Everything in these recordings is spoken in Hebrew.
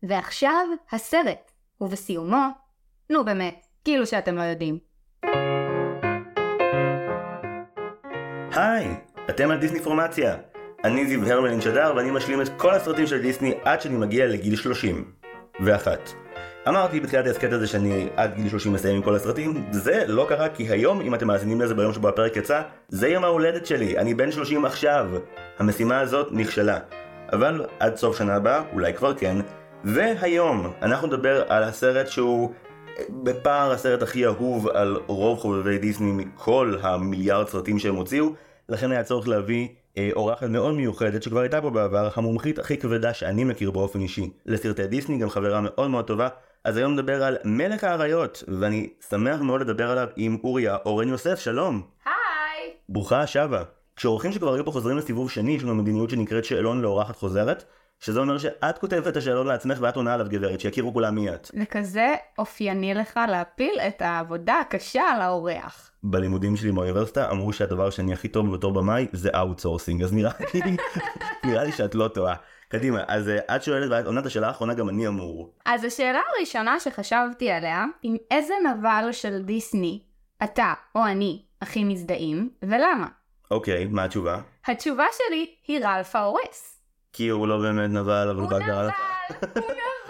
ועכשיו הסרט, ובסיומו, נו באמת, כאילו שאתם לא יודעים. היי, אתם על דיסני פורמציה. אני זיו הרמלין שדר ואני משלים את כל הסרטים של דיסני עד שאני מגיע לגיל 31. אמרתי בתחילת ההסקט הזה שאני עד גיל 30 מסיים עם כל הסרטים. זה לא קרה כי היום, אם אתם מאזינים לזה ביום שבו הפרק יצא, זה יום ההולדת שלי, אני בן 30 עכשיו. המשימה הזאת נכשלה, אבל עד סוף שנה הבאה אולי כבר כן. והיום אנחנו נדבר על הסרט שהוא בפער הסרט הכי אהוב על רוב חובבי דיסני מכל המיליארד סרטים שהם הוציאו. לכן היה צורך להביא אורחת מאוד מיוחדת שכבר הייתה פה בעבר, המומחית הכי כבדה שאני מכיר באופן אישי לסרטי דיסני, גם חברה מאוד מאוד טובה. אז היום נדבר על מלך האריות, ואני שמח מאוד לדבר עליו עם אוריה אורן יוסף. שלום. היי. ברוכה השבה. כשאורחים שכבר היו פה חוזרים לסיבוב שני, יש לנו מדיניות שנקראת שאלון לאורחת חוזרת, שזה אומר שאת כותבת את השאלון לעצמך ואת עונה עליו, גברת, שיכירו כולם מיד. וכזה אופייני לך להפיל את העבודה הקשה על האורח. בלימודים שלי באוניברסיטה אמרו שהדבר שאני הכי טוב בתור במאי זה אאוטסורסינג, אז נראה לי שאת לא טועה. קדימה, אז את שואלת ואת עונת השאלה האחרונה גם אני אמור. אז השאלה הראשונה שחשבתי עליה, עם איזה נבל של דיסני אתה או אני הכי מזדהים, ולמה? אוקיי, מה התשובה? התשובה שלי היא רלף ההורס. כי הוא לא באמת נבל, אבל הוא בגלל... נבל.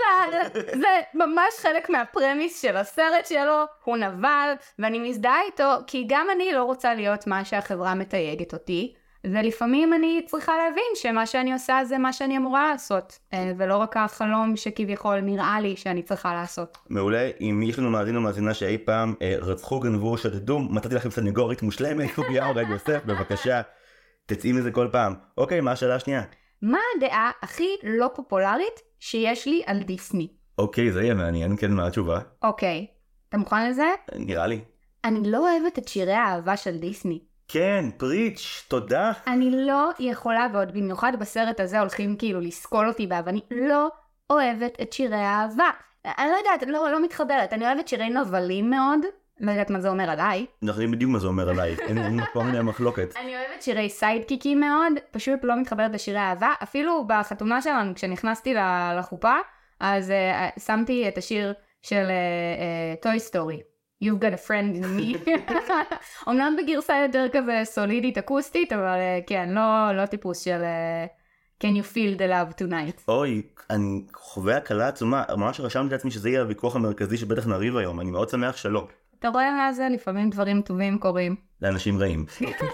זה ממש חלק מהפרמיס של הסרט שלו, הוא נבל, ואני מזדהה איתו, כי גם אני לא רוצה להיות מה שהחברה מתייגת אותי, ולפעמים אני צריכה להבין שמה שאני עושה זה מה שאני אמורה לעשות, ולא רק החלום שכביכול נראה לי שאני צריכה לעשות. מעולה. אם יש לנו מאזין או מאזינה שאי פעם רצחו, גנבו, שדדו, מצאתי לכם סנגורית מושלמת, אוריה אורן יוסף, בבקשה, תצאי מזה כל פעם. אוקיי, מה השאלה השנייה? מה הדעה הכי לא פופולרית שיש לי על דיסני? אוקיי, זה יהיה מעניין, כן, מה התשובה? אוקיי, אתה מוכן לזה? נראה לי. אני לא אוהבת את שירי האהבה של דיסני. כן, פריץ', תודה. אני לא יכולה, ועוד במיוחד בסרט הזה הולכים כאילו לסקול אותי בה, ואני לא אוהבת את שירי האהבה. אני לא יודעת, לא מתחברת. אני אוהבת שירי נבלים מאוד. לא יודעת מה זה אומר עליי. אנחנו יודעים בדיוק מה זה אומר עליי, אין פה מיני מחלוקת. אני אוהבת שירי סיידקיקים מאוד, פשוט לא מתחברת לשירי אהבה. אפילו בחתונה שלנו, כשנכנסתי לחופה, אז שמתי את השיר של טוי סטורי. You've got a friend in me. אומנם בגרסה יותר כזה סולידית, אקוסטית, אבל כן, לא טיפוס של Can you feel the love tonight. אוי, אני חווה הקלה עצומה, ממש רשמתי לעצמי שזה יהיה הוויכוח המרכזי שבטח נריב היום, אני מאוד שמח שלא. אתה רואה מה זה? לפעמים דברים טובים קורים. לאנשים רעים.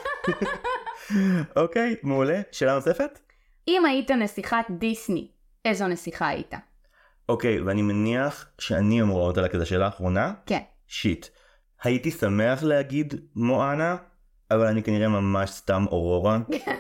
אוקיי, מעולה. שאלה נוספת? אם היית נסיכת דיסני, איזו נסיכה היית? אוקיי, ואני מניח שאני אמור לענות עליה כזה שאלה האחרונה. כן. שיט. הייתי שמח להגיד מואנה, אבל אני כנראה ממש סתם אורורה.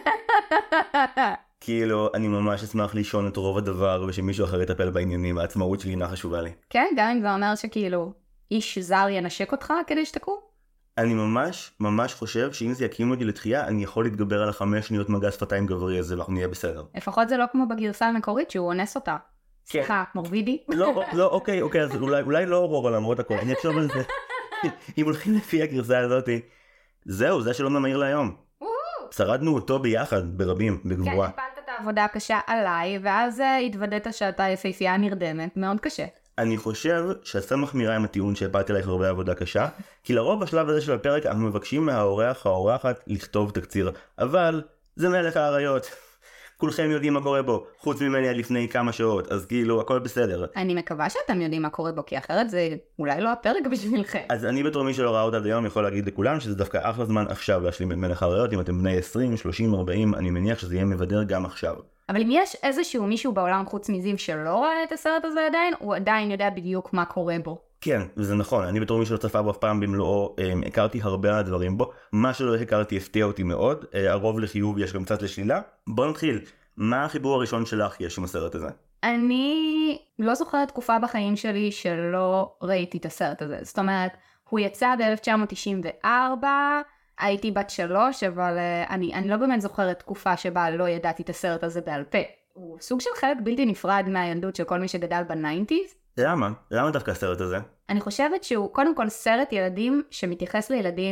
כאילו, אני ממש אשמח לישון את רוב הדבר ושמישהו אחר יטפל בעניינים, העצמאות שלי אינה חשובה לי. כן, גם אם זה אומר שכאילו איש זר ינשק אותך כדי שתקום? אני ממש חושב שאם זה יקים אותי לתחייה, אני יכול להתגבר על 5 שניות מגע שפתיים גברי, אז אנחנו נהיה בסדר. לפחות זה לא כמו בגרסה המקורית שהוא אונס אותה. סליחה, מורבידי? לא, אוקיי, אז אולי לא אורורה למרות הכל, אני אחשוב על זה. אם הולכים לפי הגרסה הזאת, זהו, זה שלום המהיר להיום. שרדנו אותו ביחד, ברבים, בגבורה. כן, הפלת את העבודה הקשה עליי, ואז התוודעת שאתה יפהפייה נרדמת, מאוד קשה. אני חושב שעשה מחמירה עם הטיעון שהפלתי עליך הרבה עבודה קשה, כי לרוב בשלב הזה של הפרק אנחנו מבקשים מהאורח או האורחת לכתוב תקציר, אבל זה מלך האריות. כולכם יודעים מה קורה בו, חוץ ממני עד לפני כמה שעות, אז כאילו הכל בסדר. אני מקווה שאתם יודעים מה קורה בו, כי אחרת זה אולי לא הפרק בשבילכם. אז אני בתור מי שלא ראה אותה עד היום יכול להגיד לכולם שזה דווקא אחלה זמן עכשיו להשלים את מלך האריות. אם אתם בני 20, 30, 40, אני מניח שזה יהיה מבדר גם עכשיו. אבל אם יש איזשהו מישהו בעולם חוץ מזיו שלא רואה את הסרט הזה עדיין, הוא עדיין יודע בדיוק מה קורה בו. כן, וזה נכון, אני בתור מי שלא צפה בו אף פעם במלואו, הכרתי הרבה הדברים בו, מה שלא הכרתי הפתיע אותי מאוד, הרוב לחיוב יש גם קצת לשלילה. בוא נתחיל, מה החיבור הראשון שלך יש עם הסרט הזה? אני לא זוכרת תקופה בחיים שלי שלא ראיתי את הסרט הזה, זאת אומרת, הוא יצא ב-1994, הייתי בת 3, אבל אני לא באמת זוכרת תקופה שבה לא ידעתי את הסרט הזה בעל פה. הוא סוג של חלק בלתי נפרד מהילדות של כל מי שגדל בניינטיז. למה? למה דווקא הסרט הזה? אני חושבת שהוא קודם כל סרט ילדים שמתייחס לילדים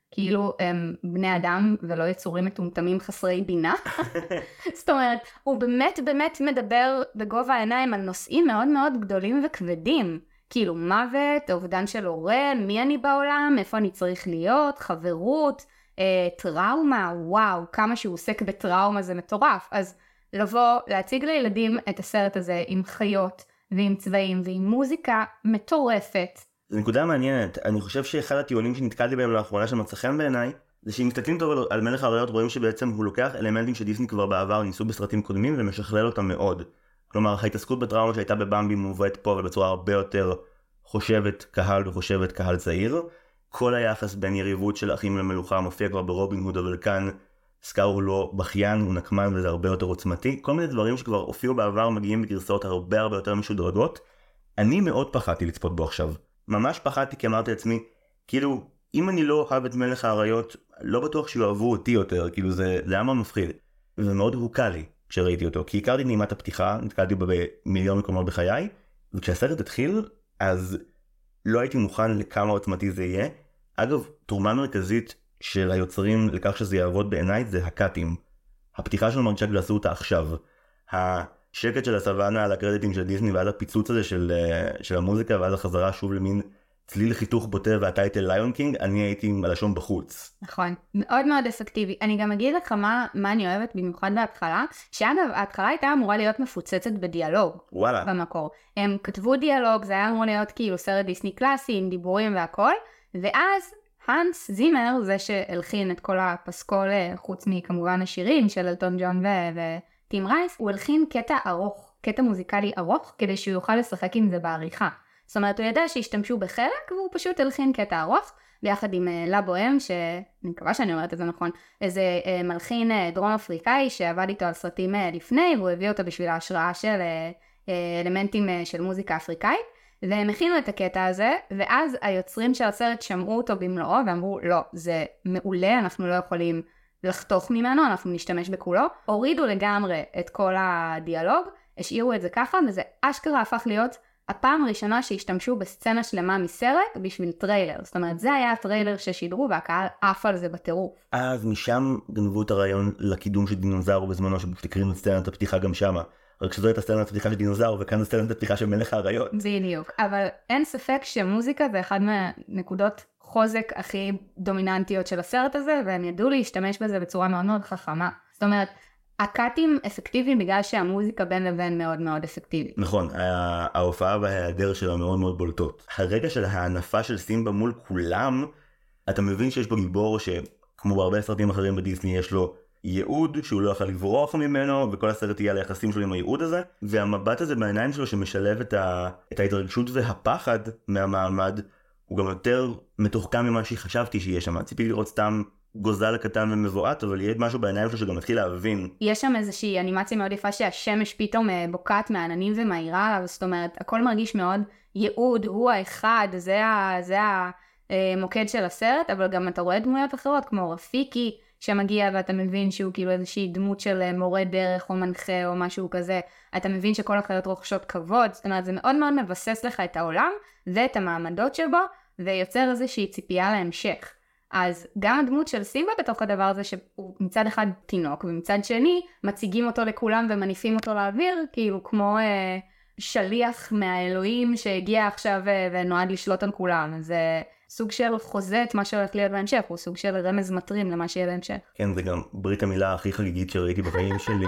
כאילו הם בני אדם ולא יצורים מטומטמים חסרי בינה. זאת אומרת, הוא באמת מדבר בגובה העיניים על נושאים מאוד מאוד גדולים וכבדים. כאילו מוות, אובדן של הורה, מי אני בעולם, איפה אני צריך להיות, חברות, טראומה, וואו, כמה שהוא עוסק בטראומה זה מטורף. אז לבוא, להציג לילדים את הסרט הזה עם חיות ועם צבעים ועם מוזיקה מטורפת. זו נקודה מעניינת. אני חושב שאחד הטיעונים שנתקלתי בהם לאחרונה שמצא חן בעיניי, זה שאם מסתכלים טוב על מלך האריות רואים שבעצם הוא לוקח אלמנטים שדיסני כבר בעבר ניסו בסרטים קודמים ומשכלל אותם מאוד. כלומר, ההתעסקות בטראומה שהייתה בבמבי מובאת פה ובצורה הרבה יותר חושבת קהל וחושבת קהל צעיר. כל היחס בין יריבות של אחים למלוכה מופיע כבר ברובין הוד, אבל כאן סקאר הוא לא בכיין, הוא נקמן וזה הרבה יותר עוצמתי. כל מיני דברים שכבר הופיעו בעבר מגיעים בגרסאות הרבה יותר משודרגות. אני מאוד פחדתי לצפות בו עכשיו. ממש פחדתי כי אמרתי לעצמי, כאילו, אם אני לא אוהב את מלך האריות, לא בטוח שיאהבו אותי יותר, כאילו זה היה מאוד מפחיד. ומאוד הוקע לי כשראיתי אותו, כי הכרתי נעימת הפתיחה, נתקלתי בה במיליון מקומות בחיי, וכשהסרט התחיל, אז לא הייתי מוכן לכמה עוצמתי זה יהיה. אגב, תרומה מרכזית של היוצרים לכך שזה יעבוד בעיניי זה הקאטים. הפתיחה של מרצ'ק ועשו אותה עכשיו. השקט של הסוואנה על הקרדיטים של דיסני ועד הפיצוץ הזה של המוזיקה ועד החזרה שוב למין צליל חיתוך בוטה והטייטל ליון קינג, אני הייתי עם הלשון בחוץ. נכון, מאוד מאוד אפקטיבי. אני גם אגיד לך מה אני אוהבת במיוחד בהתחלה, שאגב, ההתחלה הייתה אמורה להיות מפוצצת בדיאלוג. וואלה. במקור. הם כתבו דיאלוג, זה היה אמור להיות כאילו סרט דיסני קלאסי עם דיבורים והכל, ואז הנס זימר, זה שהלחין את כל הפסקול, חוץ מכמובן השירים של אלטון ג'ון וטים רייס, הוא הלחין קטע ארוך, קטע מוזיקלי ארוך, כדי שהוא יוכל לשחק עם זה בעריכה. זאת אומרת, הוא ידע שהשתמשו בחלק, והוא פשוט הלחין קטע ארוך, ביחד עם לבוהם, שאני מקווה שאני אומרת את זה נכון, איזה מלחין דרום אפריקאי שעבד איתו על סרטים לפני, והוא הביא אותו בשביל ההשראה של אלמנטים של מוזיקה אפריקאית, והם הכינו את הקטע הזה, ואז היוצרים של הסרט שמעו אותו במלואו, ואמרו, לא, זה מעולה, אנחנו לא יכולים לחתוך ממנו, אנחנו נשתמש בכולו, הורידו לגמרי את כל הדיאלוג, השאירו את זה ככה, וזה אשכרה הפך להיות הפעם הראשונה שהשתמשו בסצנה שלמה מסרט בשביל טריילר. זאת אומרת, זה היה הטריילר ששידרו והקהל עף על זה בטירוף. אז משם גנבו את הרעיון לקידום של דינוזאור בזמנו שבתקרינו את סצנת הפתיחה גם שמה. רק שזו הייתה סצנת הפתיחה של דינוזאור וכאן סצנת הפתיחה של מלך האריות. בדיוק. אבל אין ספק שמוזיקה זה אחד מהנקודות חוזק הכי דומיננטיות של הסרט הזה, והם ידעו להשתמש בזה בצורה מאוד מאוד חכמה. זאת אומרת, הקאטים אפקטיביים בגלל שהמוזיקה בין לבין מאוד מאוד אפקטיבית. נכון, ההופעה וההיעדר שלה מאוד מאוד בולטות. הרגע של ההנפה של סימבה מול כולם, אתה מבין שיש בו גיבור שכמו בהרבה סרטים אחרים בדיסני יש לו ייעוד שהוא לא יכול לברוח ממנו, וכל הסרט יהיה על היחסים שלו עם הייעוד הזה, והמבט הזה בעיניים שלו שמשלב את ההתרגשות והפחד מהמעמד, הוא גם יותר מתוחכם ממה שחשבתי שיהיה שם. ציפיתי לראות סתם גוזל קטן ומבועת, אבל יהיה משהו בעיניים שלו שגם מתחיל להבין. יש שם איזושהי אנימציה מאוד יפה שהשמש פתאום בוקעת מהעננים ומהירה עליו, זאת אומרת, הכל מרגיש מאוד ייעוד, הוא האחד, זה המוקד של הסרט, אבל גם אתה רואה דמויות אחרות, כמו רפיקי, שמגיע ואתה מבין שהוא כאילו איזושהי דמות של מורה דרך או מנחה או משהו כזה, אתה מבין שכל החיות רוכשות כבוד, זאת אומרת, זה מאוד מאוד מבסס לך את העולם ואת המעמדות שבו, ויוצר איזושהי ציפייה להמשך. אז גם הדמות של סימבה בתוך הדבר הזה, שהוא מצד אחד תינוק, ומצד שני מציגים אותו לכולם ומניפים אותו לאוויר, כאילו כמו שליח מהאלוהים שהגיע עכשיו ונועד לשלוט על כולם. זה סוג של חוזה את מה שהולך להיות בהמשך, הוא סוג של רמז מטרים למה שיהיה בהמשך. כן, זה גם ברית המילה הכי חגיגית שראיתי בחיים שלי.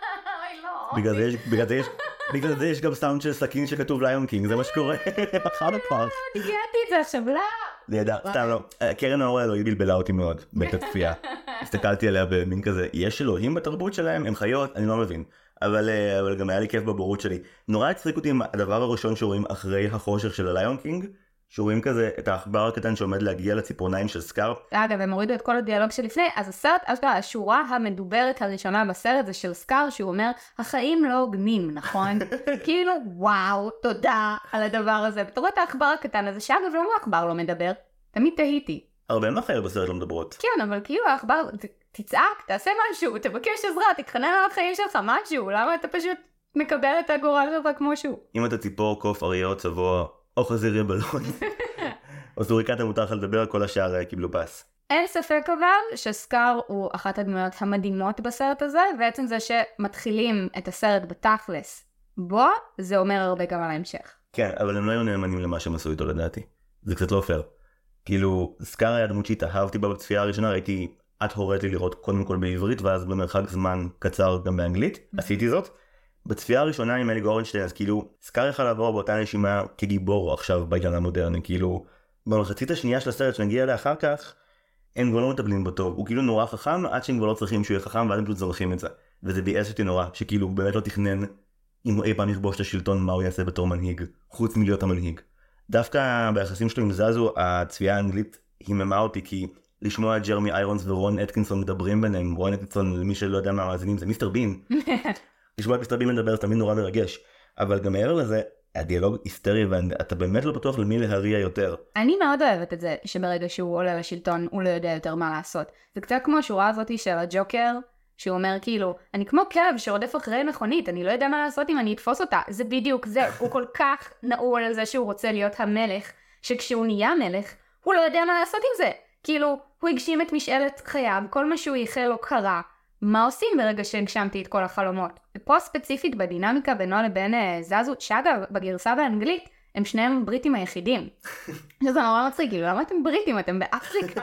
בגלל זה יש גם סאונד של סכין שכתוב ליון קינג, זה מה שקורה. אחד הפעם. הגעתי את זה עכשיו, לא. לידע, סתם לא. קרן האור האלוהי בלבלה אותי מאוד, בית הצפייה. הסתכלתי עליה במין כזה, יש אלוהים בתרבות שלהם, הם חיות, אני לא מבין. אבל גם היה לי כיף בבורות שלי. נורא הצחיק אותי עם הדבר הראשון שרואים אחרי החושך של הליון קינג, שרואים כזה את העכבר הקטן שעומד להגיע לציפורניים של סקאר. אגב, הם הורידו את כל הדיאלוג שלפני, אז הסרט, השורה המדוברת הראשונה בסרט זה של סקאר, שהוא אומר, החיים לא הוגנים, נכון? כאילו, וואו, תודה על הדבר הזה. אתה רואה את העכבר הקטן הזה, שאגב, לא העכבר לא מדבר, תמיד תהיתי. הרבה מהחיות בסרט לא מדברות. כן, אבל כאילו העכבר, תצעק, תעשה משהו, תבקש עזרה, תתחנן על החיים שלך משהו, למה אתה פשוט מקבל את הגורל שלך כמו שהוא? אם אתה ציפור, קוף, אריות, צבוע, או חזיר בלון, או סוריקת המותר לך לדבר, כל השאר קיבלו פס. אין ספק אבל שסקאר הוא אחת הדמויות המדהימות בסרט הזה, ועצם זה שמתחילים את הסרט בתכלס בו, זה אומר הרבה גם על ההמשך. כן, אבל הם לא היו נאמנים למה שהם עשו איתו לדעתי. זה קצת לא פייר. כאילו, סקאר היה דמות שהתאהבתי בה בצפייה הראשונה, ראיתי, את הורית לי לראות קודם כל בעברית, ואז במרחק זמן קצר גם באנגלית, עשיתי זאת. בצפייה הראשונה עם אלי גורנשטיין, אז כאילו, סקאר יכל לעבור באותה נשימה כגיבור עכשיו בעידן המודרני, כאילו, במחצית השנייה של הסרט שנגיע לאחר כך, הם כבר לא מטפלים בו טוב, הוא כאילו נורא חכם, עד שהם כבר לא צריכים שהוא יהיה חכם, ואז הם פשוט זורחים את זה. וזה ביאס אותי נורא, שכאילו הוא באמת לא תכנן, אם הוא אי פעם יכבוש את השלטון, מה הוא יעשה בתור מנהיג, חוץ מלהיות המנהיג. דווקא ביחסים שלו עם זזו, הצפייה האנגלית היממה אותי, כי לשמוע את ג'רמי איירונס ורון אטקינסון מדברים ביניהם, רון אטקינסון, למי שלא יודע מה המאזינים, זה מיסטר בין. לשמוע את מיסטר בין מדבר, זה תמיד נורא מרגש. אבל גם מעבר לזה, הדיאלוג היסטרי, ואתה באמת לא בטוח למי להריע יותר. אני מאוד אוהבת את זה, שברגע שהוא עולה לשלטון, הוא לא יודע יותר מה לעשות. זה קצת כמו השורה הזאת של הג'וקר, שהוא אומר כאילו, אני כמו כלב שרודף אחרי מכונית, אני לא יודע מה לעשות אם אני אתפוס אותה. זה בדיוק זה, הוא כל כך נעול על זה שהוא רוצה להיות המלך, שכשהוא נהיה מלך, הוא לא יודע מה לעשות עם זה. כאילו, הוא הגשים את משאלת חייו, כל מה שהוא ייחל לו קרה. מה עושים ברגע שהגשמתי את כל החלומות? ופה ספציפית בדינמיקה בינו לבין זזו, שאגב, בגרסה באנגלית, הם שניהם בריטים היחידים. שזה נורא מצחיק, כאילו, למה אתם בריטים? אתם באפריקה.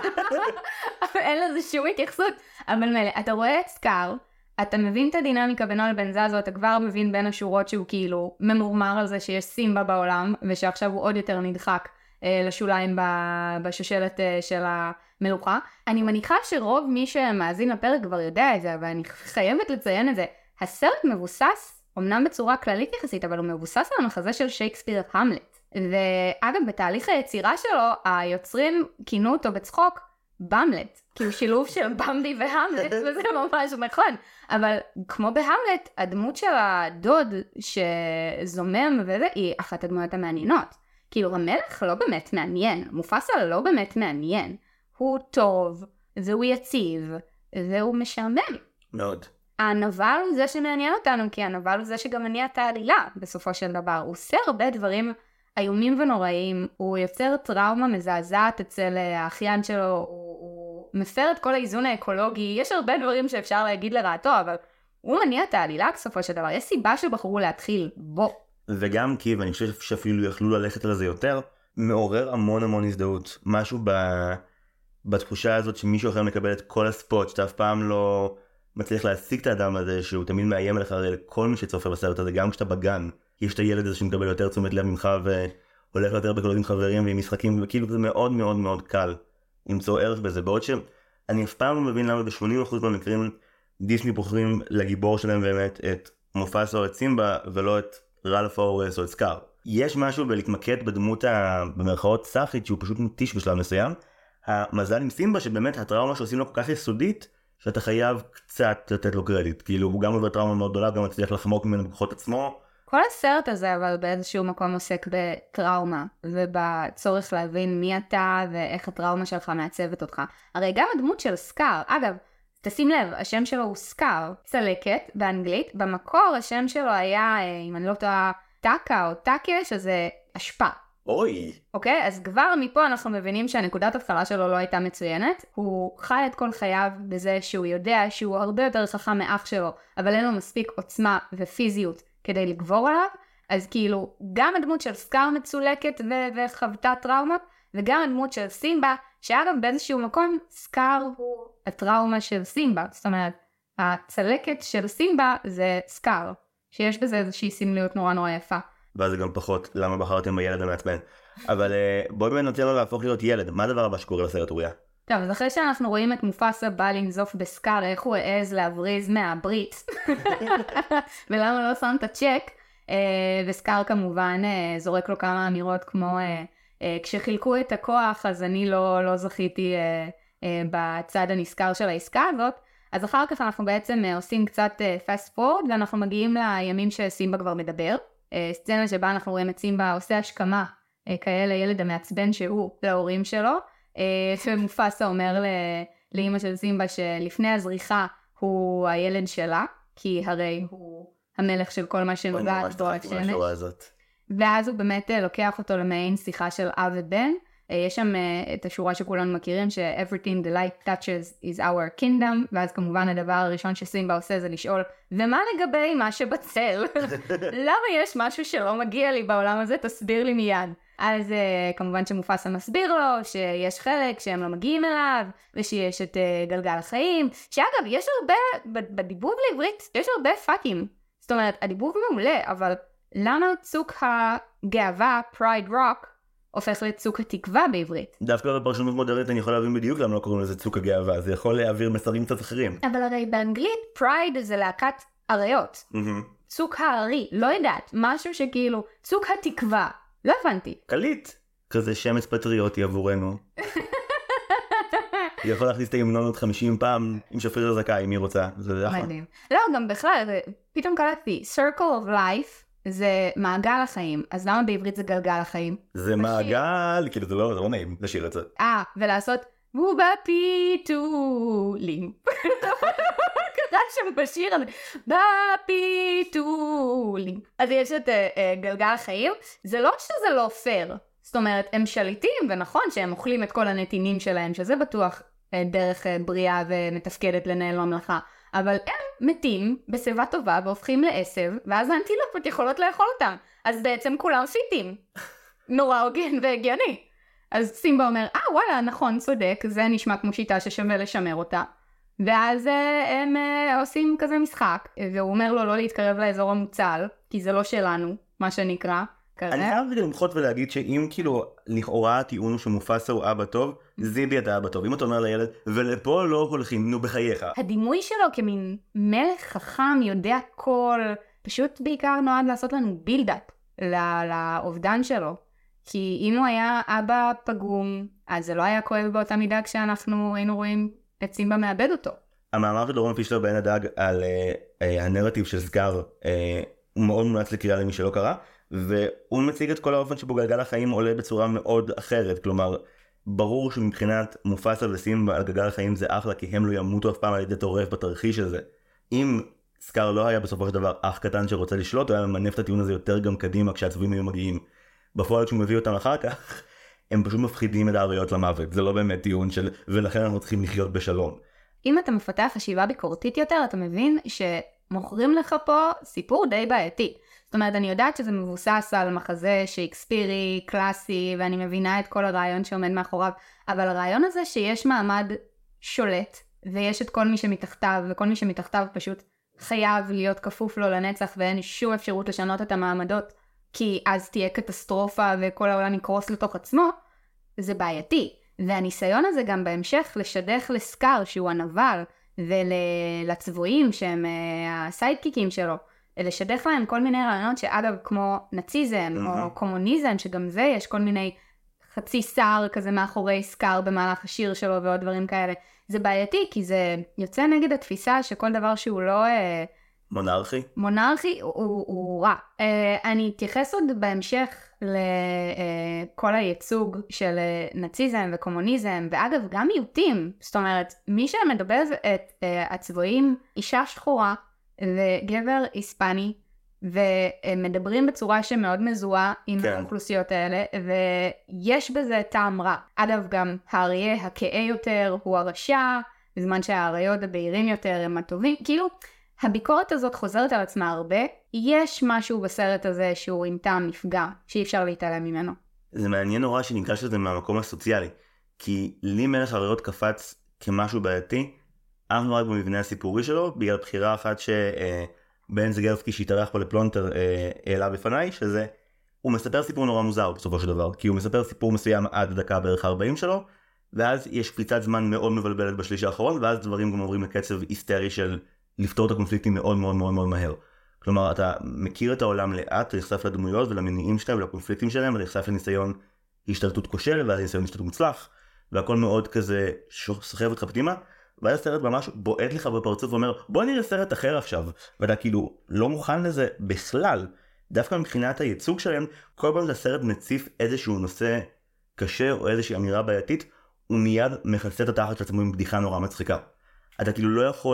אין לזה שום התייחסות. אבל מלא, אתה רואה את סקאר, אתה מבין את הדינמיקה בינו לבין זזו, אתה כבר מבין בין השורות שהוא כאילו ממורמר על זה שיש סימבה בעולם, ושעכשיו הוא עוד יותר נדחק לשוליים בשושלת של המלוכה. אני מניחה שרוב מי שמאזין לפרק כבר יודע את זה, ואני חייבת לציין את זה. הסרט מבוסס, אמנם בצורה כללית יחסית, אבל הוא מבוסס על המחזה של שייקספיר המלט. ואגב, בתהליך היצירה שלו, היוצרים כינו אותו בצחוק במלט, כי הוא שילוב של במבי והמלט, וזה ממש נכון. אבל כמו בהמלט, הדמות של הדוד שזומם וזה, היא אחת הדמויות המעניינות. כאילו, המלך לא באמת מעניין, מופסה לא באמת מעניין. הוא טוב, והוא יציב, והוא משעמם. מאוד. הנבל הוא זה שמעניין אותנו, כי הנבל הוא זה שגם מניע את העלילה, בסופו של דבר. הוא עושה הרבה דברים איומים ונוראים, הוא יוצר טראומה מזעזעת אצל האחיין שלו, הוא מפר את כל האיזון האקולוגי, יש הרבה דברים שאפשר להגיד לרעתו, אבל הוא מניע את העלילה בסופו של דבר, יש סיבה שבחרו להתחיל בו. וגם כי, ואני חושב שאפילו יכלו ללכת על זה יותר, מעורר המון הזדהות. משהו בתחושה הזאת שמישהו אחר מקבל את כל הספוט, שאתה אף פעם לא מצליח להשיג את האדם הזה, שהוא תמיד מאיים עליך, הרי לכל מי שצופה בסרט הזה, גם כשאתה בגן, יש את הילד הזה שמקבל יותר תשומת לב ממך, והולך יותר בקולות עם חברים ועם משחקים, וכאילו זה מאוד קל למצוא ערך בזה, בעוד שאני אף פעם לא מבין למה ב-80% מהמקרים דיסני בוחרים לגיבור שלהם באמת את מופסה או את סימבה, ולא את רלף אורס או את סקאר. יש משהו בלהתמקד בדמות במרכאות סאחית שהוא פשוט מתיש בשלב מסוים. המזל עם סימבה שבאמת הטראומה שעושים לו כל כך יסודית, שאתה חייב קצת לתת לו קרדיט. כאילו הוא גם עובר טראומה מאוד גדולה, גם מצליח לחמוק ממנו בכוחות עצמו. כל הסרט הזה אבל באיזשהו מקום עוסק בטראומה, ובצורך להבין מי אתה ואיך הטראומה שלך מעצבת אותך. הרי גם הדמות של סקאר, אגב, תשים לב, השם שלו הוא סקאר, צלקת באנגלית, במקור השם שלו היה, אם אני לא טועה, טאקה או טאקה, שזה אשפה. אוי. אוקיי? אז כבר מפה אנחנו מבינים שהנקודת התחלה שלו לא הייתה מצוינת. הוא חי את כל חייו בזה שהוא יודע שהוא הרבה יותר חכם מאח שלו, אבל אין לו מספיק עוצמה ופיזיות כדי לגבור עליו. אז כאילו, גם הדמות של סקאר מצולקת וחוותה טראומות, וגם הדמות של סימבה, שאגב באיזשהו מקום, סקאר הוא הטראומה של סימבה. זאת אומרת, הצלקת של סימבה זה סקאר, שיש בזה איזושהי סמליות נורא יפה. ואז זה גם פחות למה בחרתם בילד המעצבן. אבל בואי באמת נוציא לו להפוך להיות ילד. מה הדבר הבא שקורה לסרט אוריה? טוב, אז אחרי שאנחנו רואים את מופסה בא לנזוף בסקאר, איך הוא העז להבריז מהברית, ולמה לא שם את הצ'ק, וסקאר כמובן זורק לו כמה אמירות כמו, כשחילקו את הכוח אז אני לא זכיתי בצד הנזכר של העסקה הזאת. אז אחר כך אנחנו בעצם עושים קצת fast forward, ואנחנו מגיעים לימים שסימבה כבר מדבר. סצנה שבה אנחנו רואים את סימבה עושה השכמה כאלה ילד המעצבן שהוא להורים שלו, ומופסה אומר לאמא של סימבה שלפני הזריחה הוא הילד שלה, כי הרי הוא המלך של כל מה שנוגע בו השמש. ואז הוא באמת לוקח אותו למעין שיחה של אב ובן, יש שם את השורה שכולנו מכירים, ש-everything the light touches is our kingdom, ואז כמובן הדבר הראשון שסימבה עושה זה לשאול, ומה לגבי מה שבצל? למה יש משהו שלא מגיע לי בעולם הזה? תסביר לי מיד. אז כמובן שמופסה מסביר לו שיש חלק שהם לא מגיעים אליו, ושיש את גלגל החיים, שאגב, יש הרבה, בדיבוב לעברית, יש הרבה פאקים. זאת אומרת, הדיבוב מעולה, אבל למה צוק הגאווה, pride rock, הופך לצוק התקווה בעברית? דווקא בפרשנות מודרנית אני יכול להבין בדיוק למה לא קוראים לזה צוק הגאווה, זה יכול להעביר מסרים קצת אחרים. אבל הרי באנגלית pride זה להקת אריות. צוק הארי, לא יודעת, משהו שכאילו, צוק התקווה. לא הבנתי. קליט. כזה שמץ פטריוטי עבורנו. היא יכולה להכניס את ההמנון עוד 50 פעם עם שפריר זכאי, אם היא רוצה. זה נכון. מדהים. לא, גם בכלל, פתאום קלטתי, circle of life זה מעגל החיים. אז למה בעברית זה גלגל החיים? זה מעגל, כאילו זה לא נעים לשיר את זה. ולעשות בובה פיתולים. קרא שם בשיר הזה, בפיתולים. אז יש את גלגל החיים. זה לא שזה לא פייר. זאת אומרת, הם שליטים, ונכון שהם אוכלים את כל הנתינים שלהם, שזה בטוח דרך בריאה ומתפקדת לנהל ממלכה. אבל הם מתים בשיבה טובה והופכים לעשב, ואז האנטילופות יכולות לאכול אותם. אז בעצם כולם פיתים. נורא הוגן והגיוני. אז סימבה אומר, וואלה, נכון, צודק, זה נשמע כמו שיטה ששווה לשמר אותה. ואז הם עושים כזה משחק, והוא אומר לו לא להתקרב לאזור המוצל, כי זה לא שלנו, מה שנקרא. אני חייב רגע למחות ולהגיד שאם כאילו לכאורה הטיעון הוא שמופסה הוא אבא טוב, זיבי אתה אבא טוב. אם אתה אומר לילד, ולפה לא הולכים, נו בחייך. הדימוי שלו כמין מלך חכם, יודע כל, פשוט בעיקר נועד לעשות לנו בילדאפ לאובדן שלו. כי אם הוא היה אבא פגום, אז זה לא היה כואב באותה מידה כשאנחנו היינו רואים את סימבה מאבד אותו. המאמר של דורון פישלר בעין הדג על הנרטיב של סקאר, הוא מאוד מומלץ לקריאה למי שלא קרא, והוא מציג את כל האופן שבו גלגל החיים עולה בצורה מאוד אחרת. כלומר, ברור שמבחינת מופסה וסימבה על גלגל החיים זה אחלה, כי הם לא ימותו אף פעם על ידי טורף בתרחיש הזה. אם סקאר לא היה בסופו של דבר אח קטן שרוצה לשלוט, הוא היה ממנף את הטיעון הזה יותר גם קדימה כשהצבועים היו מגיעים. בפועל כשהוא מביא אותם אחר כך, הם פשוט מפחידים את האריות למוות. זה לא באמת טיעון של, ולכן אנחנו צריכים לחיות בשלום. אם אתה מפתח חשיבה ביקורתית יותר, אתה מבין שמוכרים לך פה סיפור די בעייתי. זאת אומרת, אני יודעת שזה מבוסס על מחזה שייקספירי, קלאסי, ואני מבינה את כל הרעיון שעומד מאחוריו, אבל הרעיון הזה שיש מעמד שולט, ויש את כל מי שמתחתיו, וכל מי שמתחתיו פשוט חייב להיות כפוף לו לנצח, ואין שום אפשרות לשנות את המעמדות, כי אז תהיה קטסטרופה וכל העולם יקרוס לתוך עצמו, זה בעייתי. והניסיון הזה גם בהמשך לשדך לסקאר שהוא הנבל, ולצבועים שהם הסיידקיקים שלו, לשדך להם כל מיני רעיונות שאגב כמו נאציזם או קומוניזם, שגם זה יש כל מיני חצי שר כזה מאחורי סקאר במהלך השיר שלו ועוד דברים כאלה. זה בעייתי כי זה יוצא נגד התפיסה שכל דבר שהוא לא מונרכי הוא רע. אני אתייחס עוד בהמשך לכל הייצוג של נאציזם וקומוניזם, ואגב גם מיעוטים. זאת אומרת, מי שמדבר את הצבועים, אישה שחורה וגבר היספני, ומדברים בצורה שמאוד מזוהה עם האוכלוסיות האלה, ויש בזה טעם רע. אגב, גם האריה הכאה יותר הוא הרשע, בזמן שהאריות הבהירים יותר הם הטובים. כאילו, הביקורת הזאת חוזרת על עצמה הרבה. יש משהו בסרט הזה שהוא עם טעם נפגע, שאי אפשר להתעלם ממנו. זה מעניין נורא שנקרא שזה מהמקום הסוציאלי, כי לי מלך האריות קפץ כמשהו בעייתי, אף נורא במבנה הסיפורי שלו, בגלל בחירה אחת שבן זגרסקי שהתארח פה לפלונטר העלה בפניי, שזה, הוא מספר סיפור נורא מוזר בסופו של דבר, כי הוא מספר סיפור מסוים עד דקה בערך 40 שלו, ואז יש פליצת זמן מאוד מבלבלת בשליש האחרון, ואז דברים גם עוברים לקצב היסטרי של לפתור את הקונפליקטים מאוד מאוד מאוד מאוד מהר. כלומר, אתה מכיר את העולם לאט, אתה נחשף לדמויות ולמניעים שלהם ולקונפליקטים שלהם, ואתה נחשף לניסיון השתלטות כושל, ואז ניסיון השתלטות מוצלח, והכל מאוד כזה סוחב אותך פתימה, ואז הסרט ממש בועט לך בפרצוף ואומר, בוא נראה סרט אחר עכשיו, ואתה כאילו לא מוכן לזה בכלל. דווקא מבחינת הייצוג שלהם, כל פעם שהסרט מציף איזשהו נושא קשה או איזושהי אמירה בעייתית, הוא מיד מכסה את התחת של עצמו עם בדיחה נורא מצחיקה. אתה כאילו לא יכול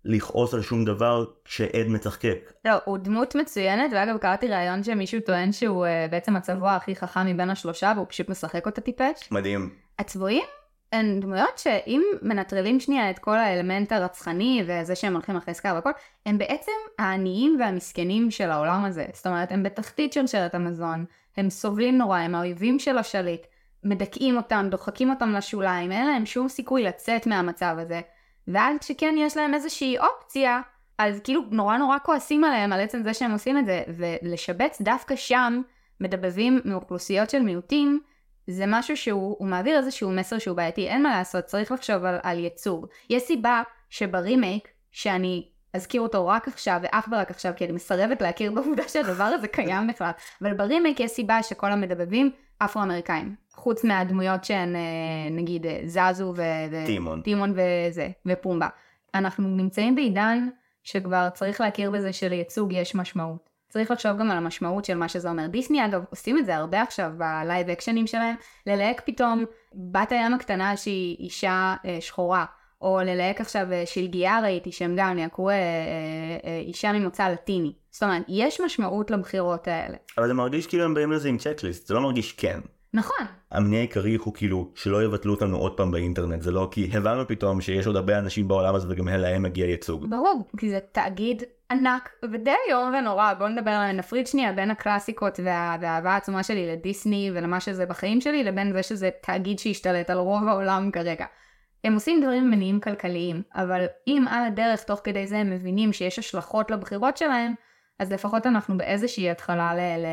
לכעוס על שום דבר כשעד מצחקק. לא, הוא דמות מצוינת, ואגב קראתי ראיון שמישהו טוען שהוא בעצם הצבוע הכי חכם מבין השלושה, והוא פשוט משחק אותה טיפש. מדהים. הצבועים הן דמויות שאם מנטרלים שנייה את כל האלמנט הרצחני וזה שהם הולכים אחרי סקר והכל, הם בעצם העניים והמסכנים של העולם הזה. זאת אומרת, הם בתחתית שרשרת המזון, הם סובלים נורא, הם האויבים של השליט, מדכאים אותם, דוחקים אותם לשוליים, אין להם שום סיכוי לצאת מהמצב הזה. ועד שכן יש להם איזושהי אופציה, אז כאילו נורא נורא כועסים עליהם על עצם זה שהם עושים את זה, ולשבץ דווקא שם מדבבים מאוכלוסיות של מיעוטים, זה משהו שהוא מעביר איזשהו מסר שהוא בעייתי, אין מה לעשות, צריך לחשוב על ייצוג. יש סיבה שברימייק, שאני אזכיר אותו רק עכשיו ואף ורק עכשיו, כי אני מסרבת להכיר בעובדה שהדבר הזה קיים בכלל, אבל ברימייק יש סיבה שכל המדבבים אפרו-אמריקאים, חוץ מהדמויות שהן נגיד זזו וטימון וזה, ופומבה. אנחנו נמצאים בעידן שכבר צריך להכיר בזה שלייצוג יש משמעות. צריך לחשוב גם על המשמעות של מה שזה אומר. דיסני אגב עושים את זה הרבה עכשיו בלייב אקשנים שלהם, ללהק פתאום בת הים הקטנה שהיא אישה שחורה, או ללהק עכשיו שלגיה ראיתי שהם גם יקרו אישה ממוצא לטיני. זאת אומרת, יש משמעות לבחירות האלה. אבל זה מרגיש כאילו הם באים לזה עם צ'קליסט, זה לא מרגיש כן. נכון. המניע העיקרי הוא כאילו שלא יבטלו אותנו עוד פעם באינטרנט, זה לא כי הבנו פתאום שיש עוד הרבה אנשים בעולם הזה וגם להם מגיע ייצוג. ברור, כי זה תאגיד ענק ודי יום ונורא. בואו נדבר על נפריד שנייה בין הקלאסיקות והאהבה העצומה שלי לדיסני ולמה שזה בחיים שלי, לבין זה שזה תאגיד שהשתלט על רוב העולם כרגע. הם עושים דברים מניעים כלכליים, אבל אם על הדרך תוך כדי זה הם מבינים שיש השלכות לבחירות שלהם, אז לפחות אנחנו באיזושהי התחלה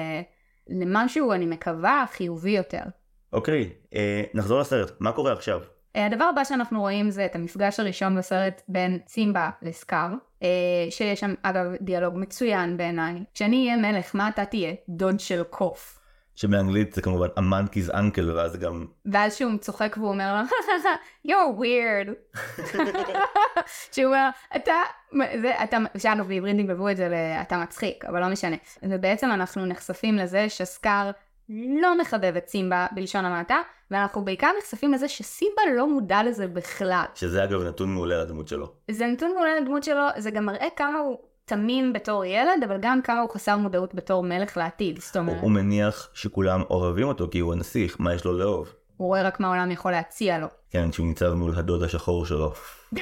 למשהו, אני מקווה, חיובי יותר. אוקיי, נחזור לסרט. מה קורה עכשיו? הדבר הבא שאנחנו רואים זה את המפגש הראשון בסרט בין סימבה לסקאר, שיש שם אגב דיאלוג מצוין בעיניי. כשאני אהיה מלך, מה אתה תהיה? דוד של קוף. שבאנגלית זה כמובן a monkey's uncle, ואז גם... ואז שהוא צוחק והוא אומר לו, you're weird. שהוא אומר, שאנו בעברית נגבבו את זה, אתה מצחיק, אבל לא משנה. ובעצם אנחנו נחשפים לזה שסקאר לא מחבב את סימבה בלשון המעטה, ואנחנו בעיקר נחשפים לזה שסימבה לא מודע לזה בכלל. שזה אגב נתון מעולה לדמות שלו. זה נתון מעולה לדמות שלו, זה גם מראה כמה הוא תמים בתור ילד, אבל גם כמה הוא חסר מודעות בתור מלך לעתיד. הוא מניח שכולם אוהבים אותו כי הוא הנסיך, מה יש לו לאהוב? הוא רואה רק מה העולם יכול להציע לו. כן, שהוא ניצב מול הדוד השחור שלו.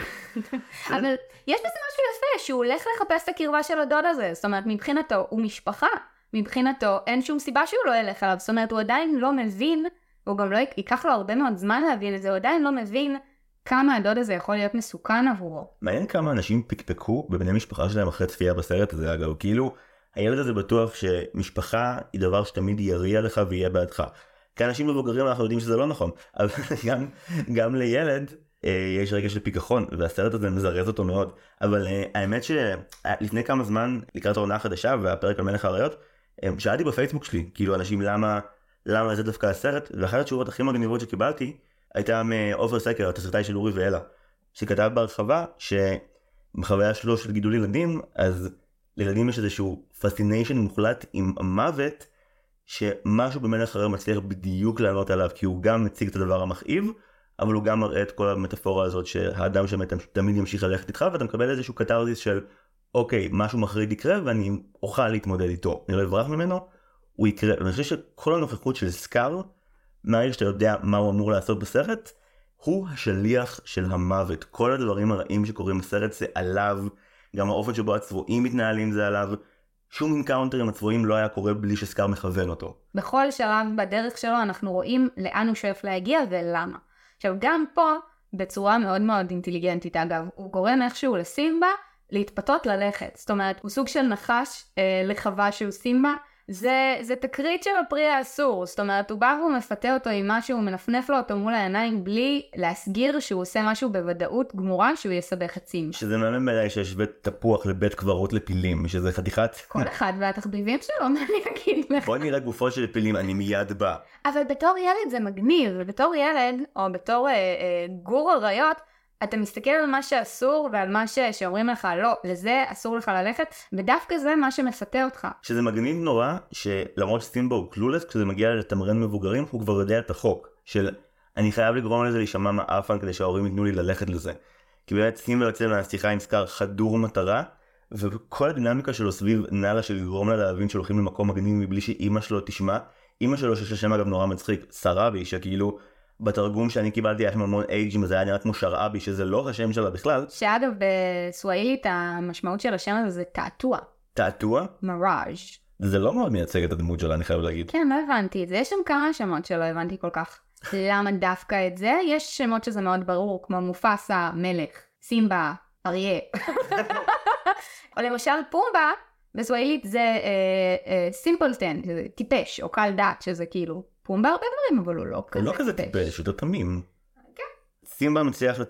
אבל יש בזה משהו יפה, שהוא הולך לחפש את הקרבה של הדוד הזה. זאת אומרת, מבחינתו הוא משפחה. מבחינתו אין שום סיבה שהוא לא ילך עליו. זאת אומרת, הוא עדיין לא מבין, הוא גם לא ייקח לו הרבה מאוד זמן להבין את זה, הוא עדיין לא מבין כמה הדוד הזה יכול להיות מסוכן עבורו. מעניין כמה אנשים פקפקו בבני משפחה שלהם אחרי צפייה בסרט הזה, אגב. כאילו, הילד הזה בטוח שמשפחה היא דבר שתמיד יריע לך ויהיה בעדך. כאנשים מבוגרים אנחנו יודעים שזה לא נכון, אבל גם לילד יש רגע של פיכחון, והסרט הזה מזרז אותו מאוד. אבל האמת שלפני כמה זמן, לקראת העונה החדשה והפרק על מלך האריות, שאלתי בפייסבוק שלי, כאילו אנשים למה זה דווקא הסרט, ואחת התשובות הכי מגניבות שקיבלתי, הייתה מעופר סקר, התסריטאי של אורי ואלה, שכתב בהרחבה שבחוויה שלו של גידול ילדים, אז לילדים יש איזשהו פסיניישן מוחלט עם המוות, שמשהו במלך האריות מצליח בדיוק לענות עליו, כי הוא גם מציג את הדבר המכאיב, אבל הוא גם מראה את כל המטאפורה הזאת שהאדם שמת תמיד ימשיך ללכת איתך, ואתה מקבל איזשהו קטרזיס של אוקיי, משהו מחריד יקרה ואני אוכל להתמודד איתו. אני לא אברח ממנו, הוא יקרה. ואני חושב שכל הנוכחות של סקאר, מהרגע שאתה יודע מה הוא אמור לעשות בסרט, הוא השליח של המוות. כל הדברים הרעים שקורים בסרט זה עליו, גם האופן שבו הצבועים מתנהלים זה עליו. שום אינקאונטר עם הצבועים לא היה קורה בלי שסקאר מכוון אותו. בכל שלב בדרך שלו אנחנו רואים לאן הוא שואף להגיע ולמה. עכשיו גם פה, בצורה מאוד מאוד אינטליגנטית אגב, הוא גורם איכשהו לסימבה להתפתות ללכת. זאת אומרת, הוא סוג של נחש לחווה שהוא סימבה, זה תקרית של הפרי האסור. זאת אומרת, הוא בא והוא מפתה אותו עם משהו, הוא מנפנף לו אותו מול העיניים בלי להסגיר שהוא עושה משהו בוודאות גמורה שהוא יסבך את סימבה. שזה מהמם בעיניי שיש בית תפוח לבית קברות לפילים, שזה חתיכת... כל אחד והתחביבים שלו, מה אני אגיד לך? בוא נראה גופו של פילים, אני מיד בא. אבל בתור ילד זה מגניב, ובתור ילד, או בתור גור אריות, אתה מסתכל על מה שאסור ועל מה שאומרים לך לא, לזה אסור לך ללכת, ודווקא זה מה שמפתה אותך. שזה מגניב נורא, שלמרות שסימבה הוא קלולס, כשזה מגיע לתמרן מבוגרים, הוא כבר יודע את החוק, של אני חייב לגרום לזה להישמע מאפן כדי שההורים ייתנו לי ללכת לזה. כי באמת סימבה יוצא מהשיחה עם סקאר חדור מטרה, וכל הדינמיקה שלו סביב נאלה של לגרום לה להבין שהולכים למקום מגניב מבלי שאימא שלו תשמע. אימא שלו שיש לשם אגב נורא מצחיק, סראבי, שכאילו בתרגום שאני קיבלתי היה שם המון אייג'ים, זה היה נראה כמו שרעבי, שזה לא השם שלה בכלל. שאגב בסואילית המשמעות של השם הזה זה תעתוע. תעתוע? מראז'. זה לא מאוד מייצג את הדמות שלה, אני חייב להגיד. כן, לא הבנתי את זה. יש שם כמה שמות שלא הבנתי כל כך. למה דווקא את זה? יש שמות שזה מאוד ברור, כמו מופסה, מלך, סימבה, אריה. או למשל פומבה, בסואילית זה סימפלטן, שזה טיפש, או קל דעת, שזה כאילו פומבה הרבה דברים, אבל הוא לא כזה טיפש. הוא לא כזה טיפש, הוא יותר תמים. סימבה מצליח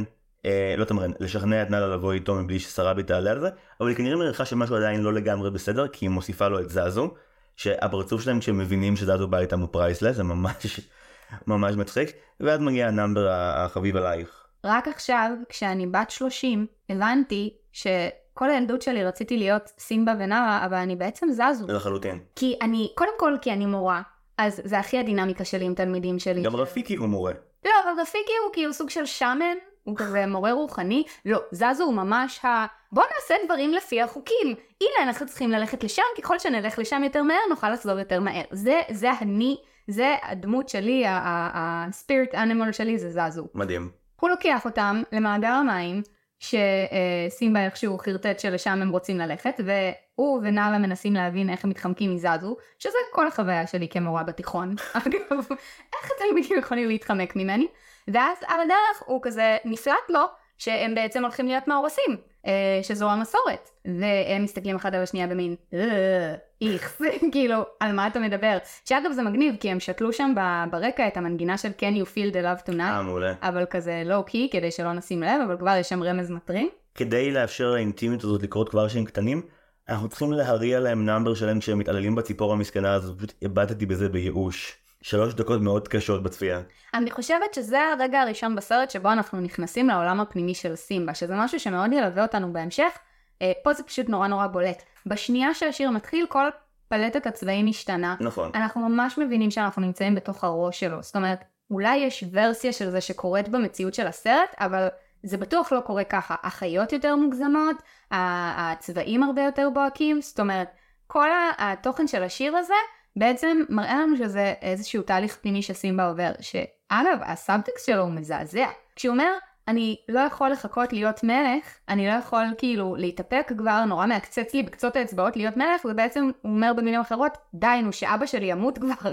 לשכנע את נאלה לבוא איתו מבלי שסראבי תעלה על זה, אבל היא כנראה מריחה שמשהו עדיין לא לגמרי בסדר, כי היא מוסיפה לו את זזו, שהפרצוף שלהם כשהם מבינים שזזו בא איתם הוא פרייסלס, זה ממש מצחיק, ואז מגיע הנאמבר החביב עלייך. רק עכשיו, כשאני בת 30, הבנתי שכל הילדות שלי רציתי להיות סימבה ונאלה, אבל אני בעצם זזו. לחלוטין. קודם כל כי אני מורה, אז זה הכי הדינמיקה שלי עם תלמידים שלי. גם רפיקי הוא מורה. לא, אבל רפיקי הוא כאילו סוג של שמן, הוא כזה מורה רוחני. לא, זזו הוא ממש בוא נעשה דברים לפי החוקים. הנה, אנחנו צריכים ללכת לשם, ככל שנלך לשם יותר מהר, נוכל לחזור יותר מהר. זה הדמות שלי, הספיריט אנימל שלי, זה זזו. מדהים. הוא לוקח אותם למאגר המים, שסימבה איכשהו חרטט שלשם הם רוצים ללכת, והוא ונאלה מנסים להבין איך הם מתחמקים מזזו, שזה כל החוויה שלי כמורה בתיכון. אגב, איך התלמידים יכולים להתחמק ממני? ואז על הדרך הוא כזה נפלט לו, שהם בעצם הולכים להיות מאורסים, שזו המסורת. והם מסתכלים אחד על השנייה במין, איכס, כאילו, על מה אתה מדבר? שאגב זה מגניב, כי הם שתלו שם ברקע את המנגינה של Can you feel the love tonight? מעולה. אבל כזה לואו-קי, כדי שלא נשים לב, אבל כבר יש שם רמז מטרים. כדי לאפשר לאינטימיות הזאת לקרות כבר שהם קטנים, אנחנו צריכים להריע להם נאמבר שלהם כשהם מתעללים בציפור המסכנה, אז פשוט הבטתי בזה בייאוש. 3 דקות מאוד קשות בצפייה. אני חושבת שזה הרגע הראשון בסרט שבו אנחנו נכנסים לעולם הפנימי של סימבה, שזה משהו שמאוד ילווה אותנו בהמשך. פה זה פשוט נורא בולט. בשנייה שהשיר מתחיל, כל פלטת הצבעים משתנה. נכון. אנחנו ממש מבינים שאנחנו נמצאים בתוך הראש שלו. זאת אומרת, אולי יש ורסיה של זה שקורית במציאות של הסרט, אבל זה בטוח לא קורה ככה. החיות יותר מוגזמות, הצבעים הרבה יותר בוהקים, זאת אומרת, כל התוכן של השיר הזה, בעצם מראה לנו שזה איזשהו תהליך פנימי שסימבה עובר, שאגב, הסאבטקסט שלו הוא מזעזע. כשהוא אומר, אני לא יכול לחכות להיות מלך, אני לא יכול כאילו להתאפק כבר, נורא מעקצץ לי בקצות האצבעות להיות מלך, ובעצם הוא אומר במילים אחרות, די, נו, שאבא שלי ימות כבר.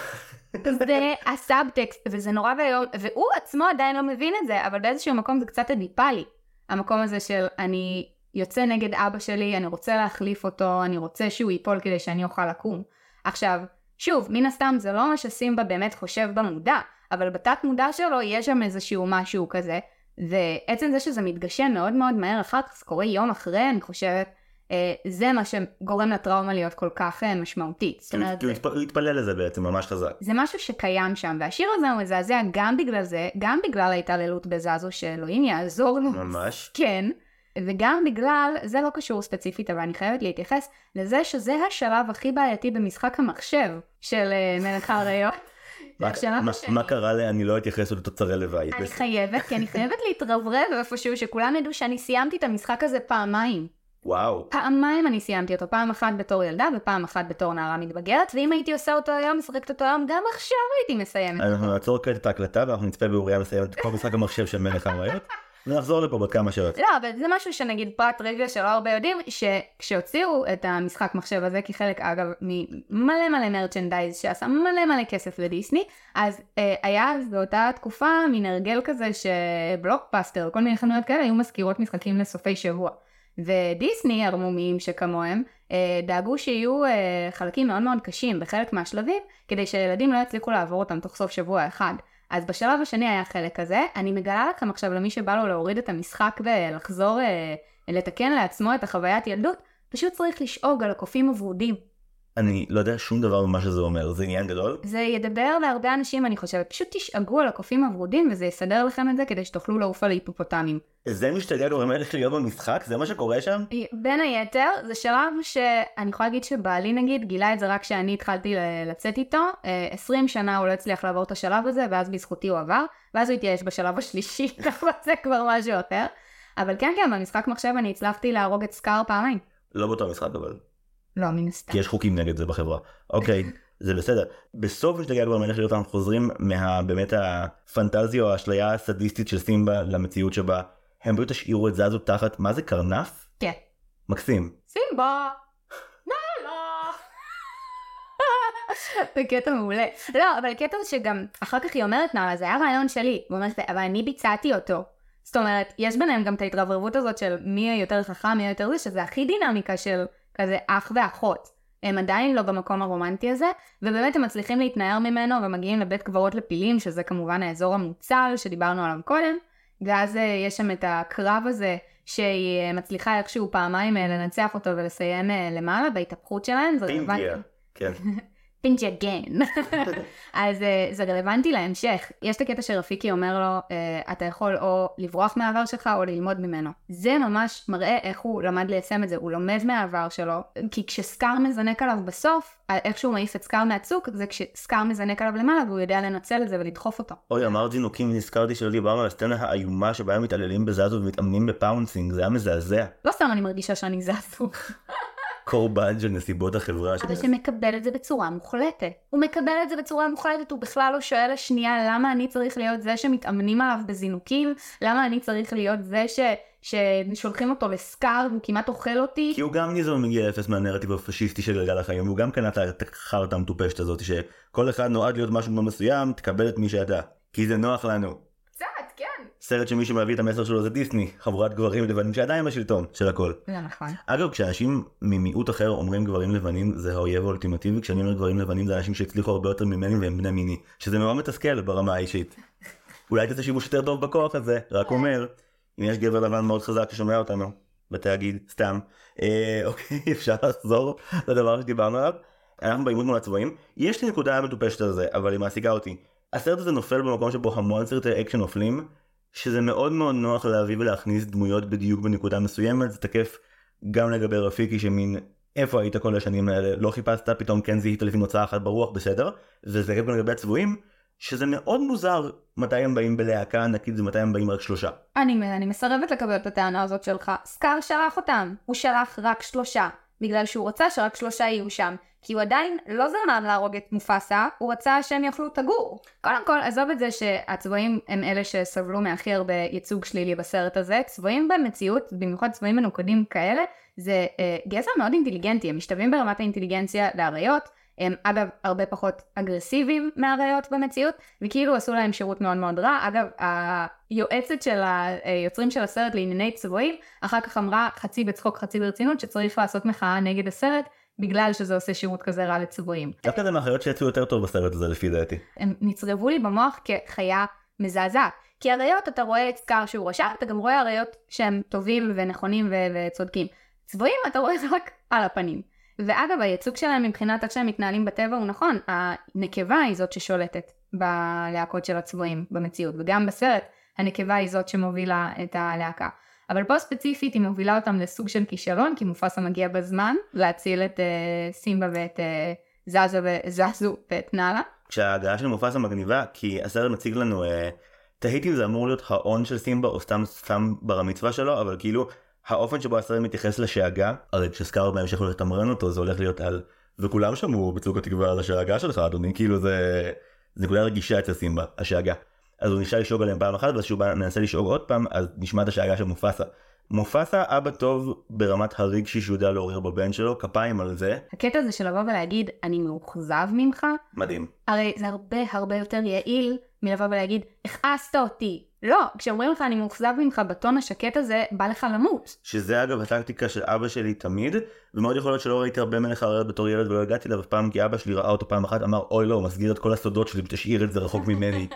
זה הסאבטקסט, וזה נורא והיום, והוא עצמו עדיין לא מבין את זה, אבל באיזשהו מקום זה קצת אדיפלי. המקום הזה של אני יוצא נגד אבא שלי, אני רוצה להחליף אותו, אני רוצה שהוא ייפול כדי שאני אוכל לקום. עכשיו, שוב, מן הסתם זה לא מה שסימבה באמת חושב במודע, אבל בתת מודע שלו יש שם איזשהו משהו כזה, ועצם זה שזה מתגשם מאוד מהר אחר כך, זה קורה יום אחרי, אני חושבת, זה מה שגורם לטראומה להיות כל כך משמעותית. זאת אומרת, הוא התפלל לזה בעצם ממש חזק. זה משהו שקיים שם, והשיר הזה הוא מזעזע גם בגלל זה, גם בגלל ההתעללות בזזו, שאלוהים יעזור לו. ממש. כן. וגם בגלל, זה לא קשור ספציפית, אבל אני חייבת להתייחס לזה שזה השלב הכי בעייתי במשחק המחשב של מלך האריות. מה קרה לי? אני לא אתייחס עוד לתוצרי לוואי. אני חייבת, כי אני חייבת להתרברב איפשהו, שכולם ידעו שאני סיימתי את המשחק הזה פעמיים. וואו. פעמיים אני סיימתי אותו, פעם אחת בתור ילדה ופעם אחת בתור נערה מתבגרת, ואם הייתי עושה אותו היום, משחקת אותו היום, גם עכשיו הייתי מסיימת. אנחנו נעצור כעת את ההקלטה, ואנחנו נצפה באוריה מסיימת כל משחק המחשב של מלך האריות. ונחזור לפה בת כמה שעות. לא, אבל זה משהו שנגיד פרט טריוויה שלא הרבה יודעים, שכשהוציאו את המשחק מחשב הזה, כי חלק אגב מלא מרצ'נדייז שעשה מלא כסף לדיסני, אז היה באותה תקופה מין הרגל כזה שבלוקבאסטר, כל מיני חנויות כאלה, היו מזכירות משחקים לסופי שבוע. ודיסני, הרמומים שכמוהם, דאגו שיהיו חלקים מאוד קשים בחלק מהשלבים, כדי שילדים לא יצליחו לעבור אותם תוך סוף שבוע אחד. אז בשלב השני היה חלק כזה, אני מגלה לכם עכשיו למי שבא לו להוריד את המשחק ולחזור לתקן לעצמו את החוויית ילדות, פשוט צריך לשאוג על הקופים הוורודים. אני לא יודע שום דבר ממה שזה אומר, זה עניין גדול? זה ידבר להרבה אנשים, אני חושבת. פשוט תשאגו על הקופים הוורודים, וזה יסדר לכם את זה כדי שתוכלו לעוף על היפופוטמים. זה משתגע גורם הלך להיות במשחק? זה מה שקורה שם? בין היתר, זה שלב שאני יכולה להגיד שבעלי נגיד, גילה את זה רק כשאני התחלתי לצאת איתו. 20 שנה הוא לא הצליח לעבור את השלב הזה, ואז בזכותי הוא עבר, ואז הוא התייאש בשלב השלישי, זה כבר משהו אחר. אבל כן, במשחק מחשב אני הצלחתי להרוג את סקאר פעמיים. לא באותו משחק אבל. לא, מן הסתם. כי יש חוקים נגד זה בחברה. אוקיי, זה בסדר. בסוף משתגע גורם הלך להיות אנחנו חוזרים באמת הפנטזיה או האשליה הסדיסטית של סימבה למציאות שבה הם פשוט תשאירו את זזו תחת, מה זה, קרנף? כן. מקסים. סימבה! נאללה! זה קטע מעולה. לא, אבל קטע שגם אחר כך היא אומרת נאללה, זה היה רעיון שלי. היא אומרת, אבל אני ביצעתי אותו. זאת אומרת, יש ביניהם גם את ההתרברבות הזאת של מי היותר חכם, מי היותר זה, שזה הכי דינמיקה של כזה אח ואחות. הם עדיין לא במקום הרומנטי הזה, ובאמת הם מצליחים להתנער ממנו ומגיעים לבית קברות לפילים, שזה כמובן האזור המוצל שדיברנו עליו קודם, ואז יש שם את הקרב הזה שהיא מצליחה איכשהו פעמיים לנצח אותו ולסיים למעלה בהתהפכות שלהם. פינג'יה, כן. פינג'יה גן. אז זה רלוונטי להמשך. יש את הקטע שרפיקי אומר לו, אתה יכול או לברוח מהעבר שלך או ללמוד ממנו. זה ממש מראה איך הוא למד ליישם את זה. הוא לומד מהעבר שלו, כי כשסקאר מזנק עליו בסוף, איך שהוא מעיף את סקאר מהצוק, זה כשסקאר מזנק עליו למעלה, והוא יודע לנצל את זה ולדחוף אותו. אוי, אמר זינוקים ונזכרתי שלא דיברנו על הסצנה האיומה שבה הם מתעללים בזזו ומתאמנים בפאונסינג. זה היה מזעזע. לא סתם אני מרגישה שאני זזו. קורבן של נסיבות החברה. אבל שמקבל את זה בצורה מוחלטת. הוא מקבל את זה בצורה מוחלטת, הוא בכלל לא שואל השנייה למה אני צריך להיות זה שמתאמנים עליו בזינוקים, למה אני צריך להיות זה ששולחים אותו לסקאר והוא כמעט אוכל אותי. כי הוא גם ניזון מגיע אפס מהנרטיב הפשיסטי של גלגל החיים, והוא גם קנה את החרטה המטופשת הזאת, שכל אחד נועד להיות משהו מסוים, תקבל את מי שאתה, כי זה נוח לנו. קצת, כן. סרט שמי שמביא את המסר שלו זה דיסני, חבורת גברים לבנים שעדיין בשלטון של הכל. זה נכון. אגב, כשאנשים ממיעוט אחר אומרים גברים לבנים, זה האויב האולטימטיבי. כשאני אומר גברים לבנים זה אנשים שהצליחו הרבה יותר ממני והם בני מיני, שזה מאוד מתסכל ברמה האישית. אולי תעשה שימוש יותר טוב בכוח הזה, רק אומר, אם יש גבר לבן מאוד חזק ששומע אותנו, בתאגיד, סתם. אוקיי, אפשר לחזור לדבר שדיברנו עליו. אנחנו בעימות מול הצבעים. יש לי נקודה מטופשת על זה, אבל היא מעסיקה אותי. הסרט הזה נופל במקום שבו המון סרטי אקשן נופלים, שזה מאוד מאוד נוח להביא ולהכניס דמויות בדיוק בנקודה מסוימת. זה תקף גם לגבי רפיקי, שמין איפה היית כל השנים האלה, לא חיפשת, פתאום כן זיהית לפי מוצאה אחת ברוח, בסדר. וזה תקף גם לגבי הצבועים, שזה מאוד מוזר מתי הם באים בלהקה ענקית ומתי הם באים רק 3. אני מסרבת לקבל את הטענה הזאת שלך. סקאר שלח אותם, הוא שלח רק 3, בגלל שהוא רצה שרק 3 יהיו שם. כי הוא עדיין לא זמן להרוג את מופסה, הוא רצה שהם יאכלו את הגור. קודם כל, עזוב את זה שהצבועים הם אלה שסבלו מהכי הרבה ייצוג שלילי בסרט הזה. צבועים במציאות, במיוחד צבועים מנוקדים כאלה, זה גזע מאוד אינטליגנטי. הם משתווים ברמת האינטליגנציה לאריות, הם אגב הרבה פחות אגרסיביים מהאריות במציאות, וכאילו עשו להם שירות מאוד מאוד רע. אגב, היועצת של היוצרים של הסרט לענייני צבועים, אחר כך אמרה חצי בצחוק חצי ברצינות, שצריך לעשות מחאה נגד הסרט, בגלל שזה עושה שירות כזה רע לצבועים. דווקא זה מהחיות שיצאו יותר טוב בסרט הזה לפי דעתי. הם נצרבו לי במוח כחיה מזעזעת. כי הריות אתה רואה את סקאר שהוא רשע, אתה גם רואה הריות שהם טובים ונכונים וצודקים. צבועים אתה רואה רק על הפנים. ואגב הייצוג שלהם מבחינת איך שהם מתנהלים בטבע הוא נכון. הנקבה היא זאת ששולטת בלהקות של הצבועים במציאות. וגם בסרט הנקבה היא זאת שמובילה את הלהקה. אבל פה ספציפית היא מובילה אותם לסוג של כישלון, כי מופסה מגיע בזמן להציל את סימבה ואת זזו ואת נאלה. כשההגעה של מופסה מגניבה, כי הסרט מציג לנו, תהיתי אם זה אמור להיות האון של סימבה או סתם בר המצווה שלו, אבל כאילו האופן שבו הסרט מתייחס לשאגה, הרי כשסקאר בהמשך הולך לתמרן אותו, זה הולך להיות על, וכולם שמעו בצוק התקווה על השאגה שלך, אדוני, כאילו זה נקודה רגישה אצל סימבה, השאגה. אז הוא נשאר לשאוג עליהם פעם אחת, ואז שהוא מנסה לשאוג עוד פעם, אז נשמע את השאגה של מופסה. מופסה אבא טוב ברמת הרגשי שהוא יודע לעורר בבן שלו, כפיים על זה. הקטע הזה של לבוא ולהגיד, אני מאוכזב ממך. מדהים. הרי זה הרבה יותר יעיל מלבוא ולהגיד, הכעסת אותי. לא, כשאומרים לך אני מאוכזב ממך בטון השקט הזה, בא לך למות. שזה אגב הטקטיקה של אבא שלי תמיד, ומאוד יכול להיות שלא ראיתי הרבה מלך הרעיות בתור ילד ולא הגעתי אליו פעם, כי אבא שלי ראה אותו פעם אחת, אמר אוי לא, הוא מסגיר את כל הסודות שלי ותשאיר את זה רחוק ממני.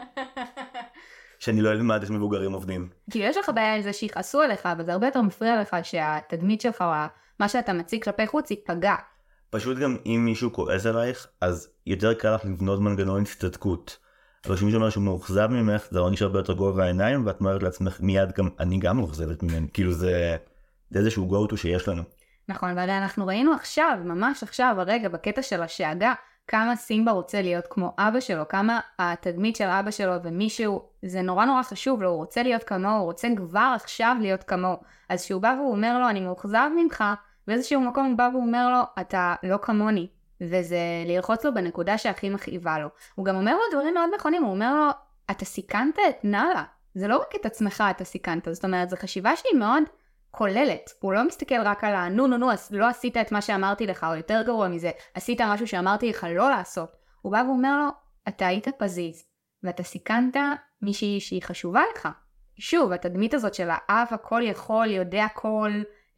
שאני לא אלמד איך מבוגרים עובדים. כאילו יש לך בעיה עם זה שיחסו עליך, אבל זה הרבה יותר מפריע לך שהתדמית שלך או מה שאתה מציג כלפי חוץ ייפגע. פשוט גם אם מישהו כועס עלייך, אז יותר קל לך לבנות מנגנון הצטדקות. אבל שמישהו אומר שהוא מאוכזב ממך, זה לא נשאר ביותר גובה העיניים, ואת אומרת לעצמך מיד גם, אני גם מאוכזבת ממני. כאילו זה איזשהו go-to שיש לנו. נכון, אבל אנחנו ראינו עכשיו, ממש עכשיו, הרגע, בקטע של השאגה, כמה סימבה רוצה להיות כמו אבא שלו, כמה התדמית של אבא שלו ומישהו, זה נורא נורא חשוב לו, הוא רוצה להיות כמוהו, הוא רוצה כבר עכשיו להיות כמוהו. אז שהוא בא והוא אומר לו, אני מאוכזב ממך, באיזשהו מקום הוא בא והוא אומר לו, אתה לא כמוני. וזה ללחוץ לו בנקודה שהכי מכאיבה לו. הוא גם אומר לו דברים מאוד נכונים, הוא אומר לו, אתה סיכנת את נאלה. זה לא רק את עצמך אתה סיכנת, זאת אומרת, זו חשיבה שהיא מאוד כוללת. הוא לא מסתכל רק על נו, אז לא עשית את מה שאמרתי לך, או יותר גרוע מזה, עשית משהו שאמרתי לך לא לעשות. הוא בא ואומר לו, אתה היית פזיז, ואתה סיכנת מישהי שהיא חשובה לך. שוב, התדמית הזאת של האב הכל יכול, יודע הכל,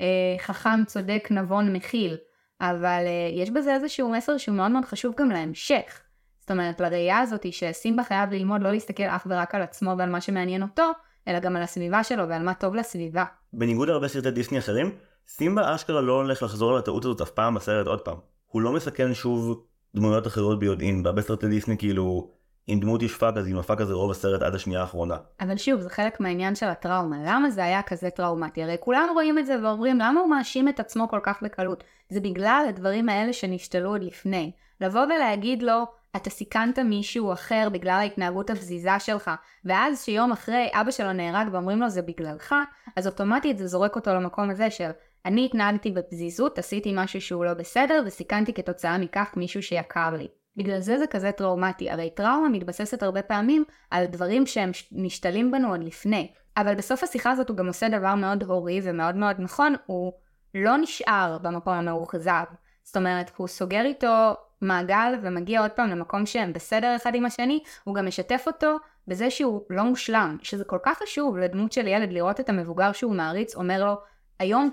חכם, צודק, נבון, מכיל. אבל יש בזה איזשהו מסר שהוא מאוד מאוד חשוב גם להמשך. זאת אומרת, לראייה הזאת היא שסימבה חייב ללמוד לא להסתכל אך ורק על עצמו ועל מה שמעניין אותו, אלא גם על הסביבה שלו ועל מה טוב לסביבה. בניגוד להרבה סרטי דיסני אחרים, סימבה אשכרה לא הולך לחזור על הטעות הזאת אף פעם בסרט עוד פעם. הוא לא מסכן שוב דמויות אחרות ביודעין. בהרבה סרטי דיסני כאילו, אם דמות יש פאק אז היא מפאק הזה רוב הסרט עד השנייה האחרונה. אבל שוב, זה חלק מהעניין של הטראומה. למה זה היה כזה טראומטי? הרי כולנו רואים את זה ואומרים, למה הוא מאשים את עצמו כל כך בקלות? זה בגלל הדברים האלה שנשתלו עוד לפני. לבוא ולהגיד לו, אתה סיכנת מישהו אחר בגלל ההתנהגות הפזיזה שלך, ואז שיום אחרי אבא שלו נהרג ואומרים לו זה בגללך, אז אוטומטית זה זורק אותו למקום הזה של אני התנהגתי בפזיזות, עשיתי משהו שהוא לא בסדר וסיכנתי כתוצאה מכך מישהו שיקר לי. בגלל זה כזה טראומטי. הרי טראומה מתבססת הרבה פעמים על דברים שהם נשתלים בנו עוד לפני. אבל בסוף השיחה הזאת הוא גם עושה דבר מאוד הורי ומאוד מאוד נכון, הוא לא נשאר במקום המאוכזב. זאת אומרת, הוא סוגר איתו מעגל ומגיע עוד פעם למקום שהם בסדר אחד עם השני, הוא גם משתף אותו בזה שהוא לא מושלם, שזה כל כך חשוב לדמות של ילד לראות את המבוגר שהוא מעריץ, אומר לו, היום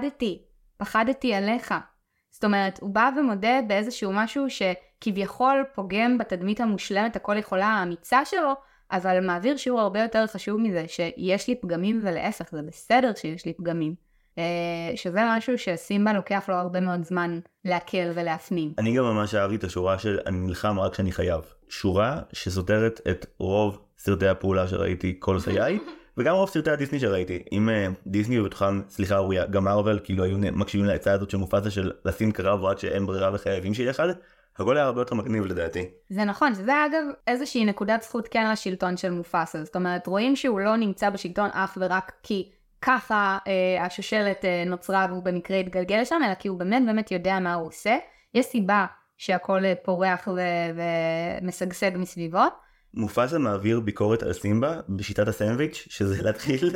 פחדתי עליך. זאת אומרת, הוא בא ומודה באיזשהו משהו שכביכול פוגם בתדמית המושלמת הכל יכולה האמיצה שלו, אבל מעביר שיעור הרבה יותר חשוב מזה, שיש לי פגמים ולהפך, זה בסדר שיש לי פגמים. שזה משהו שסימבה לוקח לו הרבה מאוד זמן להקל ולהפנים. אני גם ממש אהבתי את השורה של אני נלחם רק כשאני חייב. שורה שסותרת את רוב סרטי הפעולה שראיתי כל חיי, וגם רוב סרטי הדיסני שראיתי. אם דיסני ובתוכן, סליחה אוריה, גם מרוול, כאילו היו מקשיבים להצעה הזאת של מופסה של לשים קרב רק שאין ברירה וחייבים שיהיה אחד, הכל היה הרבה יותר מגניב לדעתי. זה נכון, שזה אגב איזושהי נקודת זכות כן לשלטון של מופסה. זאת אומרת, רואים שהוא לא נמצא בשלטון אך ורק כי ככה השושלת נוצרה והוא במקרה התגלגל לשם, אלא כי הוא באמת יודע מה הוא עושה. יש סיבה שהכל פורח ומשגשג מסביבו. מופסה מעביר ביקורת על סימבה בשיטת הסנדוויץ', שזה להתחיל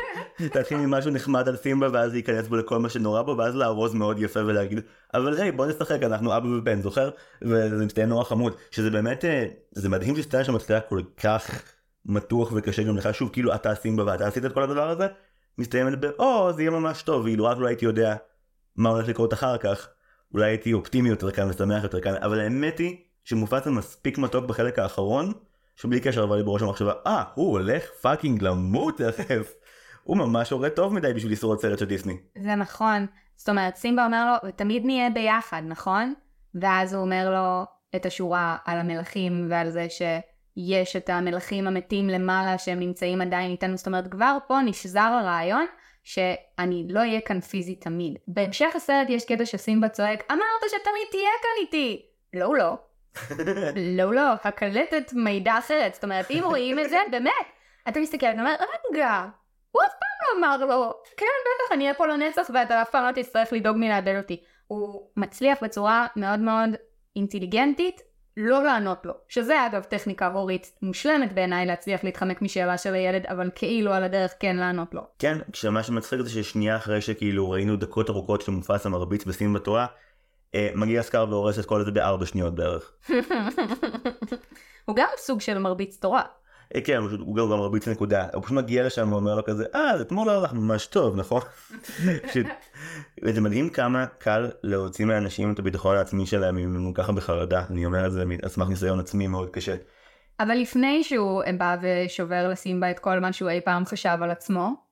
ממשהו נחמד על סימבה ואז להיכנס בו לכל מה שנורא בו, ואז לארוז מאוד יפה ולהגיד, אבל היי בוא נשחק, אנחנו אבא ובן, זוכר? וזה מסתיים נורא חמוד, שזה באמת, זה מדהים שסצנה שמתחילה כל כך מתוח וקשה גם לך, שוב כאילו אתה סימבה ואתה עשית את כל הדבר הזה, מסתיימת זה יהיה ממש טוב, ואילו רק לא הייתי יודע מה הולך לקרות אחר כך, אולי הייתי אופטימי יותר כאן ושמח יותר כאן, אבל האמת היא שמופסה מספיק מתוק בחלק האחרון, שבלי קשר אבל לי בראש המחשבה, הוא הולך פאקינג למות תכף, הוא ממש הורה טוב מדי בשביל לשרוד סרט של דיסני. זה נכון, זאת אומרת סימבה אומר לו, ותמיד נהיה ביחד, נכון? ואז הוא אומר לו את השורה על המלכים ועל זה שיש את המלכים המתים למעלה שהם נמצאים עדיין איתנו, זאת אומרת כבר פה נשזר הרעיון שאני לא אהיה כאן פיזי תמיד. בהמשך הסרט יש קטע שסימבה צועק, אמרת שתמיד תהיה כאן איתי. לא, הקלטת מידע אחרת, זאת אומרת אם רואים את זה, באמת, אתה מסתכל, אתה אומר, רגע, הוא אף פעם לא אמר לו, כן בטח אני אהיה פה לנצח ואתה אף פעם לא תצטרך לדאוג מלאבד אותי. הוא מצליח בצורה מאוד מאוד אינטליגנטית לא לענות לו, שזה אגב טכניקה הורית מושלמת בעיניי להצליח להתחמק משאלה של הילד, אבל כאילו על הדרך כן לענות לו. כן, כשמה שמצחיק זה ששנייה אחרי שכאילו ראינו דקות ארוכות של מופסה מרביץ בסימבה בתורה, מגיע סקאר והורס את כל זה ב4 שניות בערך. הוא גם סוג של מרביץ תורה. כן, הוא גם מרביץ נקודה. הוא פשוט מגיע לשם ואומר לו כזה, זה אתמול הלך ממש טוב, נכון? וזה מדהים כמה קל להוציא מהאנשים את הביטחון העצמי שלהם אם הם ככה בחרדה. אני אומר את זה על סמך ניסיון עצמי מאוד קשה. אבל לפני שהוא בא ושובר לסימבה את כל מה שהוא אי פעם חשב על עצמו,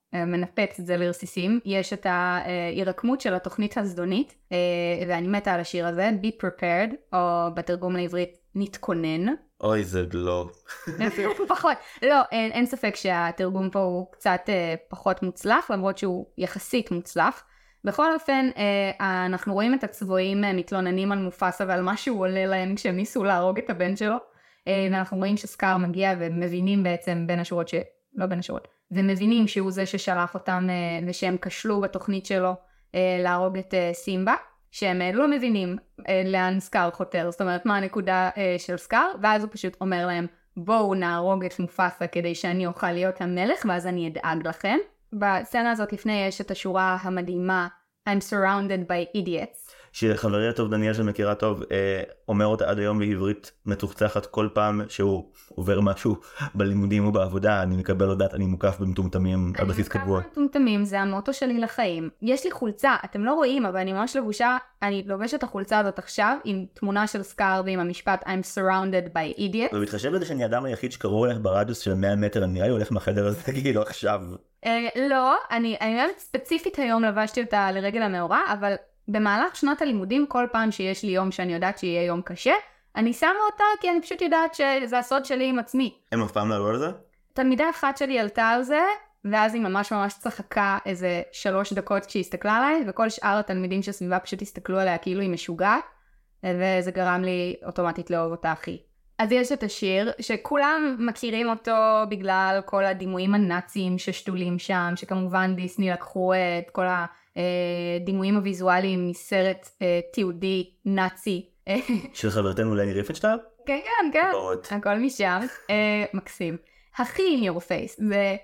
מנפץ את זה לרסיסים. יש את ההירקמות של התוכנית הזדונית, ואני מתה על השיר הזה, Be Prepared, או בתרגום לעברית, נתכונן. אוי, זה לא. פחות. לא, אין ספק שהתרגום פה הוא קצת פחות מוצלח, למרות שהוא יחסית מוצלח. בכל אופן, אנחנו רואים את הצבועים מתלוננים על מופסה ועל מה שהוא עולה להם כשהם ניסו להרוג את הבן שלו. ואנחנו רואים שסקאר מגיע ומבינים בעצם בין השורות, לא בין השורות, ומבינים שהוא זה ששלח אותם ושהם כשלו בתוכנית שלו להרוג את סימבה, שהם לא מבינים לאן סקאר חותר, זאת אומרת מה הנקודה של סקאר, ואז הוא פשוט אומר להם, בואו נהרוג את מופסה כדי שאני אוכל להיות המלך, ואז אני אדאג לכם. בסצנה הזאת לפני יש את השורה המדהימה, I'm surrounded by idiots. שחברי הטוב דניאל שמכירה טוב אומר אותה עד היום בעברית מצוחצחת כל פעם שהוא עובר משהו בלימודים או בעבודה, אני מקבל הודעת, אני מוקף במטומטמים על בסיס קבוע. אני מוקף במטומטמים, זה המוטו שלי לחיים. יש לי חולצה, אתם לא רואים, אבל אני ממש לבושה, אני לובשת את החולצה הזאת עכשיו עם תמונה של סקאר ועם המשפט I'm surrounded by idiots. ובהתחשב בזה שאני האדם היחיד שקראו הולך ברדיוס של 100 מטר, אני נראה לי הולך מהחדר הזה כאילו עכשיו. לא, אני ספציפית היום לבשתי אותה לרגל המאורע, אבל במהלך שנת הלימודים, כל פעם שיש לי יום שאני יודעת שיהיה יום קשה, אני שמה אותה כי אני פשוט יודעת שזה הסוד שלי עם עצמי. הם אף פעם לא עלו על זה? תלמידה אחת שלי עלתה על זה, ואז היא ממש צחקה איזה 3 דקות כשהיא הסתכלה עליי, וכל שאר התלמידים שסביבה פשוט הסתכלו עליה כאילו היא משוגעת, וזה גרם לי אוטומטית לאהוב אותה הכי. אז יש את השיר שכולם מכירים אותו בגלל כל הדימויים הנאציים ששתולים שם, שכמובן דיסני לקחו את כל הדימויים הוויזואליים מסרט תיעודי נאצי. של חברתנו לני ריפנשטייל? כן, כן, כן. הכל משם. מקסים. הכי in your face.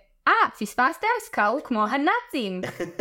פספסת? סקאר כמו הנאצים.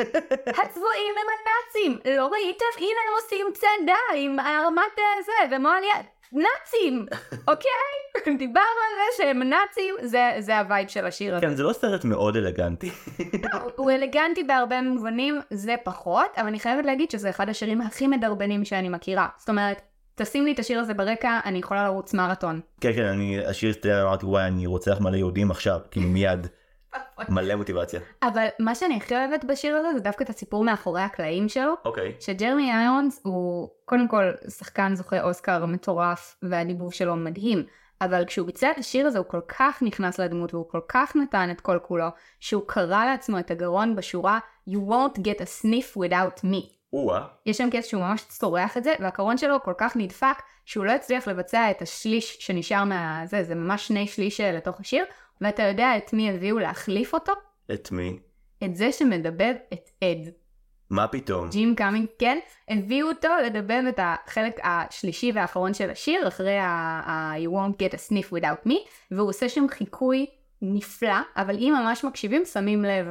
הצבועים הם הנאצים. לא ראיתם? הנה הם עושים צעדה עם הרמת זה ומועל יד. נאצים, אוקיי? דיברנו על זה שהם נאצים, זה הווייב של השיר הזה. כן, זה לא סרט מאוד אלגנטי. הוא אלגנטי בהרבה מובנים, זה פחות, אבל אני חייבת להגיד שזה אחד השירים הכי מדרבנים שאני מכירה. זאת אומרת, תשים לי את השיר הזה ברקע, אני יכולה לרוץ מרתון. כן, כן, השיר אמרתי, וואי, אני רוצח מלא יהודים עכשיו, כאילו מיד. מלא מוטיבציה. אבל מה שאני הכי אוהבת בשיר הזה זה דווקא את הסיפור מאחורי הקלעים שלו. אוקיי. שג'רמי איירונס הוא קודם כל שחקן זוכה אוסקר מטורף והדיבוב שלו מדהים. אבל כשהוא ביצע את השיר הזה הוא כל כך נכנס לדמות והוא כל כך נתן את כל כולו שהוא קרא לעצמו את הגרון בשורה You won't get a sniff without me. יש שם קטע שהוא ממש צורח את זה והקרון שלו כל כך נדפק שהוא לא הצליח לבצע את השליש שנשאר מהזה, זה ממש 2/3 לתוך השיר. ואתה יודע את מי הביאו להחליף אותו? את מי? את זה שמדבב את אד. מה פתאום? ג'ים קאמינג, כן. הביאו אותו לדבב את החלק השלישי והאחרון של השיר, אחרי You won't get a sniff without me, והוא עושה שם חיקוי נפלא, אבל אם ממש מקשיבים, שמים לב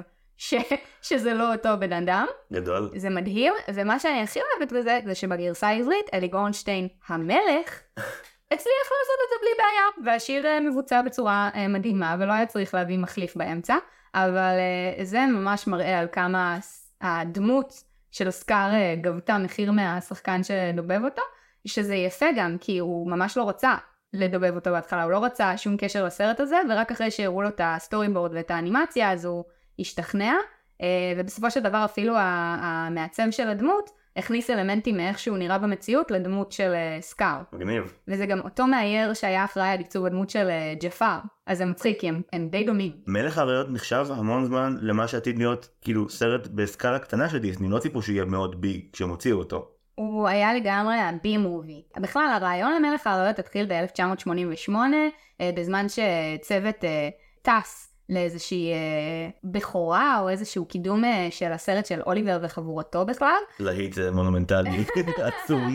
שזה לא אותו בן אדם. גדול. זה מדהים, ומה שאני הכי אוהבת בזה, זה שבגרסה העברית, אלי גורנשטיין המלך, הצליח לעשות את זה בלי בעיה, והשיר מבוצע בצורה מדהימה, ולא היה צריך להביא מחליף באמצע, אבל זה ממש מראה על כמה הדמות של סקאר גבתה מחיר מהשחקן שדובב אותו, שזה יפה גם, כי הוא ממש לא רצה לדובב אותו בהתחלה, הוא לא רצה שום קשר לסרט הזה, ורק אחרי שהראו לו את הסטורי בורד ואת האנימציה, אז הוא השתכנע, ובסופו של דבר אפילו המעצב של הדמות, הכניס אלמנטים מאיך שהוא נראה במציאות לדמות של סקאר. מגניב. וזה גם אותו מאייר שהיה אחראי על עיצוב הדמות של ג'פר. אז זה מצחיק, כי הם די דומים. מלך האריות נחשב המון זמן למה שעתיד להיות כאילו סרט בסקאלה קטנה של דיסני, לא ציפו שיהיה מאוד ביג כשהם הוציאו אותו. הוא היה לגמרי הבי מובי. בכלל הרעיון למלך האריות התחיל ב-1988, בזמן שצוות טס לאיזושהי בכורה או איזשהו קידום של הסרט של אוליבר וחבורתו בכלל. להיט מונומנטלי, עצום.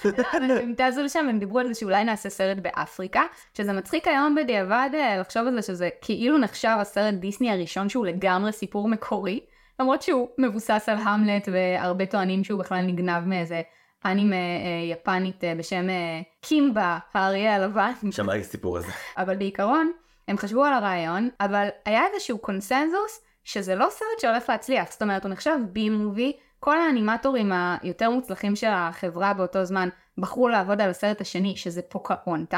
הם תעזו לשם, הם דיברו על זה שאולי נעשה סרט באפריקה, שזה מצחיק היום בדיעבד לחשוב על זה שזה כאילו נחשב הסרט דיסני הראשון שהוא לגמרי סיפור מקורי, למרות שהוא מבוסס על המלט והרבה טוענים שהוא בכלל נגנב מאיזה אנימה יפנית בשם קימבה, האריה הלבן. שמעתי סיפור הזה. אבל בעיקרון, הם חשבו על הרעיון, אבל היה איזשהו קונסנזוס שזה לא סרט שהולך להצליח. זאת אומרת, הוא נחשב בי מובי, כל האנימטורים היותר מוצלחים של החברה באותו זמן בחרו לעבוד על הסרט השני, שזה פוקהונטס.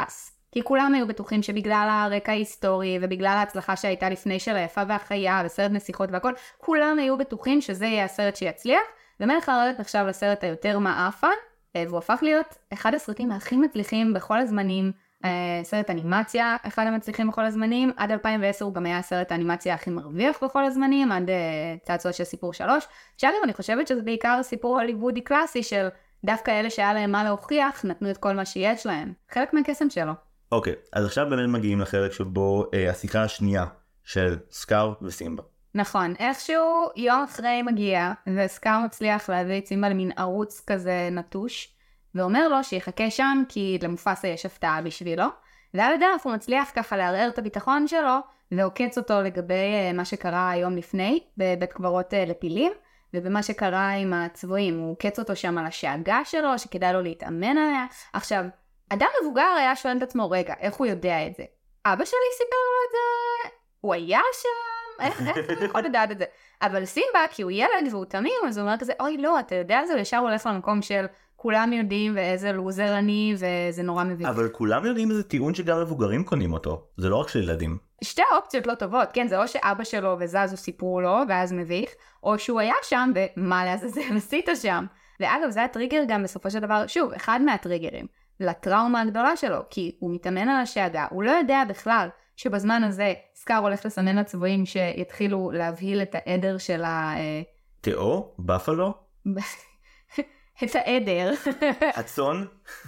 כי כולם היו בטוחים שבגלל הרקע ההיסטורי ובגלל ההצלחה שהייתה לפני של היפה והחיה וסרט נסיכות והכל, כולם היו בטוחים שזה יהיה הסרט שיצליח, ומלך האריות נחשב לסרט היותר מעפן, והוא הפך להיות אחד הסרטים הכי מצליחים בכל הזמנים, סרט אנימציה, אחד המצליחים בכל הזמנים, עד 2010 הוא גם היה סרט האנימציה הכי מרוויח בכל הזמנים, עד צעצוע של סיפור 3, שאגב אני חושבת שזה בעיקר סיפור הוליוודי קלאסי של דווקא אלה שהיה להם מה להוכיח, נתנו את כל מה שיש להם, חלק מהקסם שלו. אוקיי, אז עכשיו באמת מגיעים לחלק שבו השיחה השנייה של סקאר וסימבה. נכון, איכשהו יום אחרי מגיע, וסקאר מצליח להביא את סימבה למין ערוץ כזה נטוש, ואומר לו שיחכה שם כי למופסה יש הפתעה בשבילו, ועל הדרך הוא מצליח ככה לערער את הביטחון שלו, ועוקץ אותו לגבי מה שקרה היום לפני, בבית קברות לפילים, ובמה שקרה עם הצבועים, הוא עוקץ אותו שם על השאגה שלו, שכדאי לו להתאמן עליה. עכשיו, אדם מבוגר היה שואל את עצמו, רגע, איך הוא יודע את זה? אבא שלי סיפר לו את זה? הוא היה שם? איך הוא יכול לדעת את זה? אבל סימבה, כי הוא ילד והוא תמים, אז הוא אומר כזה, אוי לא, אתה יודע את זה, ישר הוא הולך למקום של כולם יודעים ואיזה לוזר אני, וזה נורא מביך. אבל כולם יודעים איזה טיעון שגם מבוגרים קונים אותו, זה לא רק של ילדים. שתי האופציות לא טובות, כן, זה או שאבא שלו וזזו סיפרו לו, ואז מביך, או שהוא היה שם, ומה לעזאזל עשית שם. ואגב, זה הטריגר גם בסופו של דבר, שוב, אחד מהטריגרים, לטראומה הגדולה שלו, כי הוא מתאמן על השאגה, הוא לא יודע בכלל שבזמן הזה סקאר הולך לסנן לצבועים שיתחילו להבהיל את העדר של תאו? בפלו? את העדר. הצון?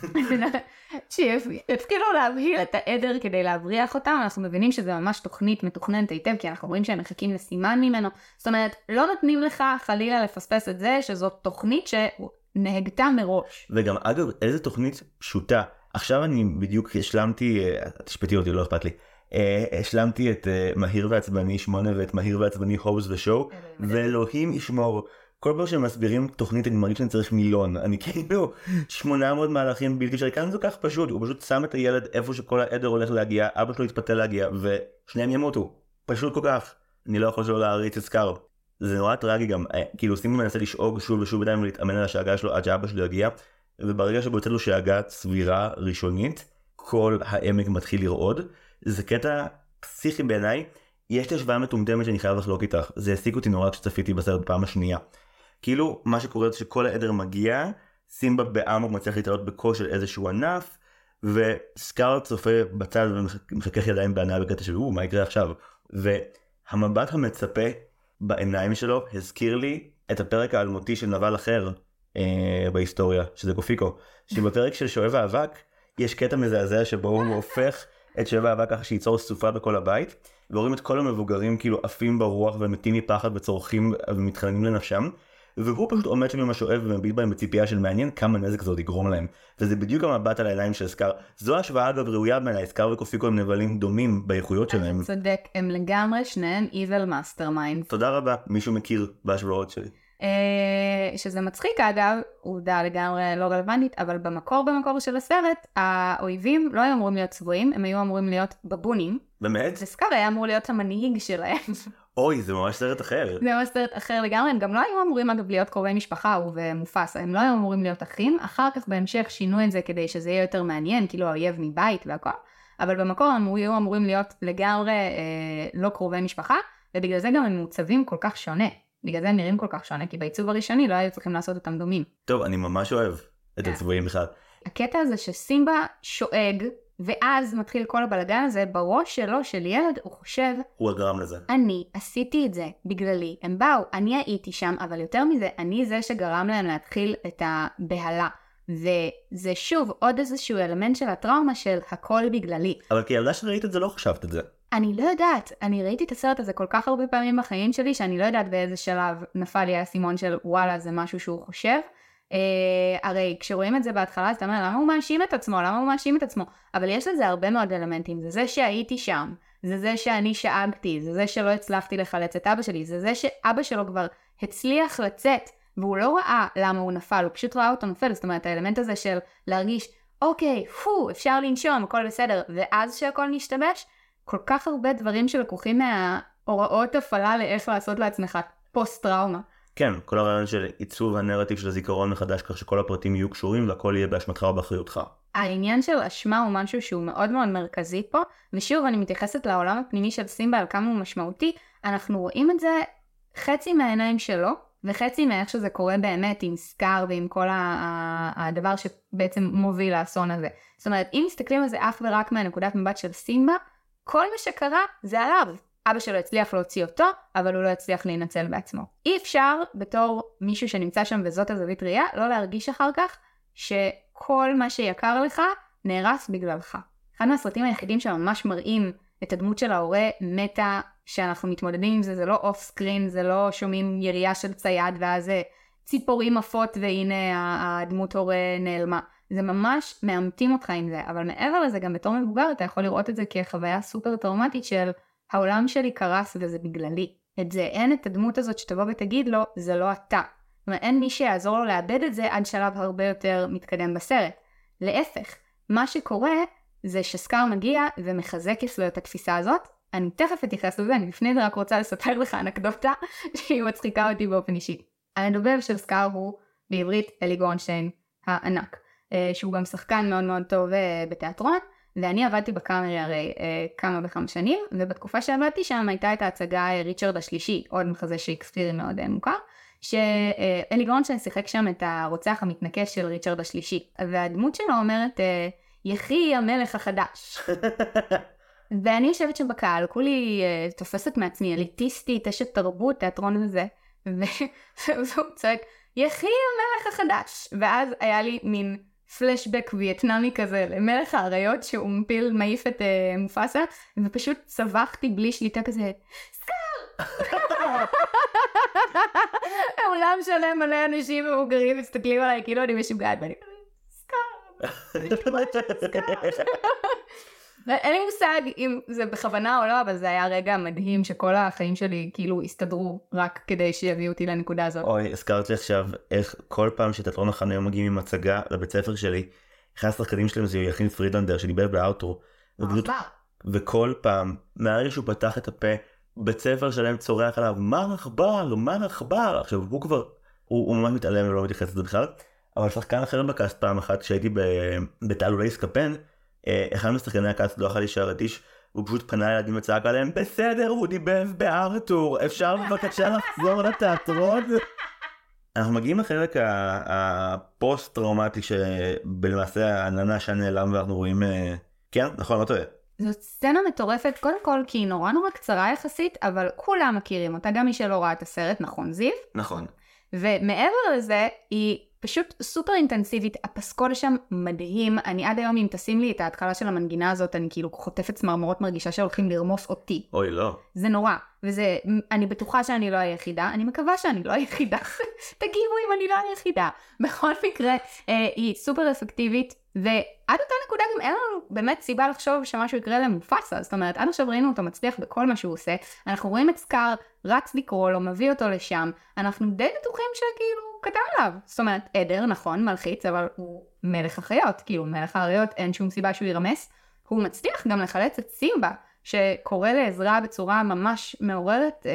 שיתחילו להבהיל את העדר כדי להבריח אותם, אנחנו מבינים שזה ממש תוכנית מתוכננת היטב, כי אנחנו רואים שהם מחכים לסימן ממנו, זאת אומרת, לא נותנים לך חלילה לפספס את זה, שזאת תוכנית שנהגתה מראש. וגם אגב, איזה תוכנית פשוטה. עכשיו אני בדיוק השלמתי, תשפטי אותי, לא אכפת לי, השלמתי את מהיר ועצבני 8 ואת מהיר ועצבני הובס ושואו, ואלוהים ישמור. כל פעם שמסבירים תוכנית אני מרגיש שאני צריך מיליון, אני כאילו 800 מהלכים בלתי אפשרי, כאן זה כך פשוט, הוא פשוט שם את הילד איפה שכל העדר הולך להגיע, אבא שלו יתפתה להגיע, ושניהם ימותו, פשוט כל כך, אני לא יכול שלא להריץ את סקאר, זה נורא טרגי גם, כאילו סימבה מנסה לשאוג שוב ושוב עדיין ולהתאמן על השאגה שלו עד שאבא שלו יגיע, וברגע שבו יוצא לו שאגה סבירה ראשונית, כל העמק מתחיל לרעוד, זה קטע פסיכי בעיניי, יש לי השוואה מטומטמת שאני חייב לחלוק איתך, זה העסיק אותי נורא כשצפיתי בסרט פעם השנייה. כאילו, מה שקורה זה שכל העדר מגיע, סימבה באמוק מצליח להתעלות בקול של איזשהו ענף, וסקאר צופה בצד ומשכך ידיים בעיניו בקטע של, מה יקרה עכשיו? והמבט המצפה בעיניים שלו הזכיר לי את הפרק האלמותי של נבל אחר בהיסטוריה, שזה גופיקו, שבפרק של שואב האבק, יש קטע מזעזע שבו הוא הופך את שואב האבק ככה שייצור סופה בכל הבית, ורואים את כל המבוגרים כאילו עפים ברוח ומתים מפחד וצורכים ומתחננים לנפשם, והוא פשוט עומד שם עם השואב ומביט בהם בציפייה של מעניין כמה נזק זה עוד יגרום להם. וזה בדיוק המבט על העיניים של סקאר. זו השוואה אגב ראויה בעיניי, סקאר וקופיקו הם נבלים דומים באיכויות שלהם. צודק, הם לגמרי שניהם evil mastermind. תודה רבה, מישהו מכיר בהשוואות שלי. שזה מצחיק אגב, עובדה לגמרי לא רלוונטית, אבל במקור של הסרט, האויבים לא היו אמורים להיות צבועים, הם היו אמורים להיות בבונים. באמת? וסקאר היה אמור להיות המנהיג שלהם. אוי, זה ממש סרט אחר. זה ממש סרט אחר לגמרי, הם גם לא היו אמורים אגב להיות קרובי משפחה, הוא ומופסה, הם לא היו אמורים להיות אחים, אחר כך בהמשך שינו את זה כדי שזה יהיה יותר מעניין, כאילו האויב מבית והכל, אבל במקור הם היו אמורים להיות לגמרי לא קרובי משפחה, ובגלל זה גם הם מעוצבים כל כך שונה, בגלל זה הם נראים כל כך שונה, כי בעיצוב הראשוני לא היו צריכים לעשות אותם דומים. טוב, אני ממש אוהב את הצבועים בכלל. הקטע הזה שסימבה שואג, ואז מתחיל כל הבלגן הזה, בראש שלו, של ילד, הוא חושב, הוא הגרם לזה. אני עשיתי את זה בגללי, הם באו, אני הייתי שם, אבל יותר מזה, אני זה שגרם להם להתחיל את הבהלה. וזה שוב עוד איזשהו אלמנט של הטראומה של הכל בגללי. אבל כילדה שראית את זה לא חשבת את זה. אני לא יודעת, אני ראיתי את הסרט הזה כל כך הרבה פעמים בחיים שלי, שאני לא יודעת באיזה שלב נפל לי הסימון של וואלה, זה משהו שהוא חושב. הרי כשרואים את זה בהתחלה, אז אתה אומר, למה הוא מאשים את עצמו? אבל יש לזה הרבה מאוד אלמנטים. זה זה שהייתי שם, זה זה שאני שאגתי, זה זה שלא הצלחתי לחלץ את אבא שלי, זה זה שאבא שלו כבר הצליח לצאת, והוא לא ראה למה הוא נפל, הוא פשוט ראה אותו נופל. זאת אומרת, האלמנט הזה של להרגיש, אוקיי, אפשר לנשום, הכל בסדר, ואז שהכל נשתבש, כל כך הרבה דברים שלקוחים מההוראות הפעלה לאיך לעשות לעצמך פוסט-טראומה. כן, כל הרעיון של עיצוב הנרטיב של הזיכרון מחדש, כך שכל הפרטים יהיו קשורים והכל יהיה באשמתך או באחריותך. העניין של אשמה הוא משהו שהוא מאוד מאוד מרכזי פה, ושוב אני מתייחסת לעולם הפנימי של סימבה על כמה הוא משמעותי, אנחנו רואים את זה חצי מהעיניים שלו, וחצי מאיך שזה קורה באמת עם סקאר ועם כל הדבר שבעצם מוביל לאסון הזה. זאת אומרת, אם מסתכלים על זה אך ורק מהנקודת מבט של סימבה, כל מה שקרה זה עליו. אבא שלו הצליח להוציא אותו, אבל הוא לא הצליח להינצל בעצמו. אי אפשר בתור מישהו שנמצא שם וזאת הזווית ראייה, לא להרגיש אחר כך שכל מה שיקר לך נהרס בגללך. אחד מהסרטים היחידים שממש מראים את הדמות של ההורה מתה, שאנחנו מתמודדים עם זה, זה לא אוף סקרין, זה לא שומעים ירייה של צייד ואז ציפורים עפות והנה הדמות הורה נעלמה. זה ממש מאמתים אותך עם זה, אבל מעבר לזה גם בתור מבוגר אתה יכול לראות את זה כחוויה סופר טראומטית של העולם שלי קרס וזה בגללי. את זה אין את הדמות הזאת שתבוא ותגיד לו, זה לא אתה. זאת אומרת, אין מי שיעזור לו לאבד את זה עד שלב הרבה יותר מתקדם בסרט. להפך, מה שקורה זה שסקאר מגיע ומחזק אצלו את התפיסה הזאת. אני תכף אתייחס לזה, אני לפני זה רק רוצה לספר לך אנקדוטה שהיא מצחיקה אותי באופן אישי. המדובב של סקאר הוא בעברית אלי גורנשטיין הענק, שהוא גם שחקן מאוד מאוד טוב בתיאטרון, ואני עבדתי בקאמרי הרי כמה וכמה שנים, ובתקופה שעבדתי שם הייתה את ההצגה ריצ'רד השלישי, עוד מחזה שייקספירי מאוד מוכר, שאלי גורנשטיין שיחק שם את הרוצח המתנקש של ריצ'רד השלישי, והדמות שלו אומרת, יחי המלך החדש. ואני יושבת שם בקהל, כולי תופסת מעצמי, אליטיסטית, אשת תרבות, תיאטרון וזה, והוא צועק, יחי המלך החדש. ואז היה לי מין פלשבק וייטנאמי כזה למלך האריות שהוא מעיף את מופסה, ופשוט צווחתי בלי שליטה כזה, סקאר! העולם שלם מלא אנשים מבוגרים מסתכלים עליי כאילו אני משוגעת, ואני כזה, סקאר! אין לי מושג אם זה בכוונה או לא, אבל זה היה רגע מדהים שכל החיים שלי כאילו הסתדרו רק כדי שיביאו אותי לנקודה הזאת. אוי, הזכרת לי עכשיו איך כל פעם שתיאטרון החניה מגיעים עם הצגה לבית ספר שלי, אחד השחקנים שלהם זה יחין פרידלנדר שדיבר באוטרו, וכל פעם מהרגע שהוא פתח את הפה, בית ספר שלהם צורח עליו, מה רכבר, מה רכבר, עכשיו הוא כבר, הוא ממש מתעלם ולא מתייחס לזה בכלל, אבל שחקן אחר בקאסט פעם אחת כשהייתי בתעלולי סקפן, אחד משחקני הקאסט לא יכול להישאר אדיש, הוא פשוט פנה ילדים וצעק עליהם, בסדר, הוא דיבב בארתור, אפשר בבקשה לחזור לתיאטרון? אנחנו מגיעים לחלק הפוסט טראומטי שבלמעשה העננה שנעלם ואנחנו רואים, כן, נכון, לא טועה. זאת סצנה מטורפת, קודם כל כי היא נורא קצרה יחסית, אבל כולם מכירים אותה, גם מי שלא ראה את הסרט, נכון זיו? נכון. ומעבר לזה, היא פשוט סופר אינטנסיבית, הפסקול שם מדהים, אני עד היום אם תשים לי את ההתחלה של המנגינה הזאת, אני כאילו חוטפת צמרמורות מרגישה שהולכים לרמוס אותי. אוי לא. זה נורא, וזה, אני בטוחה שאני לא היחידה, אני מקווה שאני לא היחידה, תגיבו אם אני לא היחידה. בכל מקרה, היא סופר אפקטיבית, ועד אותה נקודה גם אין לנו באמת סיבה לחשוב שמשהו יקרה למופסה, זאת אומרת, עד עכשיו ראינו אותו מצליח בכל מה שהוא עושה, אנחנו רואים את סקאר רץ לקרוא לו, מביא אותו לשם, אנחנו די בטוחים שכאילו קטן עליו, זאת אומרת, עדר, נכון, מלחיץ, אבל הוא מלך החיות, כאילו מלך האריות, אין שום סיבה שהוא ירמס, הוא מצליח גם לחלץ את סימבה, שקורא לעזרה בצורה ממש מעוררת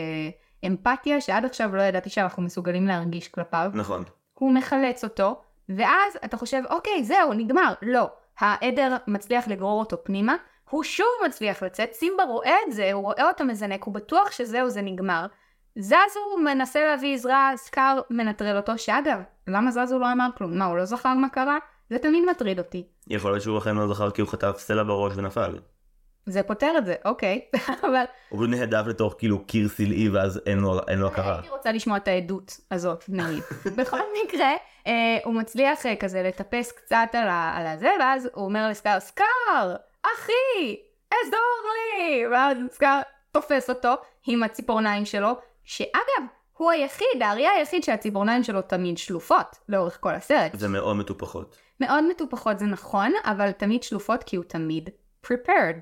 אמפתיה, שעד עכשיו לא ידעתי שאנחנו מסוגלים להרגיש כלפיו. נכון. הוא מחלץ אותו, ואז אתה חושב, אוקיי, זהו, נגמר. לא, העדר מצליח לגרור אותו פנימה, הוא שוב מצליח לצאת, סימבה רואה את זה, הוא רואה אותו מזנק, הוא בטוח שזהו, זה נגמר. זזו מנסה להביא עזרה, סקאר מנטרל אותו, שאגב, למה זזו לא אמר כלום? מה, הוא לא זכר מה קרה? זה תמיד מטריד אותי. יכול להיות שהוא לכן לא זכר כי הוא חטף סלע בראש ונפל. זה פותר את זה, אוקיי, אבל... הוא פשוט נהדף לתוך כאילו קיר סלעי ואז אין לו הכרה. הייתי רוצה לשמוע את העדות הזאת, נגיד. בכל מקרה, הוא מצליח כזה לטפס קצת על הזה, ואז הוא אומר לסקאר, סקאר, אחי, אסדור לי! ואז סקאר תופס אותו עם הציפורניים שלו, שאגב, הוא היחיד, האריה היחיד שהציפורניים שלו תמיד שלופות לאורך כל הסרט. זה מאוד מטופחות. מאוד מטופחות, זה נכון, אבל תמיד שלופות כי הוא תמיד prepared.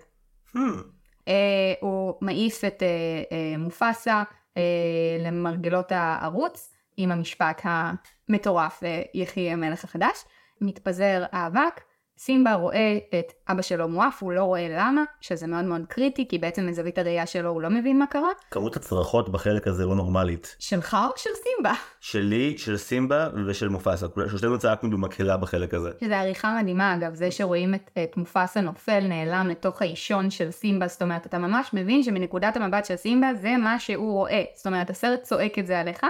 הוא מעיף את מופסה למרגלות הערוץ עם המשפט המטורף יחי המלך החדש, מתפזר האבק סימבה רואה את אבא שלו מואף, הוא לא רואה למה, שזה מאוד מאוד קריטי, כי בעצם מזווית הראייה שלו הוא לא מבין מה קרה. כמות הצרחות בחלק הזה לא נורמלית. שלך או של סימבה? שלי, של סימבה ושל מופסה. שלושתנו צעקנו במקהלה בחלק הזה. שזה עריכה מדהימה, אגב, זה שרואים את מופסה נופל, נעלם לתוך האישון של סימבה, זאת אומרת, אתה ממש מבין שמנקודת המבט של סימבה זה מה שהוא רואה. זאת אומרת, הסרט צועק את זה עליך,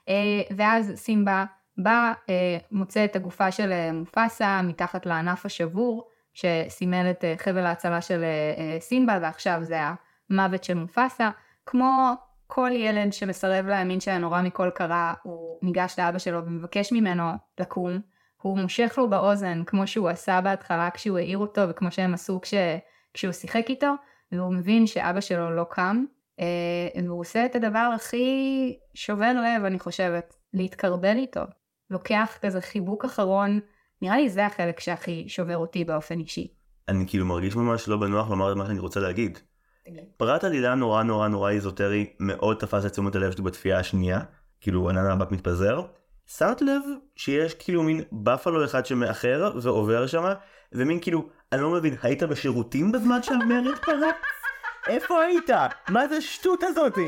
ואז סימבה בא, מוצא את הגופה של מופסה מתחת לענף השבור, שסימל את חבל ההצלה של סימבה, ועכשיו זה המוות של מופסה. כמו כל ילד שמסרב להאמין שהנורא מכל קרה, הוא ניגש לאבא שלו ומבקש ממנו לקום, הוא מושך לו באוזן, כמו שהוא עשה בהתחלה כשהוא העיר אותו, וכמו שהם עשו כשהוא שיחק איתו, והוא מבין שאבא שלו לא קם, והוא עושה את הדבר הכי שובר לב, אני חושבת, להתקרבל איתו. לוקח כזה חיבוק אחרון, נראה לי זה החלק שהכי שובר אותי באופן אישי. אני כאילו מרגיש ממש לא בנוח לומר את מה שאני רוצה להגיד. פרט עלילה נורא נורא נורא איזוטרי, מאוד תפס את תשומת הלב שלי בצפייה השנייה, כאילו ענן המבט מתפזר. שמת לב שיש כאילו מין בפלו אחד שמאחר ועובר שם, ומין כאילו, אני לא מבין, היית בשירותים בזמן שהמרד קרה? איפה היית? מה זה השטות הזאתי?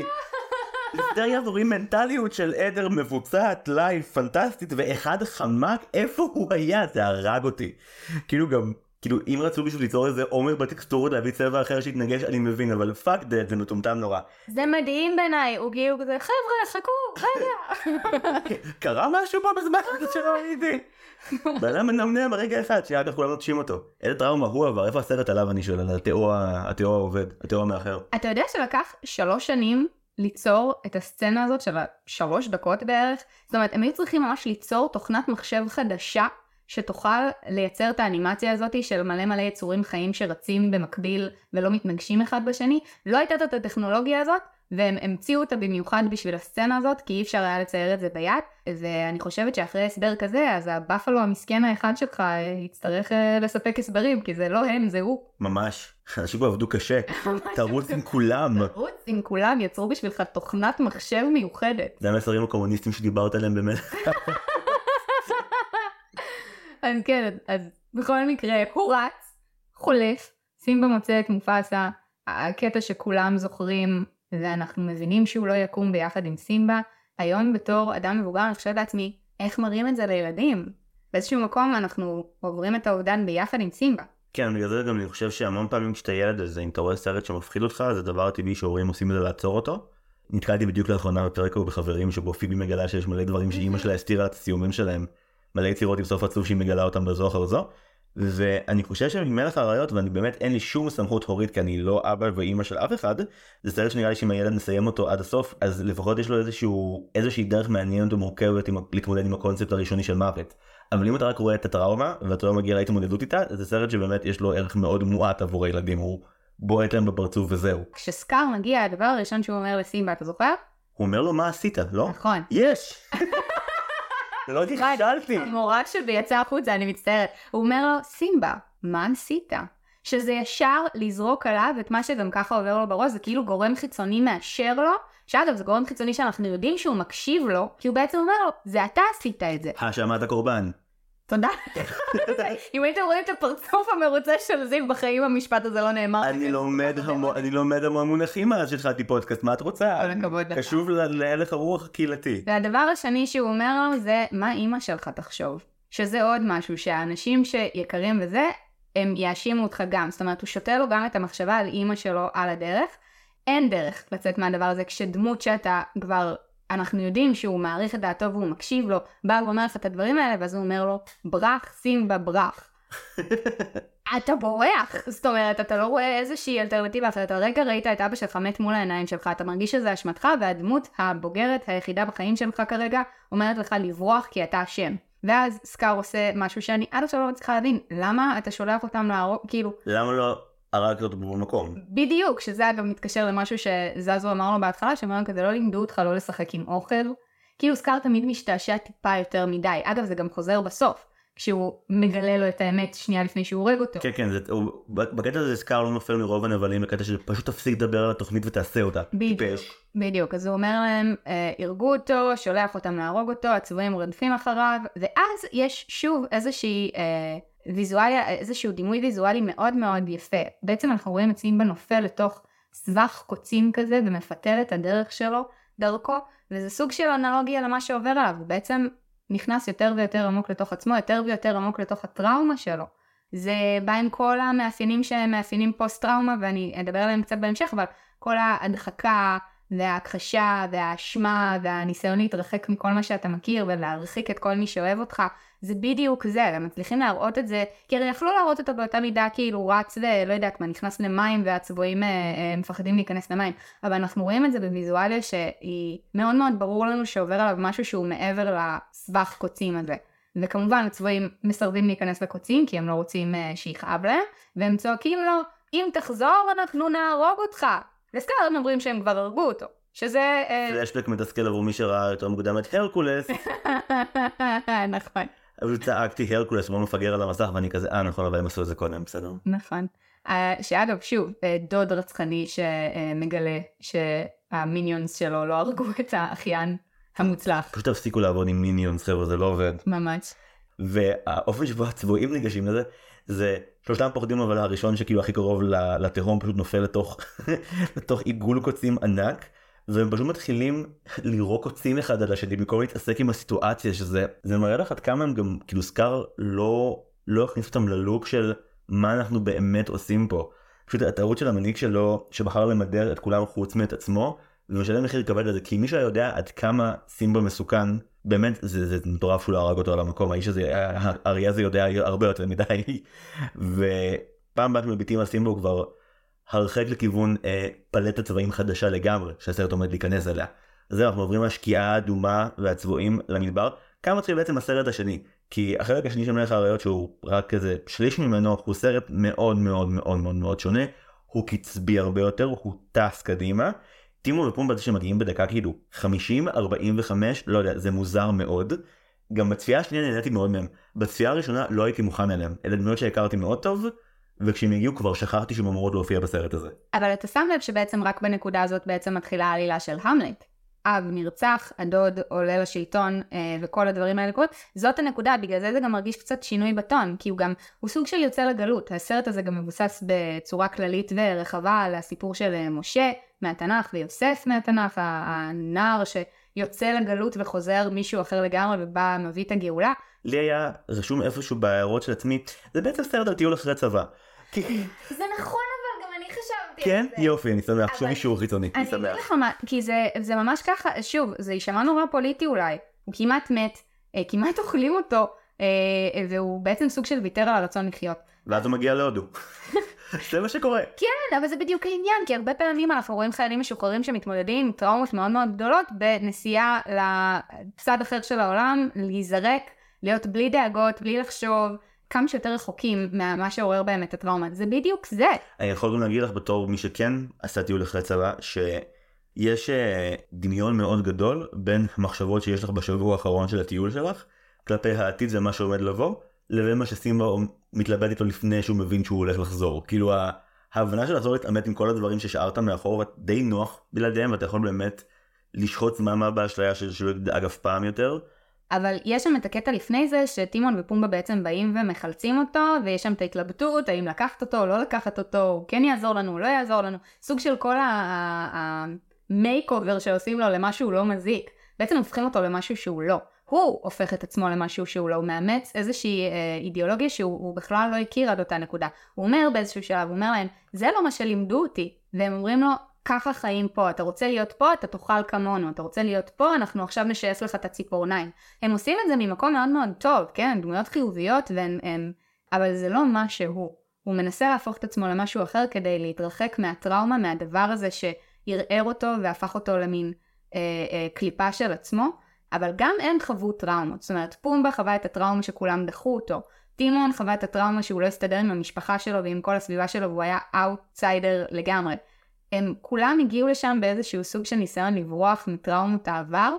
היסטריה זורים מנטליות של עדר מבוצעת, לייב, פנטסטית, ואחד חמק, איפה הוא היה? זה הרג אותי. כאילו גם, כאילו אם רצו בשביל ליצור איזה עומר בטקסטורות להביא צבע אחר שהתנגש, אני מבין, אבל פאק דד, זה מטומטם נורא. זה מדהים בעיניי, הוא כאילו כזה, חבר'ה, חכו, רגע. קרה משהו פה בזמן הזה שלא הייתי. בעלה מנמנם ברגע אחד, שאגב כולם נוטשים אותו. איזה טראומה הוא עבר, איפה הסרט עליו אני שואל, על התיאור העובד, התיאור המאחר. אתה יודע שלקח 3 שנים ליצור את הסצנה הזאת של 3 דקות בערך? זאת אומרת, הם היו צריכים ממש ליצור תוכנת מחשב חדשה, שתוכל לייצר את האנימציה הזאת של מלא מלא יצורים חיים שרצים במקביל ולא מתנגשים אחד בשני. לא הייתה את הטכנולוגיה הזאת, והם המציאו אותה במיוחד בשביל הסצנה הזאת, כי אי אפשר היה לצייר את זה ביד. ואני חושבת שאחרי הסבר כזה, אז הבאפלו המסכן האחד שלך יצטרך לספק הסברים, כי זה לא הם, זה הוא. ממש. אנשים פה עבדו קשה. תרוץ עם כולם. תרוץ עם כולם, יצרו בשבילך תוכנת מחשב מיוחדת. זה המסרים הקומוניסטים שדיברת עליהם באמת. אז כן, אז בכל מקרה, הוא רץ, חולף, סימבה מוצא את מופסה, הקטע שכולם זוכרים, ואנחנו מבינים שהוא לא יקום ביחד עם סימבה. היום בתור אדם מבוגר אני חושבת לעצמי, איך מראים את זה לילדים? באיזשהו מקום אנחנו עוברים את האובדן ביחד עם סימבה. כן, בגלל זה גם אני חושב שהמון פעמים כשאתה ילד, אז אם אתה רואה סרט שמפחיד אותך, זה דבר טבעי שהורים עושים את זה לעצור אותו. נתקלתי בדיוק לאחרונה בפרק בחברים שבו פיבי מגלה שיש מלא דברים שאימא שלה הסתירה את הסיומים שלהם, מלא יצירות עם סוף עצוב שהיא מגלה אותם בזו אחר זו. ואני חושב שמלך האריות, ואני באמת אין לי שום סמכות הורית כי אני לא אבא ואימא של אף אחד, זה סרט שנראה לי שאם הילד נסיים אותו עד הסוף, אז לפחות יש לו איזושהי דרך מעניינת ומורכבת להתמודד עם הקונספט הראשוני של מוות. אבל אם אתה רק רואה את הטראומה ואתה לא מגיע להתמודדות איתה, זה סרט שבאמת יש לו ערך מאוד מועט עבור הילדים, הוא בועט להם בפרצוף וזהו. כשסקאר מגיע, הדבר הראשון שהוא אומר לסימבה, אתה זוכר? הוא אומר לו מה עשית, לא? נכון. יש! לא תכשלתי. המורה שלי יצא החוצה, אני מצטערת. הוא אומר לו, סימבה, מה עשית? שזה ישר לזרוק עליו את מה שגם ככה עובר לו בראש, זה כאילו גורם חיצוני מאשר לו, שאגב זה גורם חיצוני שאנחנו יודעים שהוא מקשיב לו, כי הוא בעצם אומר לו, זה אתה עשית את זה. האשמת הקורבן. תודה. אם הייתם רואים את הפרצוף המרוצה של זיו בחיים, המשפט הזה לא נאמר. אני לומד המון מונחים מאז שהתחלתי פודקאסט, מה את רוצה? קשוב להלך הרוח הקהילתי. והדבר השני שהוא אומר לו זה, מה אמא שלך תחשוב? שזה עוד משהו, שהאנשים שיקרים וזה, הם יאשימו אותך גם. זאת אומרת, הוא שותה לו גם את המחשבה על אמא שלו על הדרך. אין דרך לצאת מהדבר הזה, כשדמות שאתה כבר, אנחנו יודעים שהוא מעריך את דעתו והוא מקשיב לו, בא ואומר לך את הדברים האלה, ואז הוא אומר לו, ברח, סימבה, ברח. אתה בורח. זאת אומרת, אתה לא רואה איזושהי אלטרנטיבה אחרת. אתה רגע ראית את אבא שלך מת מול העיניים שלך, אתה מרגיש שזה אשמתך, והדמות הבוגרת היחידה בחיים שלך כרגע אומרת לך לברוח כי אתה אשם. ואז סקאר עושה משהו שאני עד עכשיו לא מצליחה להבין, למה אתה שולח אותם להרוג, כאילו... למה לא הרגת אותו במקום? בדיוק, שזה אגב מתקשר למשהו שזזו אמר לו בהתחלה, שאומר כזה לא לימדו אותך לא לשחק עם אוכל. כאילו סקאר תמיד משתעשע טיפה יותר מדי. אגב, זה גם חוזר בסוף, כשהוא מגלה לו את האמת שנייה לפני שהוא הורג אותו. כן, כן, בקטע הזה סקאר לא נופל מרוב הנבלים, לקטע שפשוט תפסיק לדבר על התוכנית ותעשה אותה. בדיוק, אז הוא אומר להם, הרגו אותו, שולח אותם להרוג אותו, הצבועים רדפים אחריו, ואז יש שוב איזושהי ויזואליה, איזשהו דימוי ויזואלי מאוד מאוד יפה. בעצם אנחנו רואים את סימבה נופל לתוך סבך קוצים כזה, ומפתל את הדרך שלו, דרכו, וזה סוג של אנלוגיה למה שעובר עליו, הוא בעצם נכנס יותר ויותר עמוק לתוך עצמו, יותר ויותר עמוק לתוך הטראומה שלו. זה בא עם כל המאפיינים שהם מאפיינים פוסט-טראומה, ואני אדבר עליהם קצת בהמשך, אבל כל ההדחקה וההכחשה והאשמה והניסיון להתרחק מכל מה שאתה מכיר, ולהרחיק את כל מי שאוהב אותך, זה בדיוק זה, הם מצליחים להראות את זה, כי הרי יכלו להראות אותו באותה מידה, כאילו רץ ולא יודעת מה, נכנס למים, והצבועים מפחדים להיכנס למים, אבל אנחנו רואים את זה בוויזואליה, שהיא מאוד מאוד ברור לנו שעובר עליו משהו שהוא מעבר לסבך קוצים הזה. וכמובן הצבועים מסרבים להיכנס לקוצים, כי הם לא רוצים שיכאב להם, והם צועקים לו, אם תחזור אנחנו נהרוג אותך. וסקאר הם אומרים שהם כבר הרגו אותו, שזה... פלשבק מתסכל עבור מי שראה יותר מוקדם את הרקולס. נכון. אבל צעקתי הרקולס, הוא מפגר על המסך, ואני כזה, נכון, אבל הם עשו את זה קודם, בסדר. נכון. שאגב, שוב, דוד רצחני שמגלה שהמיניונס שלו לא הרגו את האחיין המוצלח. פשוט תפסיקו לעבוד עם מיניונס, חבר'ה, זה לא עובד. ממש. והאופן שבו הצבועים ניגשים לזה, זה שלושתם פוחדים, אבל הראשון שכאילו הכי קרוב לתהום פשוט נופל לתוך עיגול קוצים ענק, והם פשוט מתחילים לירוק קוצים אחד על השני, במקום להתעסק עם הסיטואציה, שזה מראה לך עד כמה הם גם, כאילו סקאר לא הכניס אותם ללוק של מה אנחנו באמת עושים פה. פשוט הטעות של המנהיג שלו, שבחר למדר את כולם חוץ מאת עצמו, ומשלם מחיר כבד לזה, כי מי שיודע עד כמה סימבה מסוכן, באמת זה מטורף שהוא לא הרג אותו על המקום, האיש הזה, האריה הזה יודע הרבה יותר מדי, ופעם בת מביטים על סימבה הוא כבר הרחק לכיוון פלטת צבעים חדשה לגמרי, שהסרט עומד להיכנס אליה. אז אנחנו עוברים מהשקיעה האדומה והצבועים למדבר, כמה מתחיל בעצם הסרט השני, כי החלק השני של מלך האריות שהוא רק כזה שליש ממנו, הוא סרט מאוד מאוד מאוד מאוד מאוד שונה, הוא קצבי הרבה יותר, הוא טס קדימה, טימון ופומבה שמגיעים בדקה כאילו 50, 45, לא יודע, זה מוזר מאוד. גם בצפייה השנייה נהניתי מאוד מהם. בצפייה הראשונה לא הייתי מוכן אליהם. אלה דמויות שהכרתי מאוד טוב, וכשהם הגיעו כבר שכחתי שהם אמורות להופיע בסרט הזה. אבל אתה שם לב שבעצם רק בנקודה הזאת בעצם מתחילה העלילה של המלט. אב נרצח, הדוד עולה לשלטון וכל הדברים האלה קורות. זאת הנקודה, בגלל זה גם מרגיש קצת שינוי בטון, כי הוא סוג של יוצא לגלות. הסרט הזה גם מבוסס בצורה כללית ורחבה על הסיפור של משה מהתנ"ך ויוסף מהתנ"ך, הנער שיוצא לגלות וחוזר מישהו אחר לגמרי ובא מביא את הגאולה. לי היה רשום איפשהו בהערות של עצמי, זה בעצם סרט על טיול אחרי צבא. זה נכון, אבל גם אני חשבתי כן? על זה. יופי, אני שמח, שום אישור חיצוני. אני אגיד לך מה, כי זה ממש ככה, שוב, זה יישמע נורא פוליטי אולי, הוא כמעט מת, כמעט אוכלים אותו, והוא בעצם סוג של ויתר על הרצון לחיות. ואז הוא מגיע להודו. זה מה שקורה. כן, אבל זה בדיוק העניין, כי הרבה פעמים אנחנו רואים חיילים משוחררים שמתמודדים עם טראומות מאוד מאוד גדולות, בנסיעה לצד אחר של העולם, להיזרק, להיות בלי דאגות, בלי לחשוב, כמה שיותר רחוקים מה שעורר בהם את הטראומה. זה בדיוק זה. אני יכול גם להגיד לך בתור מי שכן עשה טיול אחרי צבא, שיש דמיון מאוד גדול בין המחשבות שיש לך בשבוע האחרון של הטיול שלך, כלפי העתיד ומה שעומד לבוא, לבין מה שסימבה מתלבט איתו לפני שהוא מבין שהוא הולך לחזור. כאילו ההבנה של לחזור להתעמת עם כל הדברים ששארת מאחור, די נוח בלעדיהם, ואתה יכול באמת לשחוט זממה באשליה שלא ידאג אף פעם יותר. אבל יש שם את הקטע לפני זה, שטימון ופומבה בעצם באים ומחלצים אותו, ויש שם את ההתלבטות, האם לקחת אותו או לא לקחת אותו, הוא כן יעזור לנו, לא יעזור לנו. סוג של כל המייק-אובר שעושים לו למשהו לא מזיק. בעצם הופכים אותו למשהו שהוא לא. הוא הופך את עצמו למשהו שהוא לא, הוא מאמץ איזושהי אידיאולוגיה שהוא בכלל לא הכיר עד אותה נקודה. הוא אומר באיזשהו שלב, הוא אומר להם, זה לא מה שלימדו אותי. והם אומרים לו, ככה חיים פה, אתה רוצה להיות פה, אתה תאכל כמונו, אתה רוצה להיות פה, אנחנו עכשיו נשייס לך את הציפורניים. הם עושים את זה ממקום מאוד מאוד טוב, כן, דמויות חיוביות, אבל זה לא מה שהוא. הוא מנסה להפוך את עצמו למשהו אחר כדי להתרחק מהטראומה, מהדבר הזה שערער אותו והפך אותו למין קליפה של עצמו, אבל גם הם חוו טראומות. זאת אומרת, פומבה חווה את הטראומה שכולם דחו אותו, טימון חווה את הטראומה שהוא לא הסתדר עם המשפחה שלו ועם כל הסביבה שלו, והוא היה אאוטסיידר לגמרי. הם כולם הגיעו לשם באיזשהו סוג של ניסיון לברוח מטראומות העבר,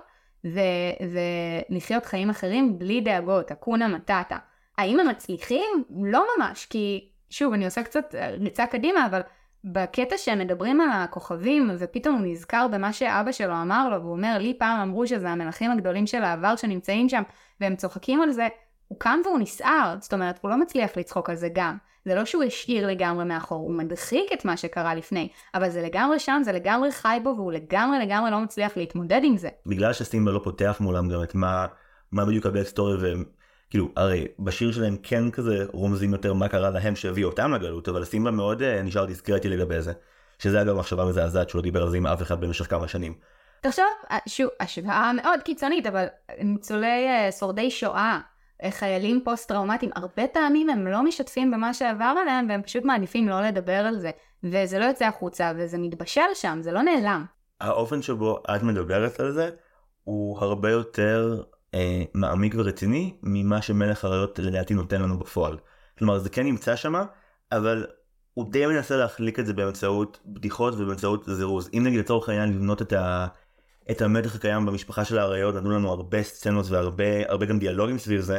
ולחיות חיים אחרים בלי דאגות, אקונה מטאטה. האם הם מצליחים? לא ממש, כי שוב, אני עושה קצת ריצה קדימה, אבל בקטע שהם מדברים על הכוכבים, ופתאום הוא נזכר במה שאבא שלו אמר לו, והוא אומר, לי פעם אמרו שזה המלכים הגדולים של העבר שנמצאים שם, והם צוחקים על זה, הוא קם והוא נסער, זאת אומרת, הוא לא מצליח לצחוק על זה גם. זה לא שהוא השאיר לגמרי מאחור, הוא מדחיק את מה שקרה לפני, אבל זה לגמרי שם, זה לגמרי חי בו, והוא לגמרי לא מצליח להתמודד עם זה. בגלל שסימבה לא פותח מולם גם את מה בדיוק הבק סטורי, וכאילו, הרי בשיר שלהם כן כזה רומזים יותר מה קרה להם שהביא אותם לגלות, אבל סימבה מאוד נשאר דיסקרטי לגבי זה, שזה אגב מחשבה מזעזעת שהוא לא דיבר על זה עם אף אחד במשך כמה שנים. תחשוב, שוב, השוואה מאוד קיצונית, אבל ניצולי שורדי שואה, חיילים פוסט-טראומטיים, הרבה פעמים הם לא משתפים במה שעבר עליהם, והם פשוט מעדיפים לא לדבר על זה, וזה לא יוצא החוצה, וזה מתבשל שם, זה לא נעלם. האופן שבו את מדברת על זה, הוא הרבה יותר מעמיק ורציני, ממה שמלך הרעיות לדעתי נותן לנו בפועל. כלומר, זה כן נמצא שם, אבל הוא די מנסה להחליק את זה באמצעות בדיחות ובאמצעות זירוז. אם נגיד לצורך העניין לבנות את המתח הקיים במשפחה של הרעיות, נתנו לנו הרבה סצנות והרבה גם דיאלוגים סביב זה.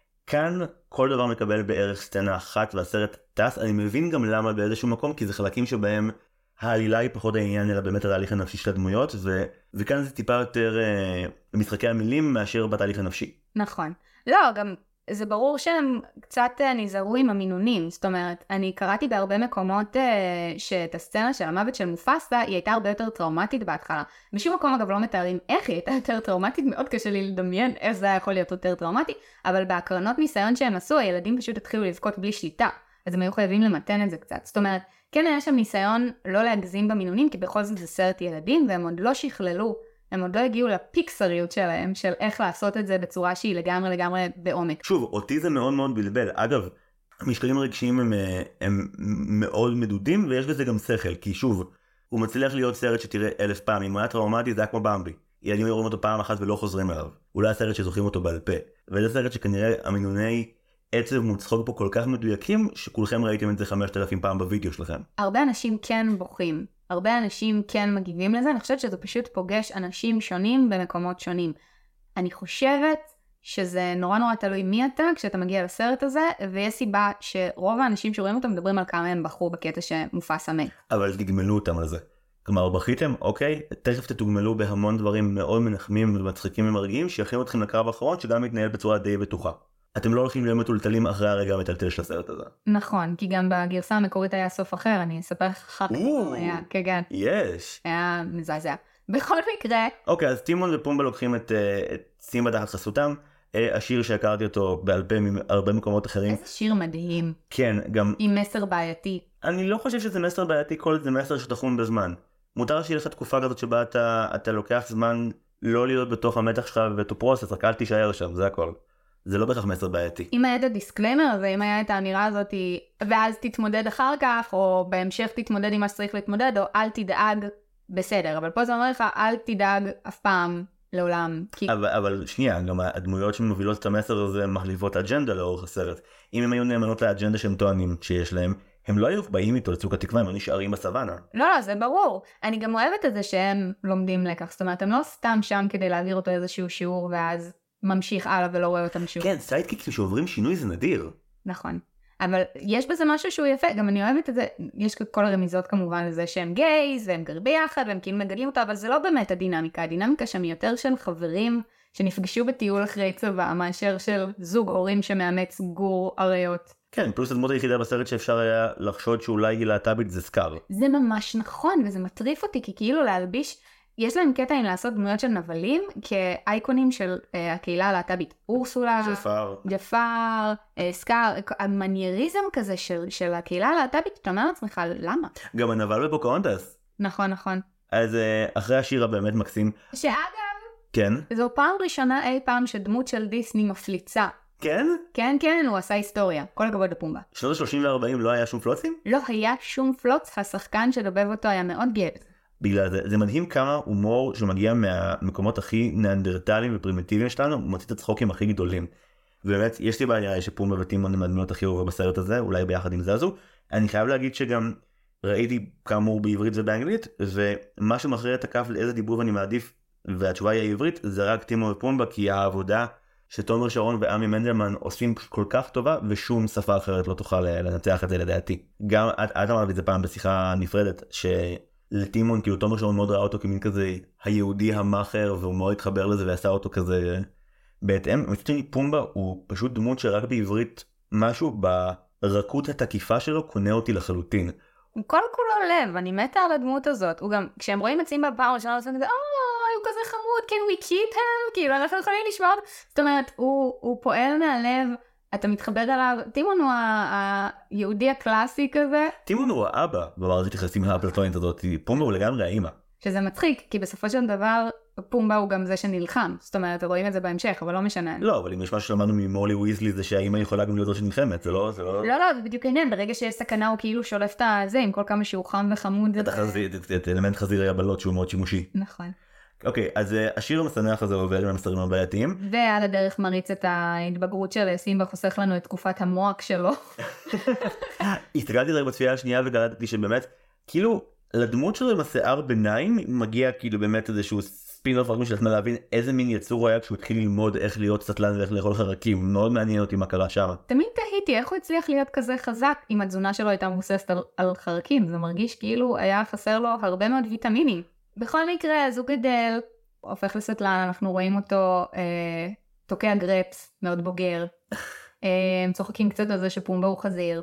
כאן כל דבר מקבל בערך סצנה אחת והסרט טס. אני מבין גם למה באיזשהו מקום, כי זה חלקים שבהם העלילה היא פחות העניין, אלא באמת התהליך הנפשי של הדמויות, וכאן זה טיפה יותר משחקי המילים מאשר בתהליך הנפשי. נכון. לא, גם זה ברור שהם קצת נזהרו עם המינונים, זאת אומרת, אני קראתי בהרבה מקומות שאת הסצנה של המוות של מופסה, היא הייתה הרבה יותר טראומטית בהתחלה. בשום מקום אגב לא מתארים איך היא הייתה יותר טראומטית, מאוד קשה לי לדמיין איך זה היה יכול להיות יותר טראומטי, אבל בהקרנות ניסיון שהם עשו, הילדים פשוט התחילו לבכות בלי שליטה, אז הם היו חייבים למתן את זה קצת. זאת אומרת, כן היה שם ניסיון לא להגזים במינונים, כי בכל זאת זה סרט ילדים, והם עוד לא שכללו, הם עוד לא הגיעו לפיקסריות שלהם, של איך לעשות את זה בצורה שהיא לגמרי בעומק. שוב, אותי זה מאוד מאוד בלבל. אגב, המשקלים הרגשיים הם מאוד מדודים, ויש בזה גם שכל, כי שוב, הוא מצליח להיות סרט שתראה 1000 פעם. אם הוא היה טראומטי, זה היה כמו במבי. ילדים רואים אותו פעם אחת ולא חוזרים אליו. אולי הסרט שזוכרים אותו בעל פה. וזה סרט שכנראה המינוני עצב מוצחוק פה כל כך מדויקים, שכולכם ראיתם את זה 5,000 פעם בווידאו שלכם. הרבה אנשים כן בוכים. הרבה אנשים כן מגיבים לזה, אני חושבת שזה פשוט פוגש אנשים שונים במקומות שונים. אני חושבת שזה נורא תלוי מי אתה כשאתה מגיע לסרט הזה, ויש סיבה שרוב האנשים שרואים אותם מדברים על כמה הם בחרו בקטע שמופסה מת. אבל תגמלו אותם על זה. כלומר, בכיתם, אוקיי, תכף תתוגמלו בהמון דברים מאוד מנחמים ומצחיקים ומרגיעים, שיכינו אתכם לקרב האחרון שגם מתנהל בצורה די בטוחה. אתם לא הולכים להיות מטולטלים אחרי הרגע המטלטל של הסרט הזה. נכון, כי גם בגרסה המקורית היה סוף אחר, אני אספר לך אחר כך. היה, כן. יש. היה מזעזע. בכל מקרה... אוקיי, אז טימון ופומבה לוקחים את סימבה תחת חסותם, השיר שהכרתי אותו בעל פה מהרבה מקומות אחרים. איזה שיר מדהים. כן, גם... עם מסר בעייתי. אני לא חושב שזה מסר בעייתי, כל זה מסר שתחום בזמן. מותר שיהיה לך תקופה כזאת שבה אתה לוקח זמן לא להיות בתוך המתח שלך ותופרוסס, רק אל תישאר שם, זה הכל. זה לא בהכרח מסר בעייתי. אם היה את הדיסקליימר הזה, אם היה את האמירה הזאת, ואז תתמודד אחר כך, או בהמשך תתמודד עם מה שצריך להתמודד, או אל תדאג, בסדר. אבל פה זה אומר לך, אל תדאג אף פעם לעולם. אבל שנייה, גם הדמויות שמובילות את המסר הזה מחליפות אג'נדה לאורך הסרט. אם הם היו נאמנות לאג'נדה שהם טוענים שיש להם, הם לא היו באים איתו לצוק התקווה, הם לא נשארים בסוואנה. לא, זה ברור. אני גם אוהבת את זה שהם לומדים לקח. זאת אומרת, הם לא סתם שם כדי להעביר אותו איזשהו שיעור, ואז ממשיך הלאה ולא רואה אותם שוב. כן, סיידקיקים שעוברים שינוי זה נדיר. נכון. אבל יש בזה משהו שהוא יפה, גם אני אוהבת את זה, יש כל הרמיזות כמובן לזה שהם גייז, והם גרים ביחד, והם כאילו מגדלים אותו, אבל זה לא באמת הדינמיקה, הדינמיקה שם היא יותר של חברים שנפגשו בטיול אחרי צבא, מאשר של זוג הורים שמאמץ גור אריות. כן, פלוס הדמות היחידה בסרט שאפשר היה לחשוד שאולי היא להט"בית זה סקאר. זה ממש נכון, וזה מטריף אותי, כי כאילו להלביש, יש להם קטע עם לעשות דמויות של נבלים, כאייקונים של הקהילה הלהט"בית. אורסולה, ג'פר, סקאר, המנייריזם כזה של הקהילה הלהט"בית, אתה אומר לעצמך, למה? גם הנבל בפוקהונטס. נכון. אז אחרי השיר הבאמת מקסים. שאגב, כן? זו פעם ראשונה אי פעם שדמות של דיסני מפליצה. כן? כן, הוא עשה היסטוריה. כל הכבוד לפומבה. שנות ה-30 ו-40 לא היה שום פלוצים? לא היה שום פלוץ, השחקן שדובב אותו היה מאוד גאה. בגלל זה, זה מדהים כמה הומור שמגיע מהמקומות הכי נאנדרטליים ופרימיטיביים שלנו, הוא מוציא את הצחוקים הכי גדולים. ובאמת, יש לי בעיה שפומבה וטימון הם הדמויות הכי אהובות בסרט הזה, אולי ביחד עם זזו. אני חייב להגיד שגם ראיתי כאמור בעברית ובאנגלית, ומה שמכריע את הכף לאיזה דיבוב אני מעדיף, והתשובה היא העברית, זה רק טימון ופומבה, כי העבודה שתומר שרון ועמי מנדלמן עושים כל כך טובה, ושום שפה אחרת לא תוכל לנצח את זה לדעתי. גם את אמרת את זה פעם בשיחה נפרדת, לטימון, כאילו תומר שרון מאוד ראה אותו כמין כזה היהודי המאחר, והוא מאוד התחבר לזה ועשה אותו כזה בהתאם, מצד שני פומבה הוא פשוט דמות שרק בעברית משהו ברכות התקיפה שלו קונה אותי לחלוטין. הוא כל כולו לב, אני מתה על הדמות הזאת. הוא גם, כשהם רואים את סימבה פעם ראשונה, הוא כזה, הוא כזה חמוד, can we keep him? כאילו, אנחנו יכולים לשמור. זאת אומרת, הוא פועל מהלב, אתה מתחבר אליו. טימון הוא היהודי הקלאסי כזה. טימון הוא האבא, במערכת יחסים האפלטונית הזאת, פומבה הוא לגמרי האמא. שזה מצחיק, כי בסופו של דבר, פומבה הוא גם זה שנלחם. זאת אומרת, רואים את זה בהמשך, אבל לא משנה. לא, אבל אם יש משהו שלמדנו ממולי ויזלי, זה שהאמא יכולה גם להיות זו שנלחמת, זה לא... לא, זה בדיוק העניין, ברגע שיש סכנה הוא כאילו שולף את זה, עם כל כמה שהוא חם וחמוד. את אלמנט חזיר היבלות שהוא מאוד שימושי. נכון. אוקיי, אז השיר המשמח הזה עובר עם המסרים הבעייתיים. ועל הדרך מריץ את ההתבגרות של סימבה, חוסך לנו את תקופת המוח שלו. הסתכלתי רגע בצפייה השנייה וגלדתי שבאמת, כאילו, לדמות שלו עם השיער ביניים מגיע כאילו באמת איזשהו ספין-אוף רק משלטמה להבין איזה מין יצור הוא היה כשהוא התחיל ללמוד איך להיות סטלן ואיך לאכול חרקים. מאוד מעניין אותי מה קרה שם. תמיד תהיתי איך הוא הצליח להיות כזה חזק אם התזונה שלו הייתה מבוססת על חרקים. זה מרגיש כאילו היה חסר לו הרבה מאוד ויטמינים. בכל מקרה, אז הוא גדל, הופך לסטלן, אנחנו רואים אותו תוקע גרפס, מאוד בוגר. צוחקים קצת על זה שפומבה הוא חזיר.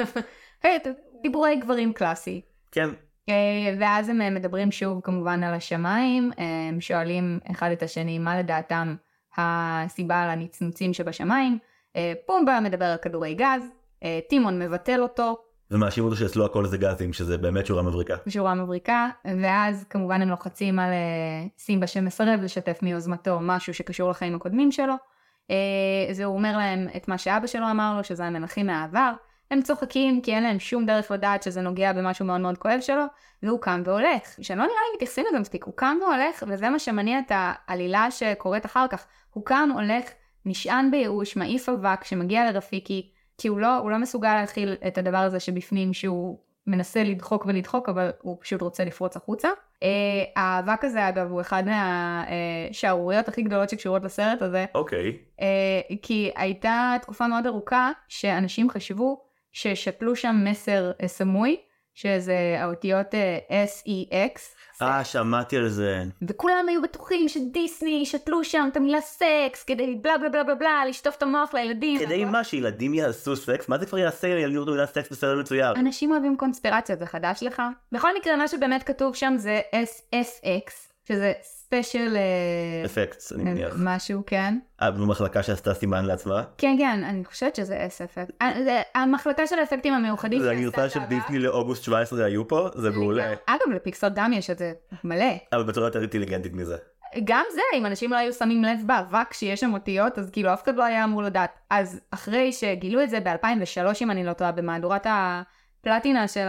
דיבורי גברים קלאסי. כן. ואז הם מדברים שוב כמובן על השמיים, הם שואלים אחד את השני מה לדעתם הסיבה על הנצנוצים שבשמיים. פומבה מדבר על כדורי גז, טימון מבטל אותו. ומאשים אותו שאצלו הכל זה גזים, שזה באמת שורה מבריקה. שורה מבריקה, ואז כמובן הם לוחצים על סימבה שמסרב לשתף מיוזמתו משהו שקשור לחיים הקודמים שלו. זה הוא אומר להם את מה שאבא שלו אמר לו, שזה המלכים מהעבר. הם צוחקים כי אין להם שום דרך לדעת שזה נוגע במשהו מאוד מאוד כואב שלו, והוא קם והולך. שלא נראה לי מתייחסים לזה מספיק, הוא קם והולך, וזה מה שמניע את העלילה שקורית אחר כך. הוא קם, הולך, נשען בייאוש, מעיף אבק שמגיע לרפיקי, כי הוא לא מסוגל להכיל את הדבר הזה שבפנים שהוא מנסה לדחוק ולדחוק, אבל הוא פשוט רוצה לפרוץ החוצה. האבק הזה אגב הוא אחד מהשערוריות הכי גדולות שקשורות לסרט הזה. אוקיי. כי הייתה תקופה מאוד ארוכה שאנשים חשבו ששתלו שם מסר סמוי, שזה האותיות SEX. שמעתי על זה. וכולם היו בטוחים שדיסני שתלו שם את המילה סקס, כדי בלה בלה בלה בלה בלה, לשטוף את המוח לילדים. כדי מה, שילדים יעשו סקס? מה זה כבר יעשה אם ילדים יראו את המילה סקס בסרט מצויר? אנשים אוהבים קונספירציות, זה חדש לך? בכל מקרה, מה שבאמת כתוב שם זה SFX, שזה ספיישל אפקטס, אני מניח. משהו, כן. במחלקה שעשתה סימן לעצמה? כן, כן, אני חושבת שזה SFX. המחלקה של האפקטים המיוחדים. זה הגרסה של דיסני לאוגוסט 17 היו פה, זה מעולה. אגב, לפיקסאר גם יש את זה מלא. אבל בצורה יותר אינטליגנטית מזה. גם זה, אם אנשים לא היו שמים לב באבק שיש שם אותיות, אז כאילו אף אחד לא היה אמור לדעת. אז אחרי שגילו את זה ב-2003, אם אני לא טועה, במהדורת הפלטינה של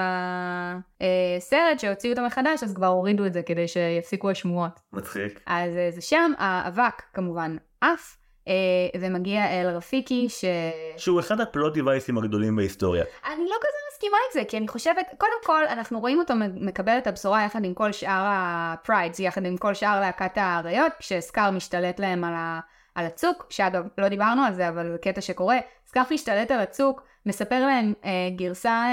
הסרט שהוציאו אותו מחדש, אז כבר הורידו את זה כדי שיפסיקו השמועות. מצחיק. אז זה שם, האבק כמובן אף, ומגיע אל רפיקי שהוא אחד הפלוט דיווייסים הגדולים בהיסטוריה. אני לא כזה מסכימה עם זה, כי אני חושבת, קודם כל אנחנו רואים אותו מקבל את הבשורה יחד עם כל שאר הפריידס, יחד עם כל שאר להקת האריות, כשסקאר משתלט להם על הצוק, שאגב לא דיברנו על זה, אבל זה קטע שקורה, סקאר משתלט על הצוק, מספר להם גרסה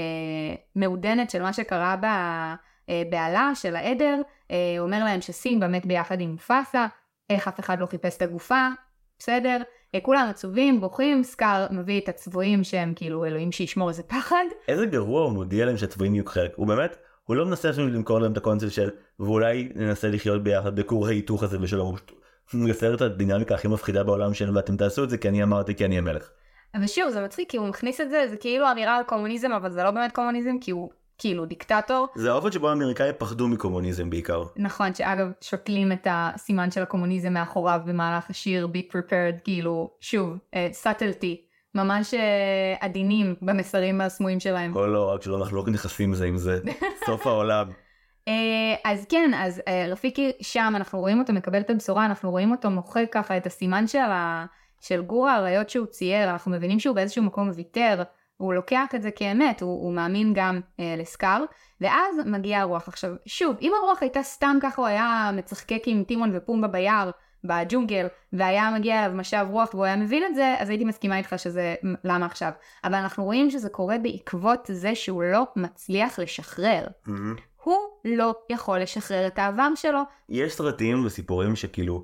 מעודנת של מה שקרה בעלה של העדר, הוא אומר להם שסימבה מת ביחד עם מופסה, איך אף אחד לא חיפש את הגופה, בסדר? כולם עצובים, בוכים, סקאר מביא את הצבועים שהם כאילו אלוהים שישמור איזה פחד. איזה גרוע הוא מודיע להם שהצבועים יהיו חלק. הוא באמת, הוא לא מנסה אפילו למכור להם את הקונספט של, ואולי ננסה לחיות ביחד בכור ההיתוך הזה ושלום. הוא מייצר את הדינמיקה הכי מפחידה בעולם שלנו, ואתם תעשו את זה כי אני אמרתי כי אני המלך. אבל שוב, זה מצחיק כי הוא מכניס את זה, זה כאילו אמירה על קומוניזם, אבל זה לא באמת קומוניזם כי הוא כאילו דיקטטור. זה האופן שבו האמריקאים פחדו מקומוניזם בעיקר. נכון, שאגב שותלים את הסימן של הקומוניזם מאחוריו במהלך השיר Be Prepared, כאילו, שוב, subtlety, ממש עדינים במסרים הסמויים שלהם. לא, רק שלא אנחנו לא נכנסים זה עם זה, סוף העולם. אז כן, אז רפיקי שם, אנחנו רואים אותו מקבל את הבשורה, אנחנו רואים אותו מוחק ככה את הסימן של גור האריות שהוא צייר, אנחנו מבינים שהוא באיזשהו מקום ויתר, הוא לוקח את זה כאמת, הוא מאמין גם לסקאר, ואז מגיע הרוח. עכשיו, שוב, אם הרוח הייתה סתם ככה, הוא היה מצחקק עם טימון ופומבה ביער, בג'ונגל, והיה מגיע אליו משב רוח, והוא היה מבין את זה, אז הייתי מסכימה איתך שזה למה עכשיו. אבל אנחנו רואים שזה קורה בעקבות זה שהוא לא מצליח לשחרר. הוא לא יכול לשחרר את העבר שלו. יש סרטים וסיפורים שכאילו,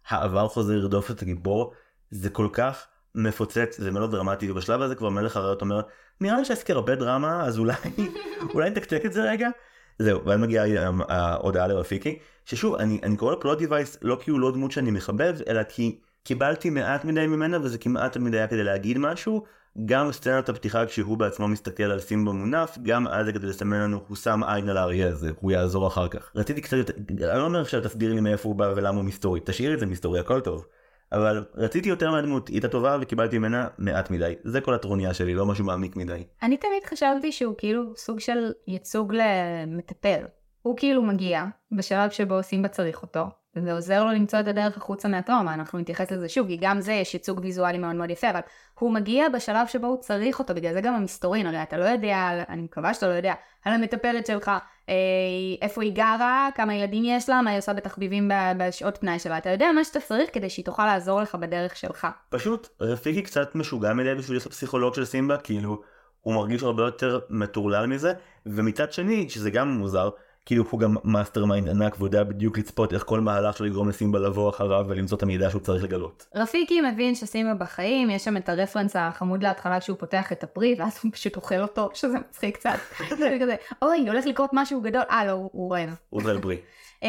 העבר חוזר לרדוף את הגיבור, זה כל כך מפוצץ, זה מאוד דרמטי, ובשלב הזה כבר מלך הרעות אומר, נראה לי שעשיתי הרבה דרמה, אז אולי נתקתק את זה רגע. זהו, ואז מגיעה ההודעה לרפיקי, ששוב, אני קורא לו פלוט דיווייס, לא כי הוא לא דמות שאני מחבב, אלא כי קיבלתי מעט מדי ממנה, וזה כמעט מדי היה כדי להגיד משהו, גם סצנת הפתיחה כשהוא בעצמו מסתכל על סימבה מונף, גם אז זה כדי לסמן לנו, הוא שם עין על האריה הזה, הוא יעזור אחר כך. רציתי קצת יותר, אני לא אומר עכשיו תסביר לי מאיפה הוא בא ולמה הוא מסתורי, תשאיר את זה מסתורי, הכל טוב. אבל רציתי יותר מהדמות, היא הייתה טובה וקיבלתי ממנה מעט מדי. זה כל הטרוניה שלי, לא משהו מעמיק מדי. אני תמיד חשבתי שהוא כאילו סוג של ייצוג למטפל. הוא כאילו מגיע בשלב שבו סימבה צריך אותו, וזה עוזר לו למצוא את הדרך החוצה מהטראומה. אנחנו נתייחס לזה שוב, כי גם זה יש ייצוג ויזואלי מאוד מאוד יפה, אבל הוא מגיע בשלב שבו הוא צריך אותו, בגלל זה גם המסתורין, הרי אתה לא יודע, אני מקווה שאתה לא יודע, על המטפלת שלך, איפה היא גרה, כמה ילדים יש לה, מה היא עושה בתחביבים בשעות פנאי שלה, אתה יודע מה שאתה צריך כדי שהיא תוכל לעזור לך בדרך שלך. פשוט רפיקי קצת משוגע מדי בשביל להיות הפסיכולוג של סימבה, כאילו הוא מרגיש הרבה יותר מטורלל מזה, ומצד שני, שזה גם מוזר, כאילו הוא גם מאסטר מיינד ענק ויודע בדיוק לצפות איך כל מהלך שלו יגרום לסימבה לבוא אחריו ולמצוא את המידע שהוא צריך לגלות. רפיקי מבין שסימבה בחיים, יש שם את הרפרנס החמוד להתחלה שהוא פותח את הפרי ואז הוא פשוט אוכל אותו, שזה מצחיק קצת. זה כזה, אוי, הולך לקרות משהו גדול, לא, הוא רעב. הוא אוכל פרי.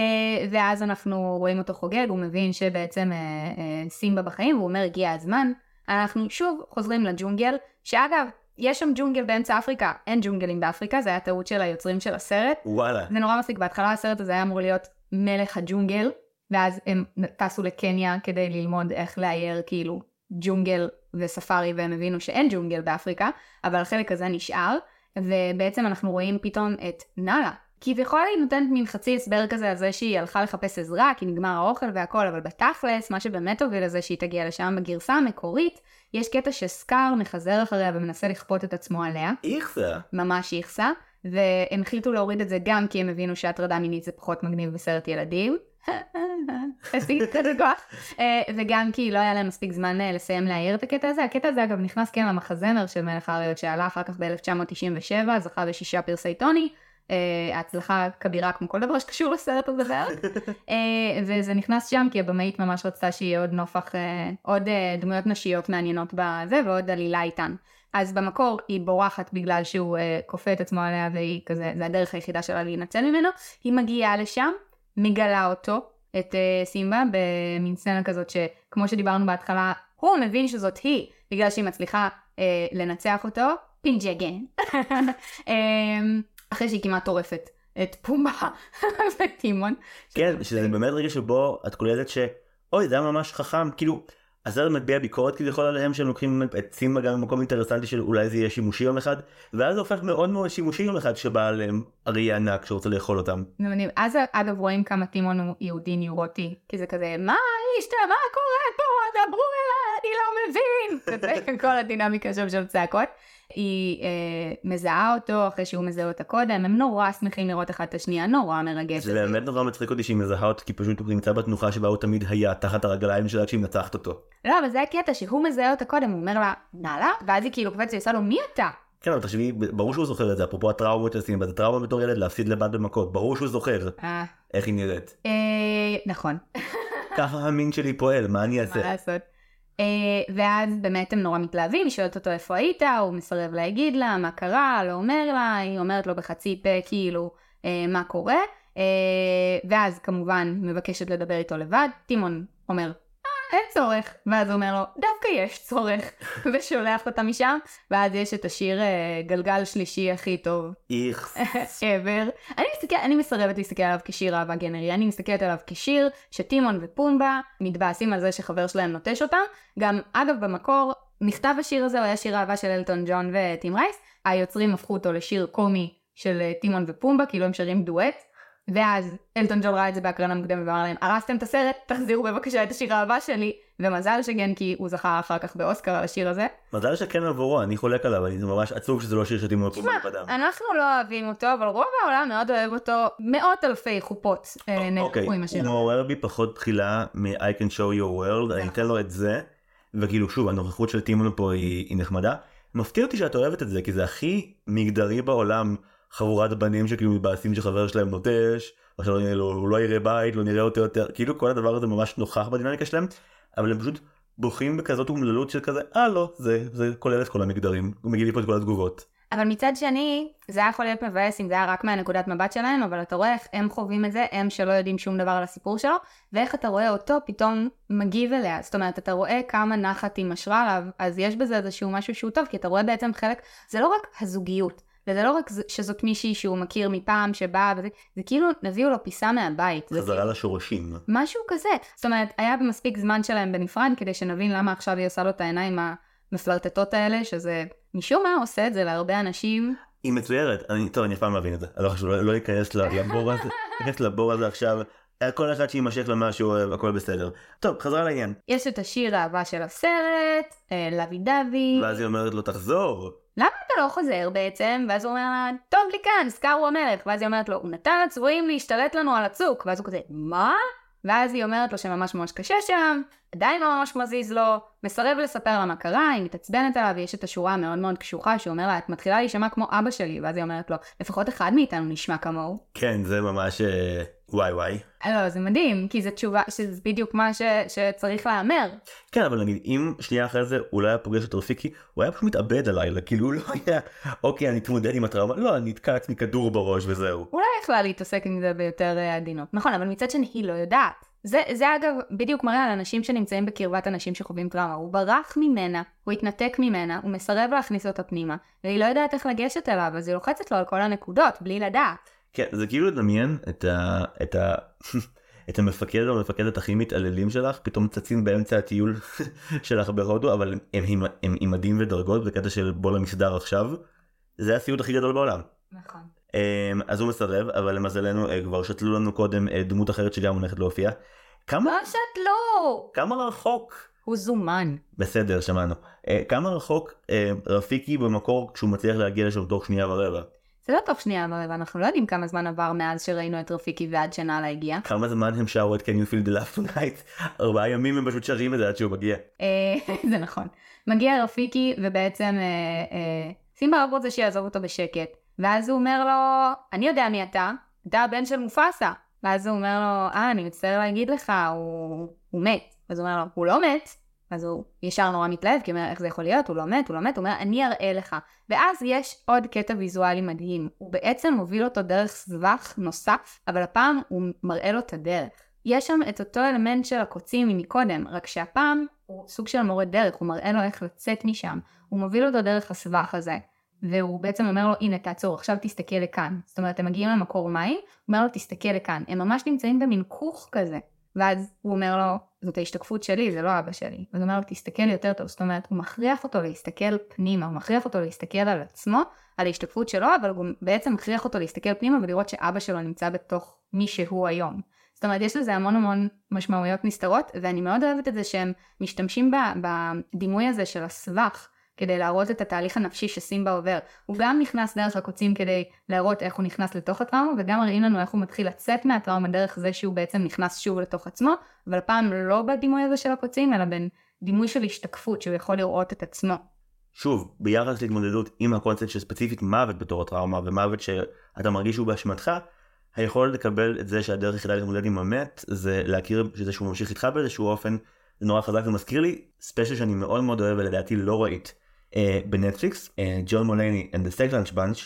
ואז אנחנו רואים אותו חוגג, הוא מבין שבעצם סימבה בחיים, והוא אומר הגיע הזמן. אנחנו שוב חוזרים לג'ונגל, שאגב, יש שם ג'ונגל באמצע אפריקה, אין ג'ונגלים באפריקה, זה היה טעות של היוצרים של הסרט. וואלה. זה נורא מפסיק, בהתחלה הסרט הזה היה אמור להיות מלך הג'ונגל, ואז הם טסו לקניה כדי ללמוד איך לאייר כאילו ג'ונגל וספארי, והם הבינו שאין ג'ונגל באפריקה, אבל החלק הזה נשאר, ובעצם אנחנו רואים פתאום את נאלה. כביכול היא נותנת מין חצי הסבר כזה על זה שהיא הלכה לחפש עזרה, כי נגמר האוכל והכל, אבל בתכלס, מה שבאמת הוביל לזה שהיא תגיע לשם בגרסה המקורית, יש קטע שסקאר מחזר אחריה ומנסה לכפות את עצמו עליה. איכסה. ממש איכסה, והם החליטו להוריד את זה גם כי הם הבינו שהטרדה מינית זה פחות מגניב בסרט ילדים. וגם כי לא היה להם מספיק זמן לסיים להעיר את הקטע הזה. הקטע הזה אגב נכנס כן למחזמר של מלך האריות שעלה אחר כך ב-1997, זכה ב6 פרסי טוני. ההצלחה כבירה כמו כל דבר שקשור לסרט הזה בערך. וזה נכנס שם כי הבמאית ממש רצתה שיהיה עוד נופח, עוד דמויות נשיות מעניינות בזה ועוד עלילה איתן. אז במקור היא בורחת בגלל שהוא כופה את עצמו עליה והיא כזה, זה הדרך היחידה שלה להינצל ממנו. היא מגיעה לשם, מגלה אותו, את סימבה, במין סצנה כזאת שכמו שדיברנו בהתחלה, הוא מבין שזאת היא, בגלל שהיא מצליחה לנצח אותו, פינג'גן. אחרי שהיא כמעט טורפת את פומבה וטימון. כן, שזה באמת רגע שבו את קולטת אוי, זה היה ממש חכם, כאילו, הסרט מטביע ביקורת כביכול עליהם שהם לוקחים את סימבה גם במקום אינטרסנטי של אולי זה יהיה שימושי יום אחד, ואז זה הופך מאוד מאוד שימושי יום אחד שבא עליהם אריה ענק שרוצה לאכול אותם. אז אגב רואים כמה טימון הוא יהודי ניורוטי, כי זה כזה, מה אישתה, מה קורה פה, דברו אליי, אני לא מבין. כל הדינמיקה שם של צעקות. היא מזהה אותו אחרי שהוא מזהה אותה קודם, הם נורא שמחים לראות אחד את השנייה, נורא מרגש. זה באמת נורא מצחיק אותי שהיא מזהה אותו, כי פשוט הוא נמצא בתנוחה שבה הוא תמיד היה תחת הרגליים שלה כשהיא מנצחת אותו. לא, אבל זה הקטע שהוא מזהה אותה קודם, הוא אומר לה, נאללה, ואז היא כאילו קופצת ועושה לו, מי אתה? כן, אבל תחשבי, ברור שהוא זוכר את זה, אפרופו הטראומות של סימבה, זה טראומה בתור ילד להפסיד לבד במכות, ברור שהוא זוכר. איך היא נראית? נכון. ככה המין שלי פועל, מה אני אעשה? מה לעשות? ואז באמת הם נורא מתלהבים, היא שואלת אותו איפה היית, הוא מסרב להגיד לה מה קרה, לא אומר לה, היא אומרת לו בחצי פה כאילו מה קורה, ואז כמובן מבקשת לדבר איתו לבד, טימון אומר אין צורך, ואז הוא אומר לו דווקא יש צורך, ושולח אותה משם, ואז יש את השיר גלגל שלישי הכי טוב ever. אני מסרבת להסתכל עליו כשיר אהבה גנרי, אני מסתכלת עליו כשיר שטימון ופומבה מתבאסים על זה שחבר שלהם נוטש אותם. גם אגב במקור נכתב השיר הזה, הוא היה שיר אהבה של אלטון ג'ון וטים רייס, היוצרים הפכו אותו לשיר קומי של טימון ופומבה, כאילו הם שרים דואט, ואז אלטון ג'ון ראה את זה בהקרנה מוקדמת ואמר להם, הרסתם את הסרט, תחזירו בבקשה את השיר האהבה שלי, ומזל שכן כי הוא זכה אחר כך באוסקר על השיר הזה. מזל שכן עבורו, אני חולק עליו, אני ממש עצוב שזה לא שיר שטימון ופומבה לבדם. אנחנו לא אוהבים אותו, אבל רוב העולם מאוד אוהב אותו, מאות אלפי חופות נהפכו עם השיר. הוא מעורר בי פחות תחילה מ-I can show you a world, אני אתן לו את זה, וכאילו שוב, הנוכחות של טימון פה היא נחמדה. מפתיע אותי שאת אוהבת את זה, כי זה הכי מגדרי בעולם, חבורת בנים שכאילו מתבאסים שחבר שלהם נוטש, עכשיו הוא לא יראה בית, לא נראה אותו יותר, כאילו כל הדבר הזה ממש נוכח בדינמיקה שלהם, אבל הם פשוט בוכים בכזאת אומללות של כזה, לא, זה כולל את כל המגדרים, הוא מגיע לי פה את כל התגובות. אבל מצד שני, זה היה יכול להיות מבאס אם זה היה רק מהנקודת מבט שלהם, אבל אתה רואה איך הם חווים את זה, הם שלא יודעים שום דבר על הסיפור שלו, ואיך אתה רואה אותו פתאום מגיב אליה. זאת אומרת, אתה רואה כמה נחת היא משרה עליו, אז יש בזה איזשהו משהו שהוא טוב, כי אתה רואה בעצם חלק, זה לא רק הזוגיות, וזה לא רק שזאת מישהי שהוא מכיר מפעם שבאה, זה כאילו נביאו לו פיסה מהבית. חזרה לשורשים. משהו כזה. זאת אומרת, היה במספיק זמן שלהם בנפרד, כדי שנבין למה עכשיו היא עושה לו את העיניים המפלרטטות האלה, שזה משום מה עושה את זה להרבה אנשים. היא מצוירת, אני אף פעם מבין את זה, אני לא חשוב, לא להיכנס לבור הזה, להיכנס לבור הזה עכשיו, כל אחד שימשך למה שהוא אוהב, הכל בסדר. טוב, חזרה לעניין. יש את השיר האהבה של הסרט, לוי דווי. ואז היא אומרת לו, תחזור. למה אתה לא חוזר בעצם? ואז הוא אומר לה, טוב לי כאן, סקאר הוא המלך. ואז היא אומרת לו, הוא נתן לצבועים להשתלט לנו על הצוק. ואז הוא כזה, מה? ואז היא אומרת לו שממש ממש קשה שם, עדיין לא ממש מזיז לו, מסרב לספר לה מה קרה, היא מתעצבנת עליו, ויש את השורה המאוד מאוד קשוחה, שהוא אומר לה, את מתחילה להישמע כמו אבא שלי, ואז היא אומרת לו, לפחות אחד מאיתנו נשמע כמוהו. כן, זה ממש וואי. לא, זה מדהים, כי זו תשובה, שזה בדיוק מה שצריך לאמר. כן, אבל נגיד, אם שנייה אחרי זה אולי היה פוגש את רפיקי, הוא היה פשוט מתאבד הלילה, כאילו הוא לא היה, אוקיי, אני אתמודד עם הטראומה, לא, אני אתקע עצמי כדור בראש וזהו. אולי יכלה להתעסק עם זה ביותר עדינות. נכון, אבל מצד שני היא לא יודעת. זה אגב בדיוק מראה על אנשים שנמצאים בקרבת אנשים שחווים טראומה. הוא ברח ממנה, הוא התנתק ממנה, הוא מסרב להכניס אותה פנימה, והיא לא יודעת איך לגשת אליו, אז היא לוחצת לו על כל הנקודות, בלי לדעת. כן, זה כאילו לדמיין את המפקד או המפקדת הכי מתעללים שלך, פתאום צצים באמצע הטיול שלך בהודו, אבל הם עם מדים ודרגות בקטע של בוא למסדר עכשיו. זה הסיוט הכי גדול בעולם. נכון. אז הוא מסרב, אבל למזלנו כבר שתלו לנו קודם דמות אחרת שגם הולכת להופיע. לא שתלו! כמה רחוק? הוא זומן. בסדר, שמענו. כמה רחוק רפיקי במקור כשהוא מצליח להגיע לשם תוך שנייה ורבע? זה לא תוך שנייה ורבע, אנחנו לא יודעים כמה זמן עבר מאז שראינו את רפיקי ועד שנאלה הגיע. כמה זמן הם שרו את Can You Feel the Love Tonight? 4 ימים הם פשוט שרים את זה עד שהוא מגיע. זה נכון. מגיע רפיקי ובעצם סימבה רק רוצה שיעזוב אותו בשקט. ואז הוא אומר לו, אני יודע מי אתה הבן של מופסה. ואז הוא אומר לו, אני מצטער להגיד לך, הוא מת. אז הוא אומר לו, הוא לא מת. אז הוא ישר נורא מתלהב, כי הוא אומר, איך זה יכול להיות? הוא לא מת. הוא אומר, אני אראה לך. ואז יש עוד קטע ויזואלי מדהים. הוא בעצם מוביל אותו דרך סבך נוסף, אבל הפעם הוא מראה לו את הדרך. יש שם את אותו אלמנט של הקוצים מקודם, רק שהפעם הוא סוג של מורה דרך, הוא מראה לו איך לצאת משם. הוא מוביל אותו דרך הסבך הזה. והוא בעצם אומר לו, הנה תעצור, עכשיו תסתכל לכאן. זאת אומרת, הם מגיעים למקור מים, הוא אומר לו, תסתכל לכאן. הם ממש נמצאים במין כוך כזה. ואז הוא אומר לו, זאת ההשתקפות שלי, זה לא אבא שלי. אז הוא אומר לו, תסתכל יותר טוב. זאת אומרת, הוא מכריח אותו להסתכל פנימה, הוא מכריח אותו להסתכל על עצמו, על ההשתקפות שלו, אבל הוא בעצם מכריח אותו להסתכל פנימה ולראות שאבא שלו נמצא בתוך מי שהוא היום. זאת אומרת, יש לזה המון המון משמעויות נסתרות, ואני מאוד אוהבת את זה שהם משתמשים בדימוי הזה של הסבך, כדי להראות את התהליך הנפשי שסימבה עובר. הוא גם נכנס דרך הקוצים כדי להראות איך הוא נכנס לתוך הטראומה, וגם מראים לנו איך הוא מתחיל לצאת מהטראומה דרך זה שהוא בעצם נכנס שוב לתוך עצמו, אבל פעם לא בדימוי הזה של הקוצים, אלא בין דימוי של השתקפות, שהוא יכול לראות את עצמו. שוב, ביחס להתמודדות עם הקונספט של ספציפית מוות בתור הטראומה, ומוות שאתה מרגיש שהוא באשמתך, היכולת לקבל את זה שהדרך היחידה להתמודד עם המת, זה להכיר שזה שהוא ממשיך איתך באיזשהו אופן, זה נורא חזק. זה מזכיר לי ספיישל שאני מאוד מאוד אוהב ולדעתי לא ראית בנטפליקס, ג'ון מולייני and the Sex Lunch Bunch,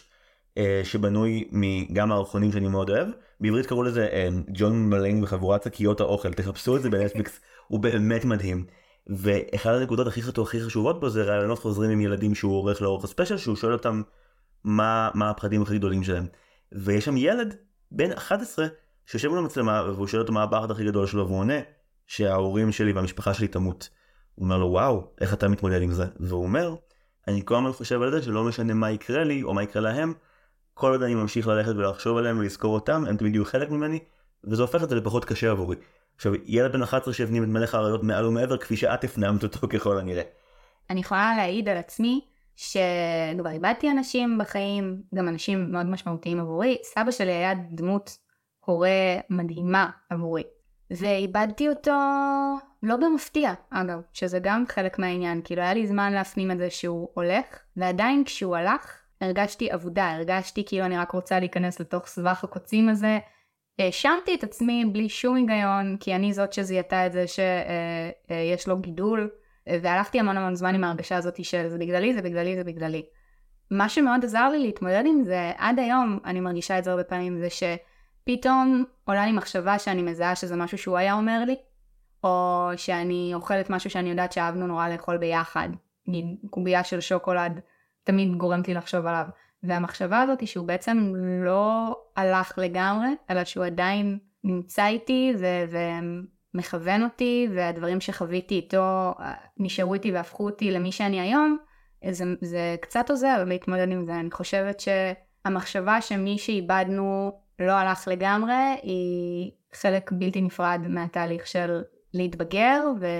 שבנוי גם מערכונים שאני מאוד אוהב. בעברית קראו לזה ג'ון מולייני וחבורת שקיות האוכל, תחפשו את זה בנטפליקס, הוא באמת מדהים. ואחת הנקודות הכי חשובות בו זה רעיונות חוזרים עם ילדים שהוא עורך לאורך הספיישל, שהוא שואל אותם מה הפחדים הכי גדולים שלהם. ויש שם ילד בן 11 שיושב מול המצלמה, והוא שואל אותו מה הפחד הכי גדול שלו, והוא עונה שההורים שלי והמשפחה שלי תמות. הוא אומר לו, וואו, איך אתה מתמודד עם זה? והוא אומר, אני כל הזמן חושב על זה שלא משנה מה יקרה לי או מה יקרה להם, כל עוד אני ממשיך ללכת ולחשוב עליהם ולזכור אותם, הם תמיד יהיו חלק ממני, וזה הופך את זה לפחות קשה עבורי. עכשיו, ילד בן 11 שהפנים את מלך האריות מעל ומעבר, כפי שאת הפנמת אותו ככל הנראה. אני יכולה להעיד על עצמי שכבר איבדתי אנשים בחיים, גם אנשים מאוד משמעותיים עבורי. סבא שלי היה דמות הורה מדהימה עבורי. ואיבדתי אותו לא במפתיע, אגב, שזה גם חלק מהעניין, כאילו היה לי זמן להפנים את זה שהוא הולך, ועדיין כשהוא הלך, הרגשתי עבודה, הרגשתי כאילו אני רק רוצה להיכנס לתוך סבך הקוצים הזה, האשמתי את עצמי בלי שום היגיון, כי אני זאת שזיהתה את זה שיש לו גידול, והלכתי המון זמן עם ההרגשה הזאת של זה בגללי, זה בגללי, זה בגללי. מה שמאוד עזר לי להתמודד עם זה, עד היום אני מרגישה את זה הרבה פעמים, זה שפתאום עולה לי מחשבה שאני מזהה שזה משהו שהוא היה אומר לי, או שאני אוכלת משהו שאני יודעת שאהבנו נורא לאכול ביחד, קובייה של שוקולד, תמיד גורמת לי לחשוב עליו. והמחשבה הזאת היא שהוא בעצם לא הלך לגמרי, אלא שהוא עדיין נמצא איתי ומכוון אותי, והדברים שחוויתי איתו נשארו איתי והפכו אותי למי שאני היום, זה קצת עוזר להתמודד עם זה. אני חושבת שהמחשבה שמי שאיבדנו לא הלך לגמרי, היא חלק בלתי נפרד מהתהליך של להתבגר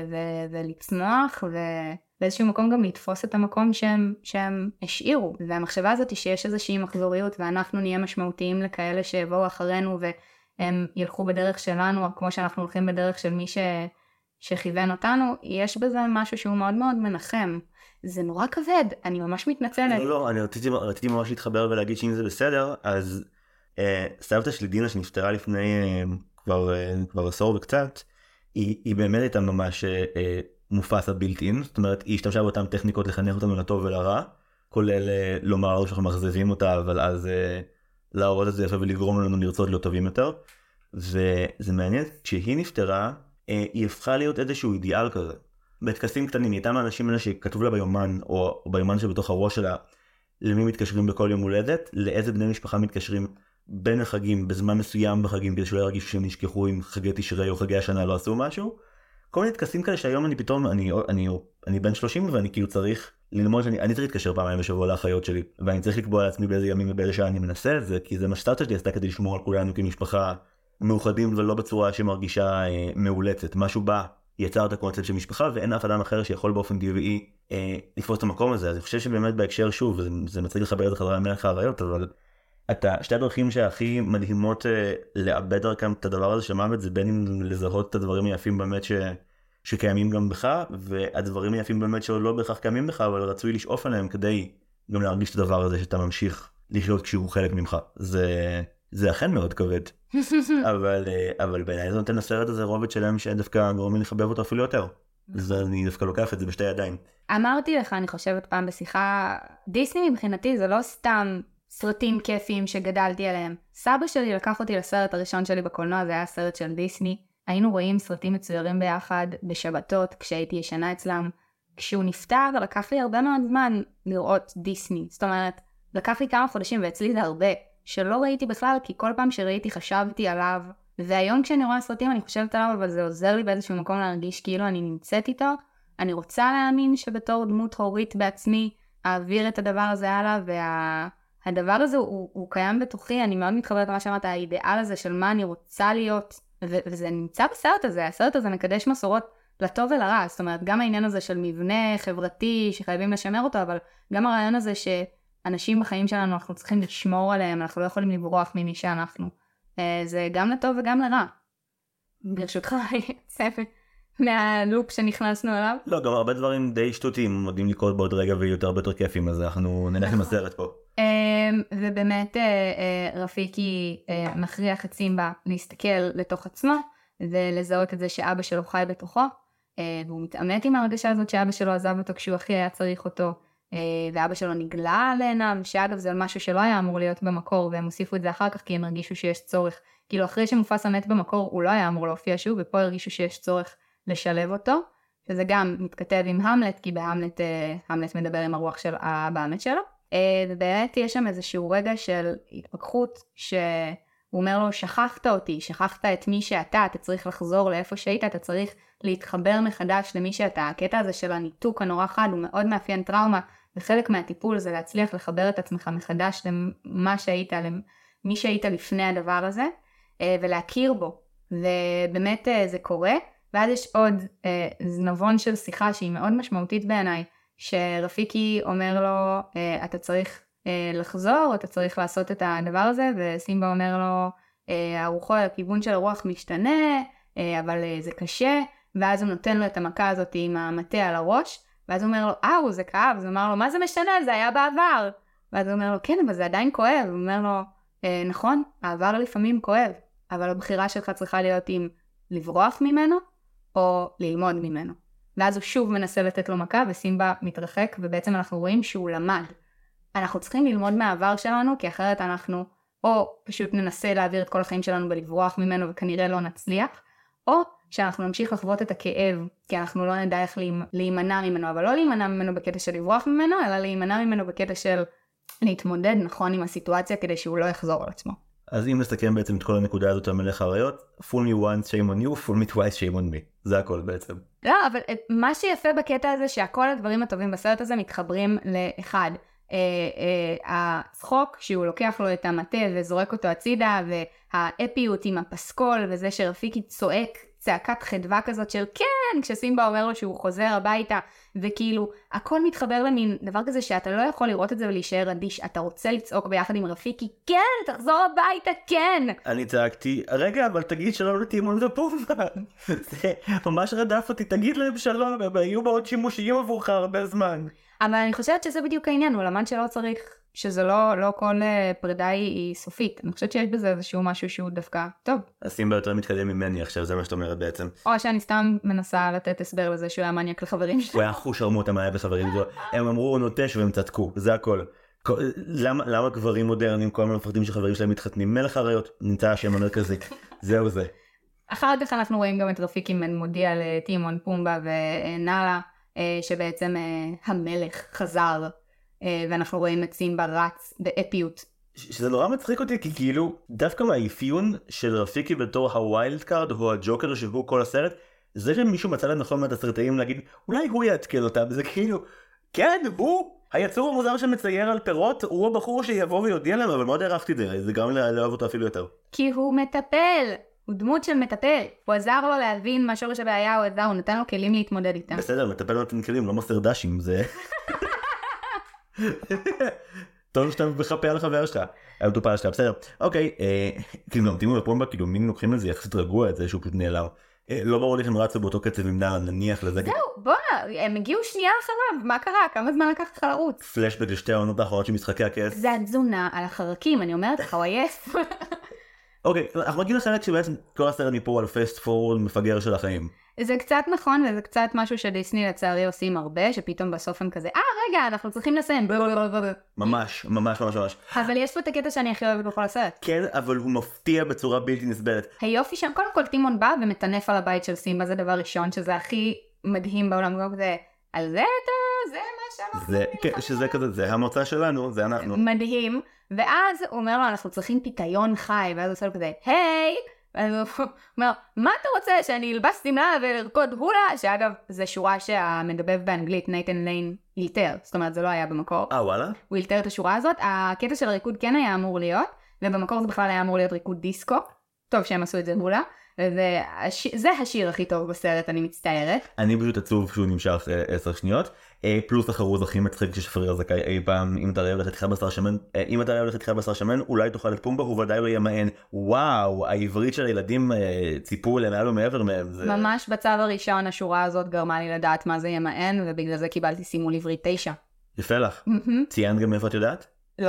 ולצמוח באיזשהו מקום גם לתפוס את המקום שהם השאירו. והמחשבה הזאת היא שיש איזושהי מחזוריות ואנחנו נהיה משמעותיים לכאלה שיבואו אחרינו והם ילכו בדרך שלנו, כמו שאנחנו הולכים בדרך של מי שכיוון אותנו, יש בזה משהו שהוא מאוד מאוד מנחם. זה נורא כבד, אני ממש מתנצלת. לא, אני רציתי ממש להתחבר ולהגיד שאם זה בסדר, אז סבתא שלי דינה שנפטרה לפני כבר עשור וקצת, היא באמת הייתה ממש מופסה בילט-אין, זאת אומרת, היא השתמשה באותן טכניקות לחנך אותנו לטוב ולרע, כולל לומר לנו שאנחנו מחזיבים אותה, אבל אז להראות את זה יפה ולגרום לנו לרצות להיות טובים יותר, וזה מעניין, כשהיא נפטרה, היא הפכה להיות איזשהו אידיאל כזה. בטקסים קטנים, היא הייתה מהאנשים האלה שכתוב לה ביומן, או ביומן שבתוך הראש שלה, למי מתקשרים בכל יום הולדת, לאיזה בני משפחה מתקשרים בין החגים, בזמן מסוים בחגים, כדי שלא ירגישו שהם נשכחו אם חגי תשרי או חגי השנה לא עשו משהו. כל מיני טקסים כאלה שהיום אני פתאום, אני בן 30 ואני כאילו צריך ללמוד שאני צריך להתקשר פעמיים בשבוע לאחיות שלי, ואני צריך לקבוע לעצמי באיזה ימים ובאיזה שעה אני מנסה את זה, כי זה מה שסבתא שלי עשתה כדי לשמור על כולנו כמשפחה מאוחדים ולא בצורה שמרגישה מאולצת. משהו בא, יצר את הקונספט של משפחה ואין אף אדם אחר שיכול באופן טבעי לתפוס את המקום הזה. אז אני חושב שבאמת בהקשר שוב, זה מצליח לחבר את זה חזרה מלך האריות, אבל שתי הדרכים שהכי מדהימות לאבד דרכם את הדבר הזה שמוות, זה בין אם לזהות את הדברים היפים באמת שקיימים גם בך, והדברים היפים באמת שלא בהכרח קיימים בך, אבל רצוי לשאוף עליהם כדי גם להרגיש את הדבר הזה שאתה ממשיך לחיות כשהוא חלק ממך. זה אכן מאוד כבד. אבל בעיניי זה נותן לסרט הזה רובד שלהם שדווקא גורמים לחבב אותו אפילו יותר. אז אני דווקא לוקח את זה בשתי ידיים. אמרתי לך, אני חושבת פעם בשיחה, דיסני מבחינתי זה לא סתם סרטים כיפיים שגדלתי עליהם. סבא שלי לקח אותי לסרט הראשון שלי בקולנוע, זה היה סרט של דיסני. היינו רואים סרטים מצוירים ביחד בשבתות כשהייתי ישנה אצלם. כשהוא נפטר לקח לי הרבה מאוד זמן לראות דיסני. זאת אומרת, לקח לי כמה חודשים ואצלי זה הרבה שלא ראיתי בכלל, כי כל פעם שראיתי חשבתי עליו. והיום כשאני רואה סרטים אני חושבת עליו, אבל זה עוזר לי באיזשהו מקום להרגיש כאילו אני נמצאת איתו. אני רוצה להאמין שבתור דמות הורית בעצמי אעביר את הדבר הזה הלאה, הדבר הזה הוא קיים בתוכי. אני מאוד מתחברת למה שאמרת, האידיאל הזה של מה אני רוצה להיות, וזה נמצא בסרט הזה. הסרט הזה מקדש מסורות לטוב ולרע, זאת אומרת, גם העניין הזה של מבנה חברתי שחייבים לשמר אותו, אבל גם הרעיון הזה שאנשים בחיים שלנו אנחנו צריכים לשמור עליהם, אנחנו לא יכולים לברוח ממי שאנחנו. זה גם לטוב וגם לרע. ברשותך, ספר מהלופ שנכנסנו אליו. לא, גם הרבה דברים די שטותיים עומדים לקרות בעוד רגע ויותר יותר כיפים, אז אנחנו נלך עם הסרט פה. ובאמת רפיקי מכריח את סימבה להסתכל לתוך עצמו ולזהות את זה שאבא שלו חי בתוכו, והוא מתעמת עם ההרגשה הזאת שאבא שלו עזב אותו כשהוא הכי היה צריך אותו, ואבא שלו נגלה לעיניו, שאגב זה משהו שלא היה אמור להיות במקור, והם הוסיפו את זה אחר כך כי הם הרגישו שיש צורך, כאילו אחרי שמופסה מת במקור הוא לא היה אמור להופיע שוב, ופה הרגישו שיש צורך לשלב אותו, שזה גם מתכתב עם המלט, כי בהמלט המלט מדבר עם הרוח של האבא המת שלו. ובאמת יש שם איזשהו רגע של התפכחות שהוא אומר לו, שכחת אותי, שכחת את מי שאתה, אתה צריך לחזור לאיפה שהיית, אתה צריך להתחבר מחדש למי שאתה. הקטע הזה של הניתוק הנורא חד הוא מאוד מאפיין טראומה, וחלק מהטיפול זה להצליח לחבר את עצמך מחדש למה שהיית, למי שהיית לפני הדבר הזה, ולהכיר בו. ובאמת זה קורה, ואז יש עוד זנבון של שיחה שהיא מאוד משמעותית בעיניי, שרפיקי אומר לו, אתה צריך לחזור, אתה צריך לעשות את הדבר הזה, וסימבה אומר לו, הרוחו, הכיוון של הרוח משתנה, אבל זה קשה, ואז הוא נותן לו את המכה הזאת עם המטה על הראש, ואז הוא אומר לו, זה כאב, אז הוא אומר לו, מה זה משנה, זה היה בעבר, ואז הוא אומר לו, כן, אבל זה עדיין כואב, הוא אומר לו, נכון, העבר לפעמים כואב, אבל הבחירה שלך צריכה להיות אם לברוח ממנו, או ללמוד ממנו. ואז הוא שוב מנסה לתת לו מכה, וסימבה מתרחק, ובעצם אנחנו רואים שהוא למד. אנחנו צריכים ללמוד מהעבר שלנו, כי אחרת אנחנו או פשוט ננסה להעביר את כל החיים שלנו בלברוח ממנו, וכנראה לא נצליח, או שאנחנו נמשיך לחוות את הכאב, כי אנחנו לא נדע איך להימנע ממנו, אבל לא להימנע ממנו בקטע של לברוח ממנו, אלא להימנע ממנו בקטע של להתמודד נכון עם הסיטואציה, כדי שהוא לא יחזור על עצמו. אז אם נסתכם בעצם את כל הנקודה הזאת על מלך האריות, fool me once, shame on you, fool me twice, shame on me. זה הכל בעצם. לא, אבל מה שיפה בקטע הזה, שהכל הדברים הטובים בסרט הזה מתחברים לאחד. הצחוק שהוא לוקח לו את המטה וזורק אותו הצידה, והאפיות עם הפסקול, וזה שרפיקי צועק צעקת חדווה כזאת של כן, כשסימבה אומר לו שהוא חוזר הביתה, וכאילו הכל מתחבר למין דבר כזה שאתה לא יכול לראות את זה ולהישאר אדיש, אתה רוצה לצעוק ביחד עם רפיקי, כן, תחזור הביתה, כן. אני צעקתי, רגע, אבל תגיד שלום לטימון ופומבה. זה ממש רדף אותי, תגיד להם שלום, הם היו מאוד שימושיים עבורך הרבה זמן. אבל אני חושבת שזה בדיוק העניין, הוא למד שלא צריך, שזה לא כל פרידה היא סופית. אני חושבת שיש בזה איזשהו משהו שהוא דווקא טוב. אז סימבה יותר מתקדם ממני עכשיו, זה מה שאת אומרת בעצם. או שאני סתם מנסה לתת הסבר לזה שהוא היה מניאק לחברים שלו. הוא היה חוש שרמוטה מה היה בחברים שלו. הם אמרו הוא נוטש והם צדקו, זה הכל. למה גברים מודרניים כל הזמן מפחדים שחברים שלהם מתחתנים? מלך האריות, נמצא השם המרכזי. זהו זה. אחר כך אנחנו רואים גם את רפיקי מודיע לטימון, פומבה ונאלה, שבעצם המלך חזר, ואנחנו רואים את סימבה רץ באפיות. שזה נורא מצחיק אותי, כי כאילו דווקא מהאפיון של רפיקי בתור הווילד קארד או הג'וקר שהוא כל הסרט, זה שמישהו מצא לנכון מהתסרטאים להגיד אולי הוא יעדכן אותם, זה כאילו כן, הוא היצור המוזר שמצייר על פירות, הוא הבחור שיבוא ויודיע להם, אבל מאוד הערכתי את זה, זה גם לאהוב אותו אפילו יותר. כי הוא מטפל, הוא דמות של מטפל, הוא עזר לו להבין מה שורש הבעיה, הוא נתן לו כלים להתמודד איתם. בסדר, מטפל נותן כלים, לא מוסר דשים, זה... טוב שאתה מחפה על החבר שלך, על טופה שלך, בסדר. אוקיי, כאילו נמתינו לפומבה, כאילו מין לוקחים לזה יחסית רגוע את זה שהוא פשוט נעלם. לא ברור לי שהם רצו באותו קצב עם נער, נניח לזה. זהו, בוא, הם הגיעו שנייה אחריו, מה קרה? כמה זמן לקח לך לרוץ? פלשבק לשתי העונות האחרונות של משחקי הכס. זה התזונה על החרקים, אני אומרת לך, הוא עייף. אוקיי, אנחנו מגיעים לחלק שבעצם כל הסרט מפה על פסט פורוורד מפגר של החיים. זה קצת נכון, וזה קצת משהו שדיסני לצערי עושים הרבה, שפתאום בסוף הם כזה, רגע, אנחנו צריכים לסיים. ממש, ממש, ממש, ממש. אבל יש פה את הקטע שאני הכי אוהבת בכל הסרט. כן, אבל הוא מפתיע בצורה בלתי נסבלת. היופי שם, קודם כל טימון בא ומטנף על הבית של סימבה, זה דבר ראשון, שזה הכי מדהים בעולם, זה, על זה זה מה שאנחנו... שזה כזה, זה המוצא שלנו, זה אנחנו. מדהים, ואז הוא אומר לו, אנחנו צריכים פיתיון חי, ואז הוא עושה לו כזה, היי! ואז הוא אומר, מה אתה רוצה, שאני אלבס שמלה ולרקוד הולה? שאגב, זו שורה שהמדבב באנגלית, נייתן ליין, ילתר. זאת אומרת, זה לא היה במקור. וואלה? הוא ילתר את השורה הזאת. הקטע של הריקוד כן היה אמור להיות, ובמקור זה בכלל היה אמור להיות ריקוד דיסקו. טוב שהם עשו את זה הולה. זה השיר הכי טוב בסרט, אני מצטערת. אני פשוט עצוב שהוא נמשך 10 שניות. פלוס החרוז הכי מצחיק כששפריר זכאי אי פעם, אם אתה רעב לחתיכה בשר שמן, בשר שמן, אולי תאכל את פומבה, הוא ודאי לא ימען. וואו, העברית של הילדים ציפו למעל ומעבר מהם. ממש בצו הראשון השורה הזאת גרמה לי לדעת מה זה ימען, ובגלל זה קיבלתי סימול עברית 9. יפה לך. ציינת גם איפה את יודעת? לא.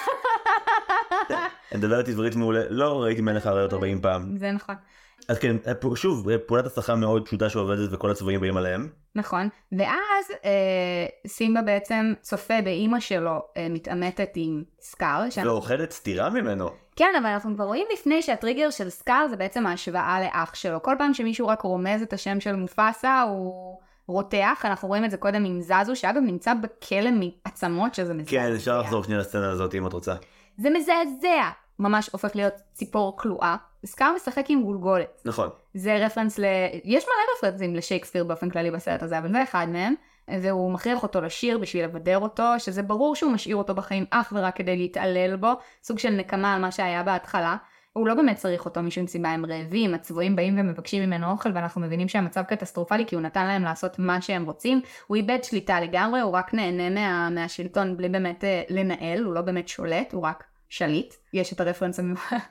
אני מדברת עברית מעולה, לא ראיתי מלך האריות 40 פעם. זה נכון. אז כן, שוב, פעולת השכה מאוד פשוטה שעובדת וכל הצבעים באים עליהם. נכון, ואז סימבה בעצם צופה באמא שלו מתעמתת עם סקאר. ואוכלת סתירה ממנו. כן, אבל אנחנו כבר רואים לפני שהטריגר של סקאר זה בעצם ההשוואה לאח שלו. כל פעם שמישהו רק רומז את השם של מופסה הוא רותח, אנחנו רואים את זה קודם עם זזו, שאגב נמצא בכלא מעצמות שזה מזעזע. כן, אפשר לחזור שנייה לסצנה הזאת אם את רוצה. זה מזעזע. ממש הופך להיות ציפור כלואה. סקאר משחק עם גולגולת. נכון. זה רפרנס יש מלא רפרנסים לשייקספיר באופן כללי בסרט הזה, אבל זה אחד מהם. והוא מכריח אותו לשיר בשביל לבדר אותו, שזה ברור שהוא משאיר אותו בחיים אך ורק כדי להתעלל בו, סוג של נקמה על מה שהיה בהתחלה. הוא לא באמת צריך אותו משום סיבה, הם רעבים, הצבועים באים ומבקשים ממנו אוכל, ואנחנו מבינים שהמצב קטסטרופלי, כי הוא נתן להם לעשות מה שהם רוצים. הוא איבד שליטה לגמרי, הוא רק נהנה מהשלטון בלי באמת לנהל, הוא לא באמת שולט, הוא רק שליט. יש את הרפרנס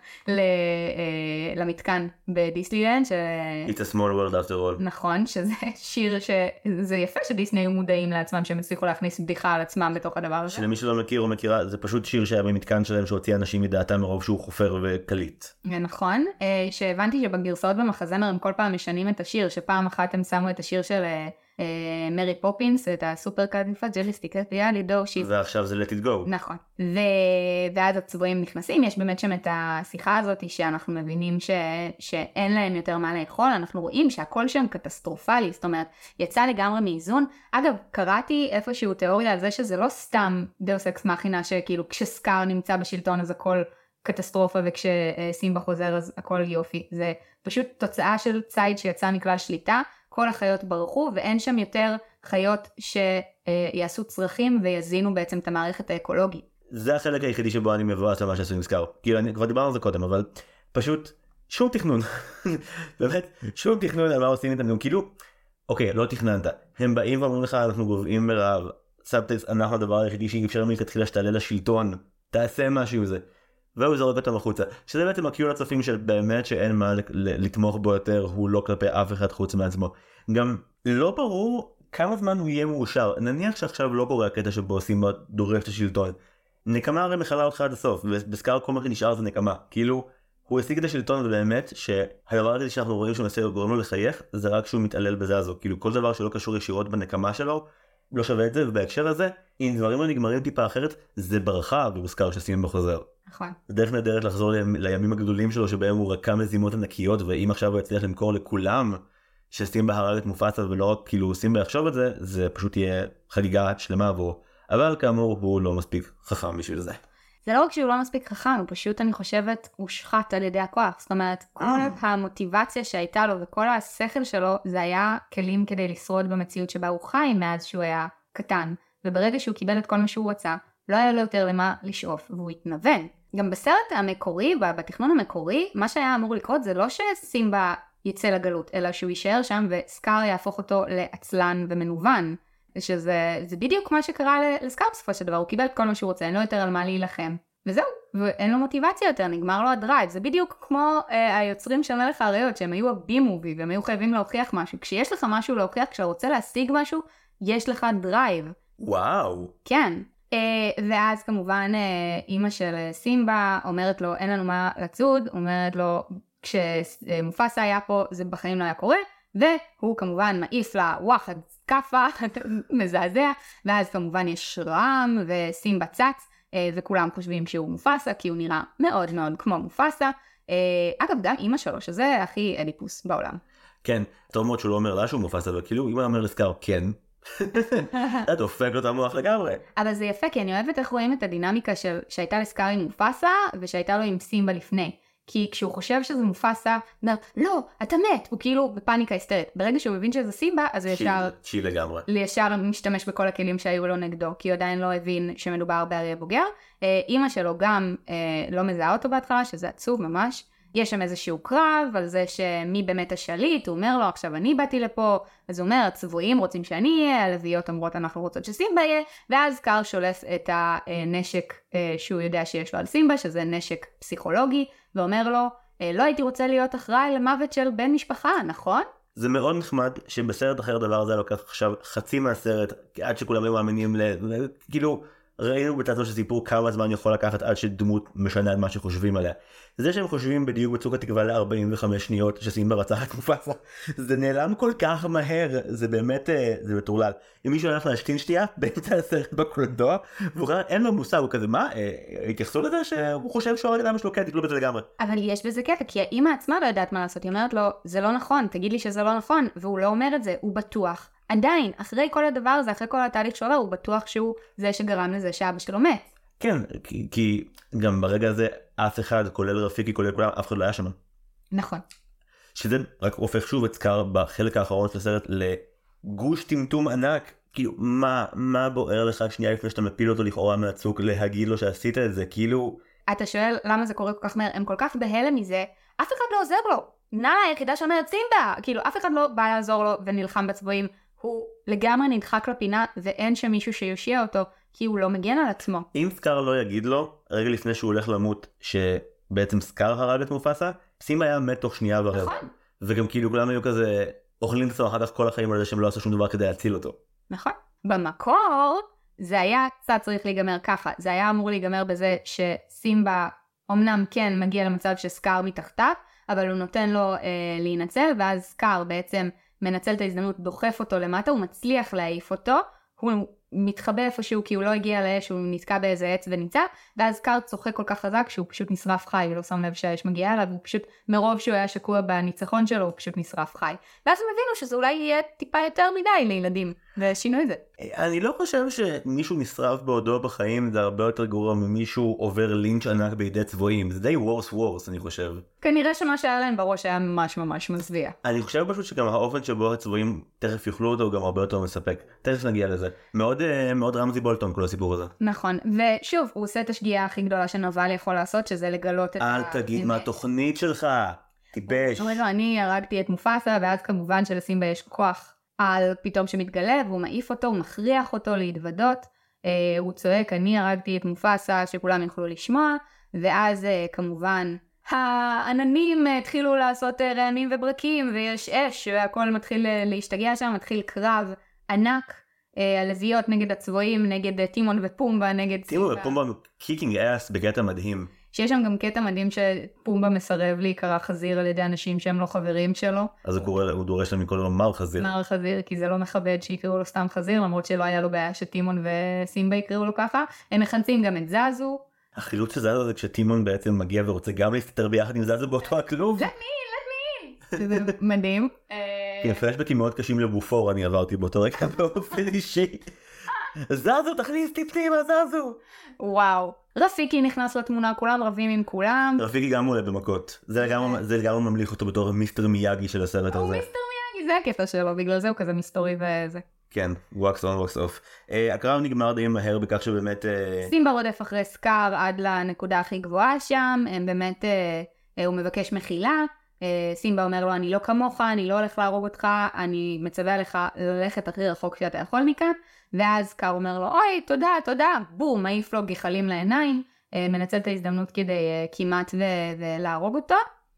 למתקן בדיסנילנד. It's a small world after all. נכון, שזה שיר שזה יפה שדיסני היו מודעים לעצמם שהם הצליחו להכניס בדיחה על עצמם בתוך הדבר הזה. שלמי שלא מכיר או מכירה, זה פשוט שיר שהיה במתקן שלהם שהוציא אנשים מדעתם מרוב שהוא חופר וקליט. נכון, שהבנתי שבגרסאות במחזמר הם כל פעם משנים את השיר, שפעם אחת הם שמו את השיר של מרי פופינס, את הסופר קליפרג'ליסטיקלידורשיפ. ועכשיו זה Let It Go. נכון. ואז הצבועים נכנסים, יש באמת שם את השיחה הזאת שאנחנו מבינים שאין להם יותר מה לאכול, אנחנו רואים שהכל שם קטסטרופלי, זאת אומרת, יצא לגמרי מאיזון. אגב, קראתי איפשהו תיאוריה על זה שזה לא סתם דאוס אקס מכינה, שכאילו כשסקאר נמצא בשלטון אז הכל קטסטרופה, וכשסימבה חוזר אז הכל יופי. זה פשוט תוצאה של ציד שיצא מכלל שליטה, כל החיות ברחו, ואין שם יותר חיות שיעשו צרכים ויזינו בעצם את המערכת האקולוגית. זה החלק היחידי שבו אני מבואס למה שעשו עם סקאר. כאילו, כבר דיברנו על זה קודם, אבל פשוט שום תכנון. באמת, שום תכנון על מה עושים איתם. כאילו, אוקיי, לא תכננת. הם באים ואומרים לך, אנחנו גובעים ברעב. סאבטקסט, אנחנו הדבר היחידי שאפשר מלכתחילה שתעלה לשלטון. תעשה משהו עם זה. והוא זורק אותם החוצה. שזה בעצם הקיול הצופים של באמת שאין מה לתמוך בו יותר, הוא לא כלפי אף אחד חוץ מעצמו. גם לא ברור כמה זמן הוא יהיה מאושר. נניח שעכשיו לא קורה הקטע שבו סימבה דורש את השלטון. נקמה הרי מחלה אותך עד הסוף, ובסקאר כל מה שנשאר זה נקמה. כאילו, הוא השיג את השלטון ובאמת שהדבר הזה שאנחנו רואים שהוא מנסה גורם לו לחייך, זה רק שהוא מתעלל בזה הזו. כאילו, כל דבר שלא קשור ישירות בנקמה שלו, לא שווה את זה, ובהקשר הזה, אם דברים לא נגמרים טיפה אחרת, זה ברכה בבסקאר שסימבה חוזר. נכון. זה דרך נהדרת לחזור לימים הגדולים שלו שבהם הוא רקע מזימות ענקיות, ואם עכשיו הוא יצליח למכור לכולם שסימבה הרג את מופסה ולא רק כאילו סימבה יחשוב את זה, זה פשוט יהיה חגיגה שלמה עבורו. אבל כאמור הוא לא מספיק חכם בשביל זה. זה לא רק שהוא לא מספיק חכם, הוא פשוט אני חושבת הושחת על ידי הכוח. זאת אומרת, כל המוטיבציה שהייתה לו וכל השכל שלו זה היה כלים כדי לשרוד במציאות שבה הוא חי מאז שהוא היה קטן. וברגע שהוא קיבל את כל מה שהוא רצה, לא היה לו יותר למה לשאוף, והוא התנוון. גם בסרט המקורי, בתכנון המקורי, מה שהיה אמור לקרות זה לא שסימבה יצא לגלות, אלא שהוא יישאר שם וסקאר יהפוך אותו לעצלן ומנוון. שזה בדיוק מה שקרה לסקאר בסופו של דבר, הוא קיבל את כל מה שהוא רוצה, אין לו יותר על מה להילחם. וזהו, ואין לו מוטיבציה יותר, נגמר לו הדרייב. זה בדיוק כמו היוצרים של מלך האריות, שהם היו הבי מובי, והם היו חייבים להוכיח משהו. כשיש לך משהו להוכיח, כשאתה רוצה להשיג משהו, יש לך דרייב. וואו. כן. ואז כמובן אמא של סימבה אומרת לו אין לנו מה לצוד, אומרת לו כשמופסה היה פה זה בחיים לא היה קורה, והוא כמובן מעיף לה וואחד קפה מזעזע, ואז כמובן יש רעם וסימבה צץ וכולם חושבים שהוא מופסה כי הוא נראה מאוד מאוד כמו מופסה. אגב גם אמא שלו שזה הכי אדיפוס בעולם. כן, טוב מאוד שהוא לא אומר לה שהוא מופסה, אבל כאילו אמא אומר לסקאר כן. אתה דופק לו את המוח לגמרי. אבל זה יפה כי אני אוהבת איך רואים את הדינמיקה שהייתה לסקאר עם מופסה ושהייתה לו עם סימבה לפני. כי כשהוא חושב שזה מופסה, אומר, לא, אתה מת, הוא כאילו בפאניקה היסטרית. ברגע שהוא מבין שזה סימבה, אז הוא ישר משתמש בכל הכלים שהיו לו נגדו, כי הוא עדיין לא הבין שמדובר באריה בוגר. אמא שלו גם לא מזהה אותו בהתחלה, שזה עצוב ממש. יש שם איזשהו קרב על זה שמי באמת השליט, הוא אומר לו, עכשיו אני באתי לפה, אז הוא אומר, הצבועים רוצים שאני אהיה, הלוויות אומרות אנחנו רוצות שסימבה יהיה, ואז קאר שולף את הנשק שהוא יודע שיש לו על סימבה, שזה נשק פסיכולוגי, ואומר לו, לא הייתי רוצה להיות אחראי למוות של בן משפחה, נכון? זה מאוד נחמד שבסרט אחר דבר הזה לוקח עכשיו חצי מהסרט, עד שכולם היו מאמינים כאילו, ראינו בצד של סיפור כמה זמן יכול לקחת עד שדמות משנה את מה שחושבים עליה. זה שהם חושבים בדיוק בצוק התקווה ל-45 שניות שסימבה רצח את מופסה, זה נעלם כל כך מהר, זה באמת, זה מטורלל. אם מישהו הלך להשתין שתייה באמצע הסרט בקולנוע, והוא ראה, אין לו מושג, הוא כזה, מה? התייחסו לזה שהוא חושב שהורג את אבא שלו, כן, תקלו בזה לגמרי. אבל יש בזה קטע, כי האמא עצמה לא יודעת מה לעשות, היא אומרת לו, זה לא נכון, תגיד לי שזה לא נכון, והוא לא אומר את זה, הוא בטוח. עדיין, אחרי כל הדבר הזה, אחרי כל התהליך שעובר, הוא בטוח שהוא זה שגרם לזה שאבא שלו מת. כן, כי גם ברגע הזה אף אחד, כולל רפיקי, כולל כולם, אף אחד לא היה שם. נכון. שזה רק הופך שוב את סקאר בחלק האחרון של הסרט לגוש טמטום ענק. כאילו, מה בוער לך שנייה לפני שאתה מפיל אותו לכאורה מהצוק להגיד לו שעשית את זה? כאילו... אתה שואל למה זה קורה כל כך מהר? הם כל כך בהלם מזה, אף אחד לא עוזר לו. נאלה היחידה שאומרת סימבה. כאילו, אף אחד לא בא לעזור לו ונלחם בצבועים. הוא לגמרי נדחק לפינה ואין שם מישהו שיושיע אותו, כי הוא לא מגן על עצמו. אם סקאר לא יגיד לו, רגע לפני שהוא הולך למות, שבעצם סקאר הרג את מופסה, סימבה היה מת תוך שנייה ורבע. נכון. וגם כאילו כולם היו כזה, אוכלים קצת אחר כך כל החיים על זה שהם לא עשו שום דבר כדי להציל אותו. נכון. במקור, זה היה קצת צריך להיגמר ככה. זה היה אמור להיגמר בזה שסימבה אמנם כן מגיע למצב שסקאר מתחתיו, אבל הוא נותן לו להינצל, ואז סקאר בעצם מנצל את ההזדמנות, דוחף אותו למטה, הוא מצליח להעיף אותו, הוא מתחבא איפשהו כי הוא לא הגיע לאש, הוא נתקע באיזה עץ ונמצא, ואז סקאר צוחק כל כך חזק שהוא פשוט נשרף חי, ולא שם לב שהאש מגיעה אליו, הוא פשוט, מרוב שהוא היה שקוע בניצחון שלו, הוא פשוט נשרף חי. ואז הם הבינו שזה אולי יהיה טיפה יותר מדי לילדים, ושינו את זה. אני לא חושב שמישהו נשרף בעודו בחיים, זה הרבה יותר גרוע ממישהו עובר לינץ' ענק בידי צבועים, זה די וורס, אני חושב. כנראה שמה שהיה להם בראש היה ממש מזוויע. אני חושב פשוט שגם האופן שבו הצבועים תכף יאכלו אותו הוא גם הרבה יותר מספק. תכף נגיע לזה. מאוד רמזי בולטון כל הסיפור הזה. נכון, ושוב, הוא עושה את השגיאה הכי גדולה שנבל יכול לעשות, שזה לגלות את אל תגיד מה התוכנית שלך, טיפש. אני הרגתי את מופסה, ואז כמובן שלסימבה יש כוח על פתאום שמתגלה, והוא מעיף אותו, הוא מכריח אותו להתוודות, הוא צועק, אני הרגתי את מופסה, שכולם יוכלו לשמוע, ואז כמובן העננים התחילו לעשות רעמים וברקים, ויש אש, והכל מתחיל להשתגע שם, מתחיל קרב ענק, הלוויות נגד הצבועים, נגד טימון ופומבה, נגד טימון ופומבה קיקינג אס בקטע מדהים. שיש שם גם קטע מדהים שפומבה מסרב להיקרא חזיר על ידי אנשים שהם לא חברים שלו. אז הוא דורש להם לקרוא לו מר חזיר. מר חזיר, כי זה לא מכבד שיקראו לו סתם חזיר, למרות שלא היה לו בעיה שטימון וסימבה יקראו לו ככה. הם מחנצים גם את זזו. החילוץ של זזו זה כשטימון בעצם מגיע ורוצה גם להסתתר ביחד עם זזו באותו הכלוב. Let me. זה מדהים. כן, פלשבקים מאוד קשים לבופור, אני עברתי באותו רגע באופן אישי. זזו, תכניס אותי פנימה, זזו. וואו. רפיקי נכנס לתמונה, כולם רבים עם כולם. רפיקי גם עולה במכות. זה גם ממליך אותו בתור מיסטר מיאגי של הסרט הזה. הוא מיסטר מיאגי, זה הקטע שלו, בגלל זה הוא כזה מסתורי וזה. כן, ווקס און ווקס אוף. הקרב נגמר די מהר בכך שבאמת... סימבה רודף אחרי סקאר עד לנקודה הכי גבוהה שם, הם באמת, הוא מבקש מחילה, סימבה אומר לו, אני לא כמוך, אני לא הולך להרוג אותך, אני מצווה לך ללכת הכי רחוק שאתה יכול מכאן, ואז סקאר אומר לו, אוי, תודה, בום, מעיף לו גחלים לעיניים, מנצל את ההזדמנות כדי כמעט ולהרוג אותו,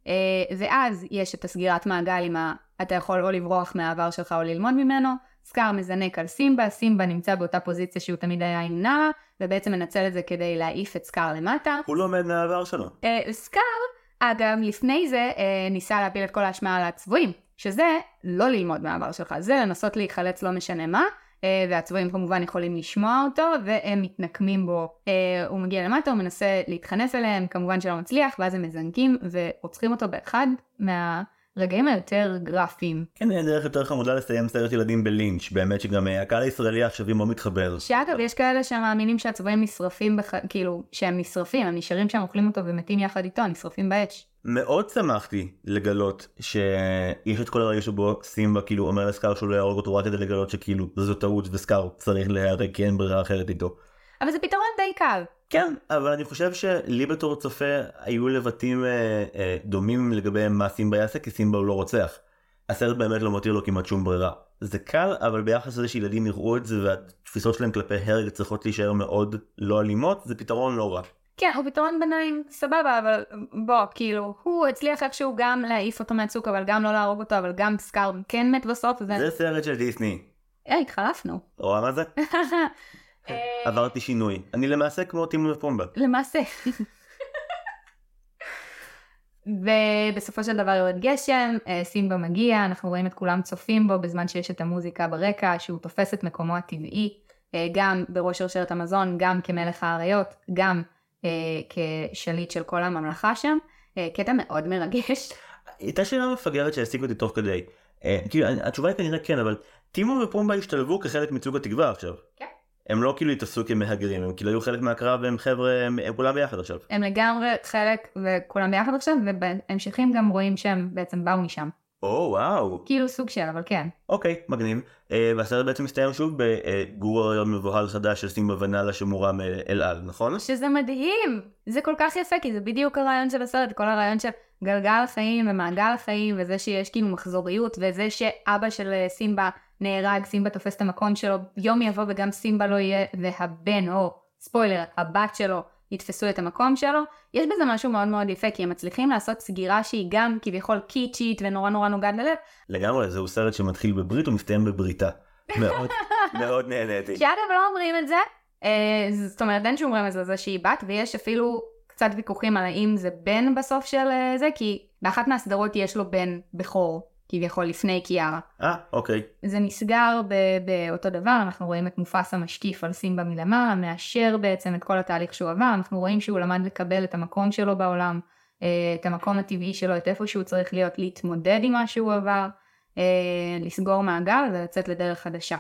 ואז יש את הסגירת מעגל עם אתה יכול או לברוח מהעבר שלך או ללמוד ממנו, סקאר מזנק על סימבה, סימבה נמצא באותה פוזיציה שהוא תמיד היה עם נארה, ובעצם מנצל את זה כדי להעיף את סקאר למטה. הוא לא עומד מהעבר שלו. סקאר, אגב, לפני זה ניסה להפיל את כל האשמה על הצבועים, שזה לא ללמוד מהעבר שלך, זה לנסות להיחלץ לא משנה מה, והצבועים כמובן יכולים לשמוע אותו, והם מתנקמים בו. הוא מגיע למטה, הוא מנסה להתחנף אליהם, כמובן שלא מצליח, ואז הם מזנקים ורוצחים אותו באחד מהרגעים היותר גרפיים. כן, אין דרך יותר חמודה לסיים סרט ילדים בלינץ', באמת שגם הקהל הישראלי העכשווי מאוד מתחבר. שאגב, יש כאלה שמאמינים שהצבועים נשרפים, כאילו שהם נשרפים, הם נשארים שם, אוכלים אותו ומתים יחד איתו, נשרפים באש. מאוד שמחתי לגלות שיש את כל הרגע שבו סימבה כאילו אומר לסקאר שהוא לא יהרוג אותו רק כדי לגלות שכאילו זו טעות וסקאר צריך להיהרג כי אין ברירה אחרת איתו. אבל זה פתרון די קל. כן, אבל אני חושב שלי בתור צופה היו לבטים דומים לגבי מה סימבה יעשה כי סימבה הוא לא רוצח. הסרט באמת לא מותיר לו כמעט שום ברירה. זה קל, אבל ביחס לזה שילדים יראו את זה והתפיסות שלהם כלפי הרג צריכות להישאר מאוד לא אלימות, זה פתרון לא רע. כן, הוא פתרון ביניים סבבה, אבל בוא, כאילו, הוא הצליח איכשהו גם להעיף אותו מהצוק, אבל גם לא להרוג אותו, אבל גם סקאר כן מת בסוף. זה סרט של דיסני. התחלפנו. רואה מה זה? עברתי שינוי. אני למעשה כמו טימון ופומבה. למעשה. ובסופו של דבר יורד גשם, סימבה מגיע, אנחנו רואים את כולם צופים בו, בזמן שיש את המוזיקה ברקע, שהוא תופס את מקומו הטבעי, גם בראש שרשרת המזון, גם כמלך האריות, גם כשליט של כל הממלכה שם. קטע מאוד מרגש. הייתה שאלה מפגרת שהעסיק אותי תוך כדי. כאילו, התשובה היא כנראה כן, אבל טימון ופומבה השתלבו כחלק מצוג התקווה עכשיו. כן. הם לא כאילו התעשו כמהגרים, הם כאילו היו חלק מהקרב והם חבר'ה, הם כולם ביחד עכשיו. הם לגמרי חלק וכולם ביחד עכשיו, ובהמשכים גם רואים שהם בעצם באו משם. וואו. כאילו סוג של, אבל כן. אוקיי, מגניב. והסרט בעצם מסתיים שוב בגור הרעיון מבוהל חדש של סימבה ונאלה שמורם אל על, נכון? שזה מדהים. זה כל כך יפה, כי זה בדיוק הרעיון של הסרט, כל הרעיון של גלגל החיים ומעגל החיים, וזה שיש כאילו מחזוריות, וזה שאבא של סימבה נהרג, סימבה תופס את המקום שלו, יום יבוא וגם סימבה לא יהיה, והבן או ספוילר, הבת שלו יתפסו את המקום שלו. יש בזה משהו מאוד מאוד יפה, כי הם מצליחים לעשות סגירה שהיא גם כביכול קיצ'ית ונורא נורא נוגעת ללב. לגמרי, זהו סרט שמתחיל בברית ומסתיים בבריתה. מאוד, מאוד נהניתי. שאגב לא אומרים את זה, זאת אומרת אין שאומרים את זה שהיא בת, ויש אפילו קצת ויכוחים על האם זה בן בסוף של זה, כי באחת מהסדרות יש לו בן בכור, כביכול לפני קיארה. אוקיי. זה נסגר באותו דבר, אנחנו רואים את מופסה משקיף על סימבה מלמעלה, מאשר בעצם את כל התהליך שהוא עבר, אנחנו רואים שהוא למד לקבל את המקום שלו בעולם, את המקום הטבעי שלו, את איפה שהוא צריך להיות, להתמודד עם מה שהוא עבר, לסגור מעגל ולצאת לדרך חדשה.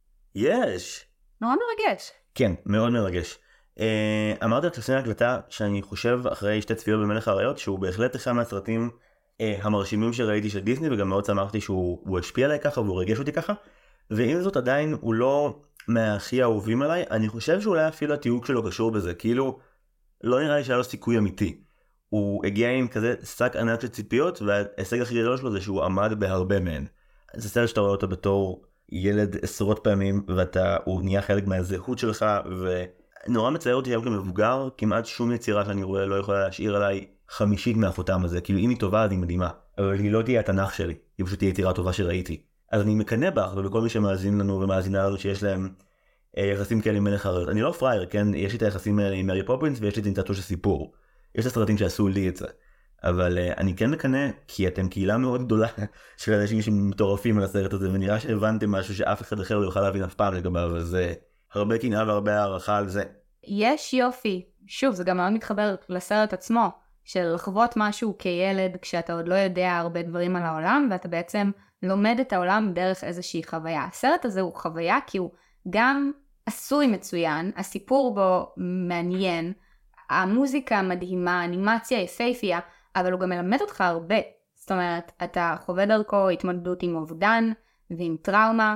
יש. נורא מרגש. כן, מאוד מרגש. אמרתי לך לפני ההקלטה שאני חושב אחרי 2 צפיות במלך האריות שהוא בהחלט אחד מהסרטים המרשימים שראיתי של דיסני, וגם מאוד שמחתי שהוא השפיע עליי ככה והוא רגש אותי ככה, ועם זאת עדיין הוא לא מהכי האהובים עליי. אני חושב שאולי אפילו התיוג שלו קשור בזה, כאילו לא נראה לי שהיה לו סיכוי אמיתי. הוא הגיע עם כזה שק ענק של ציפיות, וההישג הכי גדול שלו זה שהוא עמד בהרבה מהן. זה סרט שאתה רואה אותו בתור ילד עשרות פעמים, והוא נהיה חלק מהזהות שלך, ונורא מצייר אותי היום כמבוגר, כמעט שום יצירה שאני רואה לא יכולה להשאיר עליי 50% מהחותם הזה. כאילו אם היא טובה אז היא מדהימה, אבל היא לא תהיה התנ"ך שלי, היא פשוט תהיה יצירה טובה שראיתי. אז אני מקנא בך ובכל מי שמאזין לנו ומאזינה לנו שיש להם יחסים כאלה עם מלך האריות. אני לא פרייר, כן? יש לי את היחסים האלה עם מרי פופינס ויש לי את אינטרטו של סיפור. יש את הסרטים שעשו לי את זה. אבל אני כן מקנא כי אתם קהילה מאוד גדולה של אנשים שמטורפים על הסרט הזה, ונראה שהבנתם משהו שאף אחד אחר לא יוכל להבין אף פעם לגביו, אז הרבה קנאה והרבה הערכה על זה. יש יופי, שוב זה גם מאוד מתחבר לסרט עצמו, של לחוות משהו כילד כשאתה עוד לא יודע הרבה דברים על העולם, ואתה בעצם לומד את העולם דרך איזושהי חוויה. הסרט הזה הוא חוויה כי הוא גם עשוי מצוין, הסיפור בו מעניין, המוזיקה מדהימה, האנימציה יפהפייה, אבל הוא גם מלמד אותך הרבה. זאת אומרת, אתה חווה דרכו התמודדות עם אובדן ועם טראומה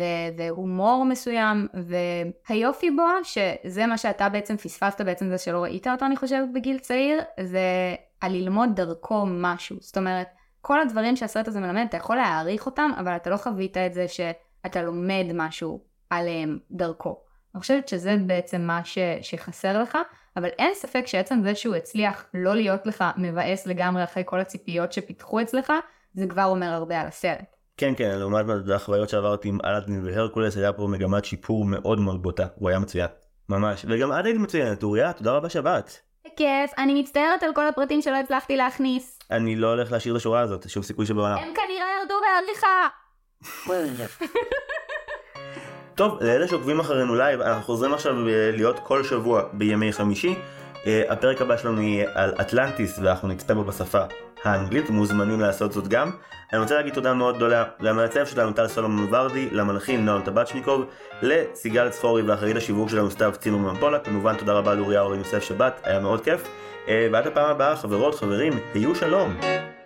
והומור מסוים, והיופי בו שזה מה שאתה בעצם פספסת, בעצם זה שלא ראית אותו אני חושבת בגיל צעיר, זה על ללמוד דרכו משהו. זאת אומרת, כל הדברים שהסרט הזה מלמד, אתה יכול להעריך אותם, אבל אתה לא חווית את זה שאתה לומד משהו עליהם דרכו. אני חושבת שזה בעצם מה שחסר לך, אבל אין ספק שעצם זה שהוא הצליח לא להיות לך מבאס לגמרי אחרי כל הציפיות שפיתחו אצלך, זה כבר אומר הרבה על הסרט. כן, כן, לעומת החוויות שעברתי עם אלאדין והרקולס, היה פה מגמת שיפור מאוד מאוד בוטה, הוא היה מצוין, ממש, וגם עד היית מצוינת, אוריה, תודה רבה שבת. כיף, אני מצטערת על כל הפרטים שלא הצלחתי להכניס. אני לא הולך להשאיר את השורה הזאת, שום סיכוי שבעולם. הם כנראה ירדו בעריכה. טוב, לאלה שעוקבים אחרינו לייב, אנחנו חוזרים עכשיו להיות כל שבוע בימי חמישי. הפרק הבא שלנו יהיה על אטלנטיס, ואנחנו נצפה בו בשפה האנגלית, מוזמנים לעשות זאת גם. אני רוצה להגיד תודה מאוד גדולה למעצב שלנו טל סולומון ורדי, למלחין נועם טבצ'ניקוב, לסיגל צפורי ואחראית השיווק שלנו סתיו צימרמן פולק. כמובן תודה רבה לאוריה אורן יוסף שבת, היה מאוד כיף. ועד הפעם הבאה, חברות, חברים, היו שלום.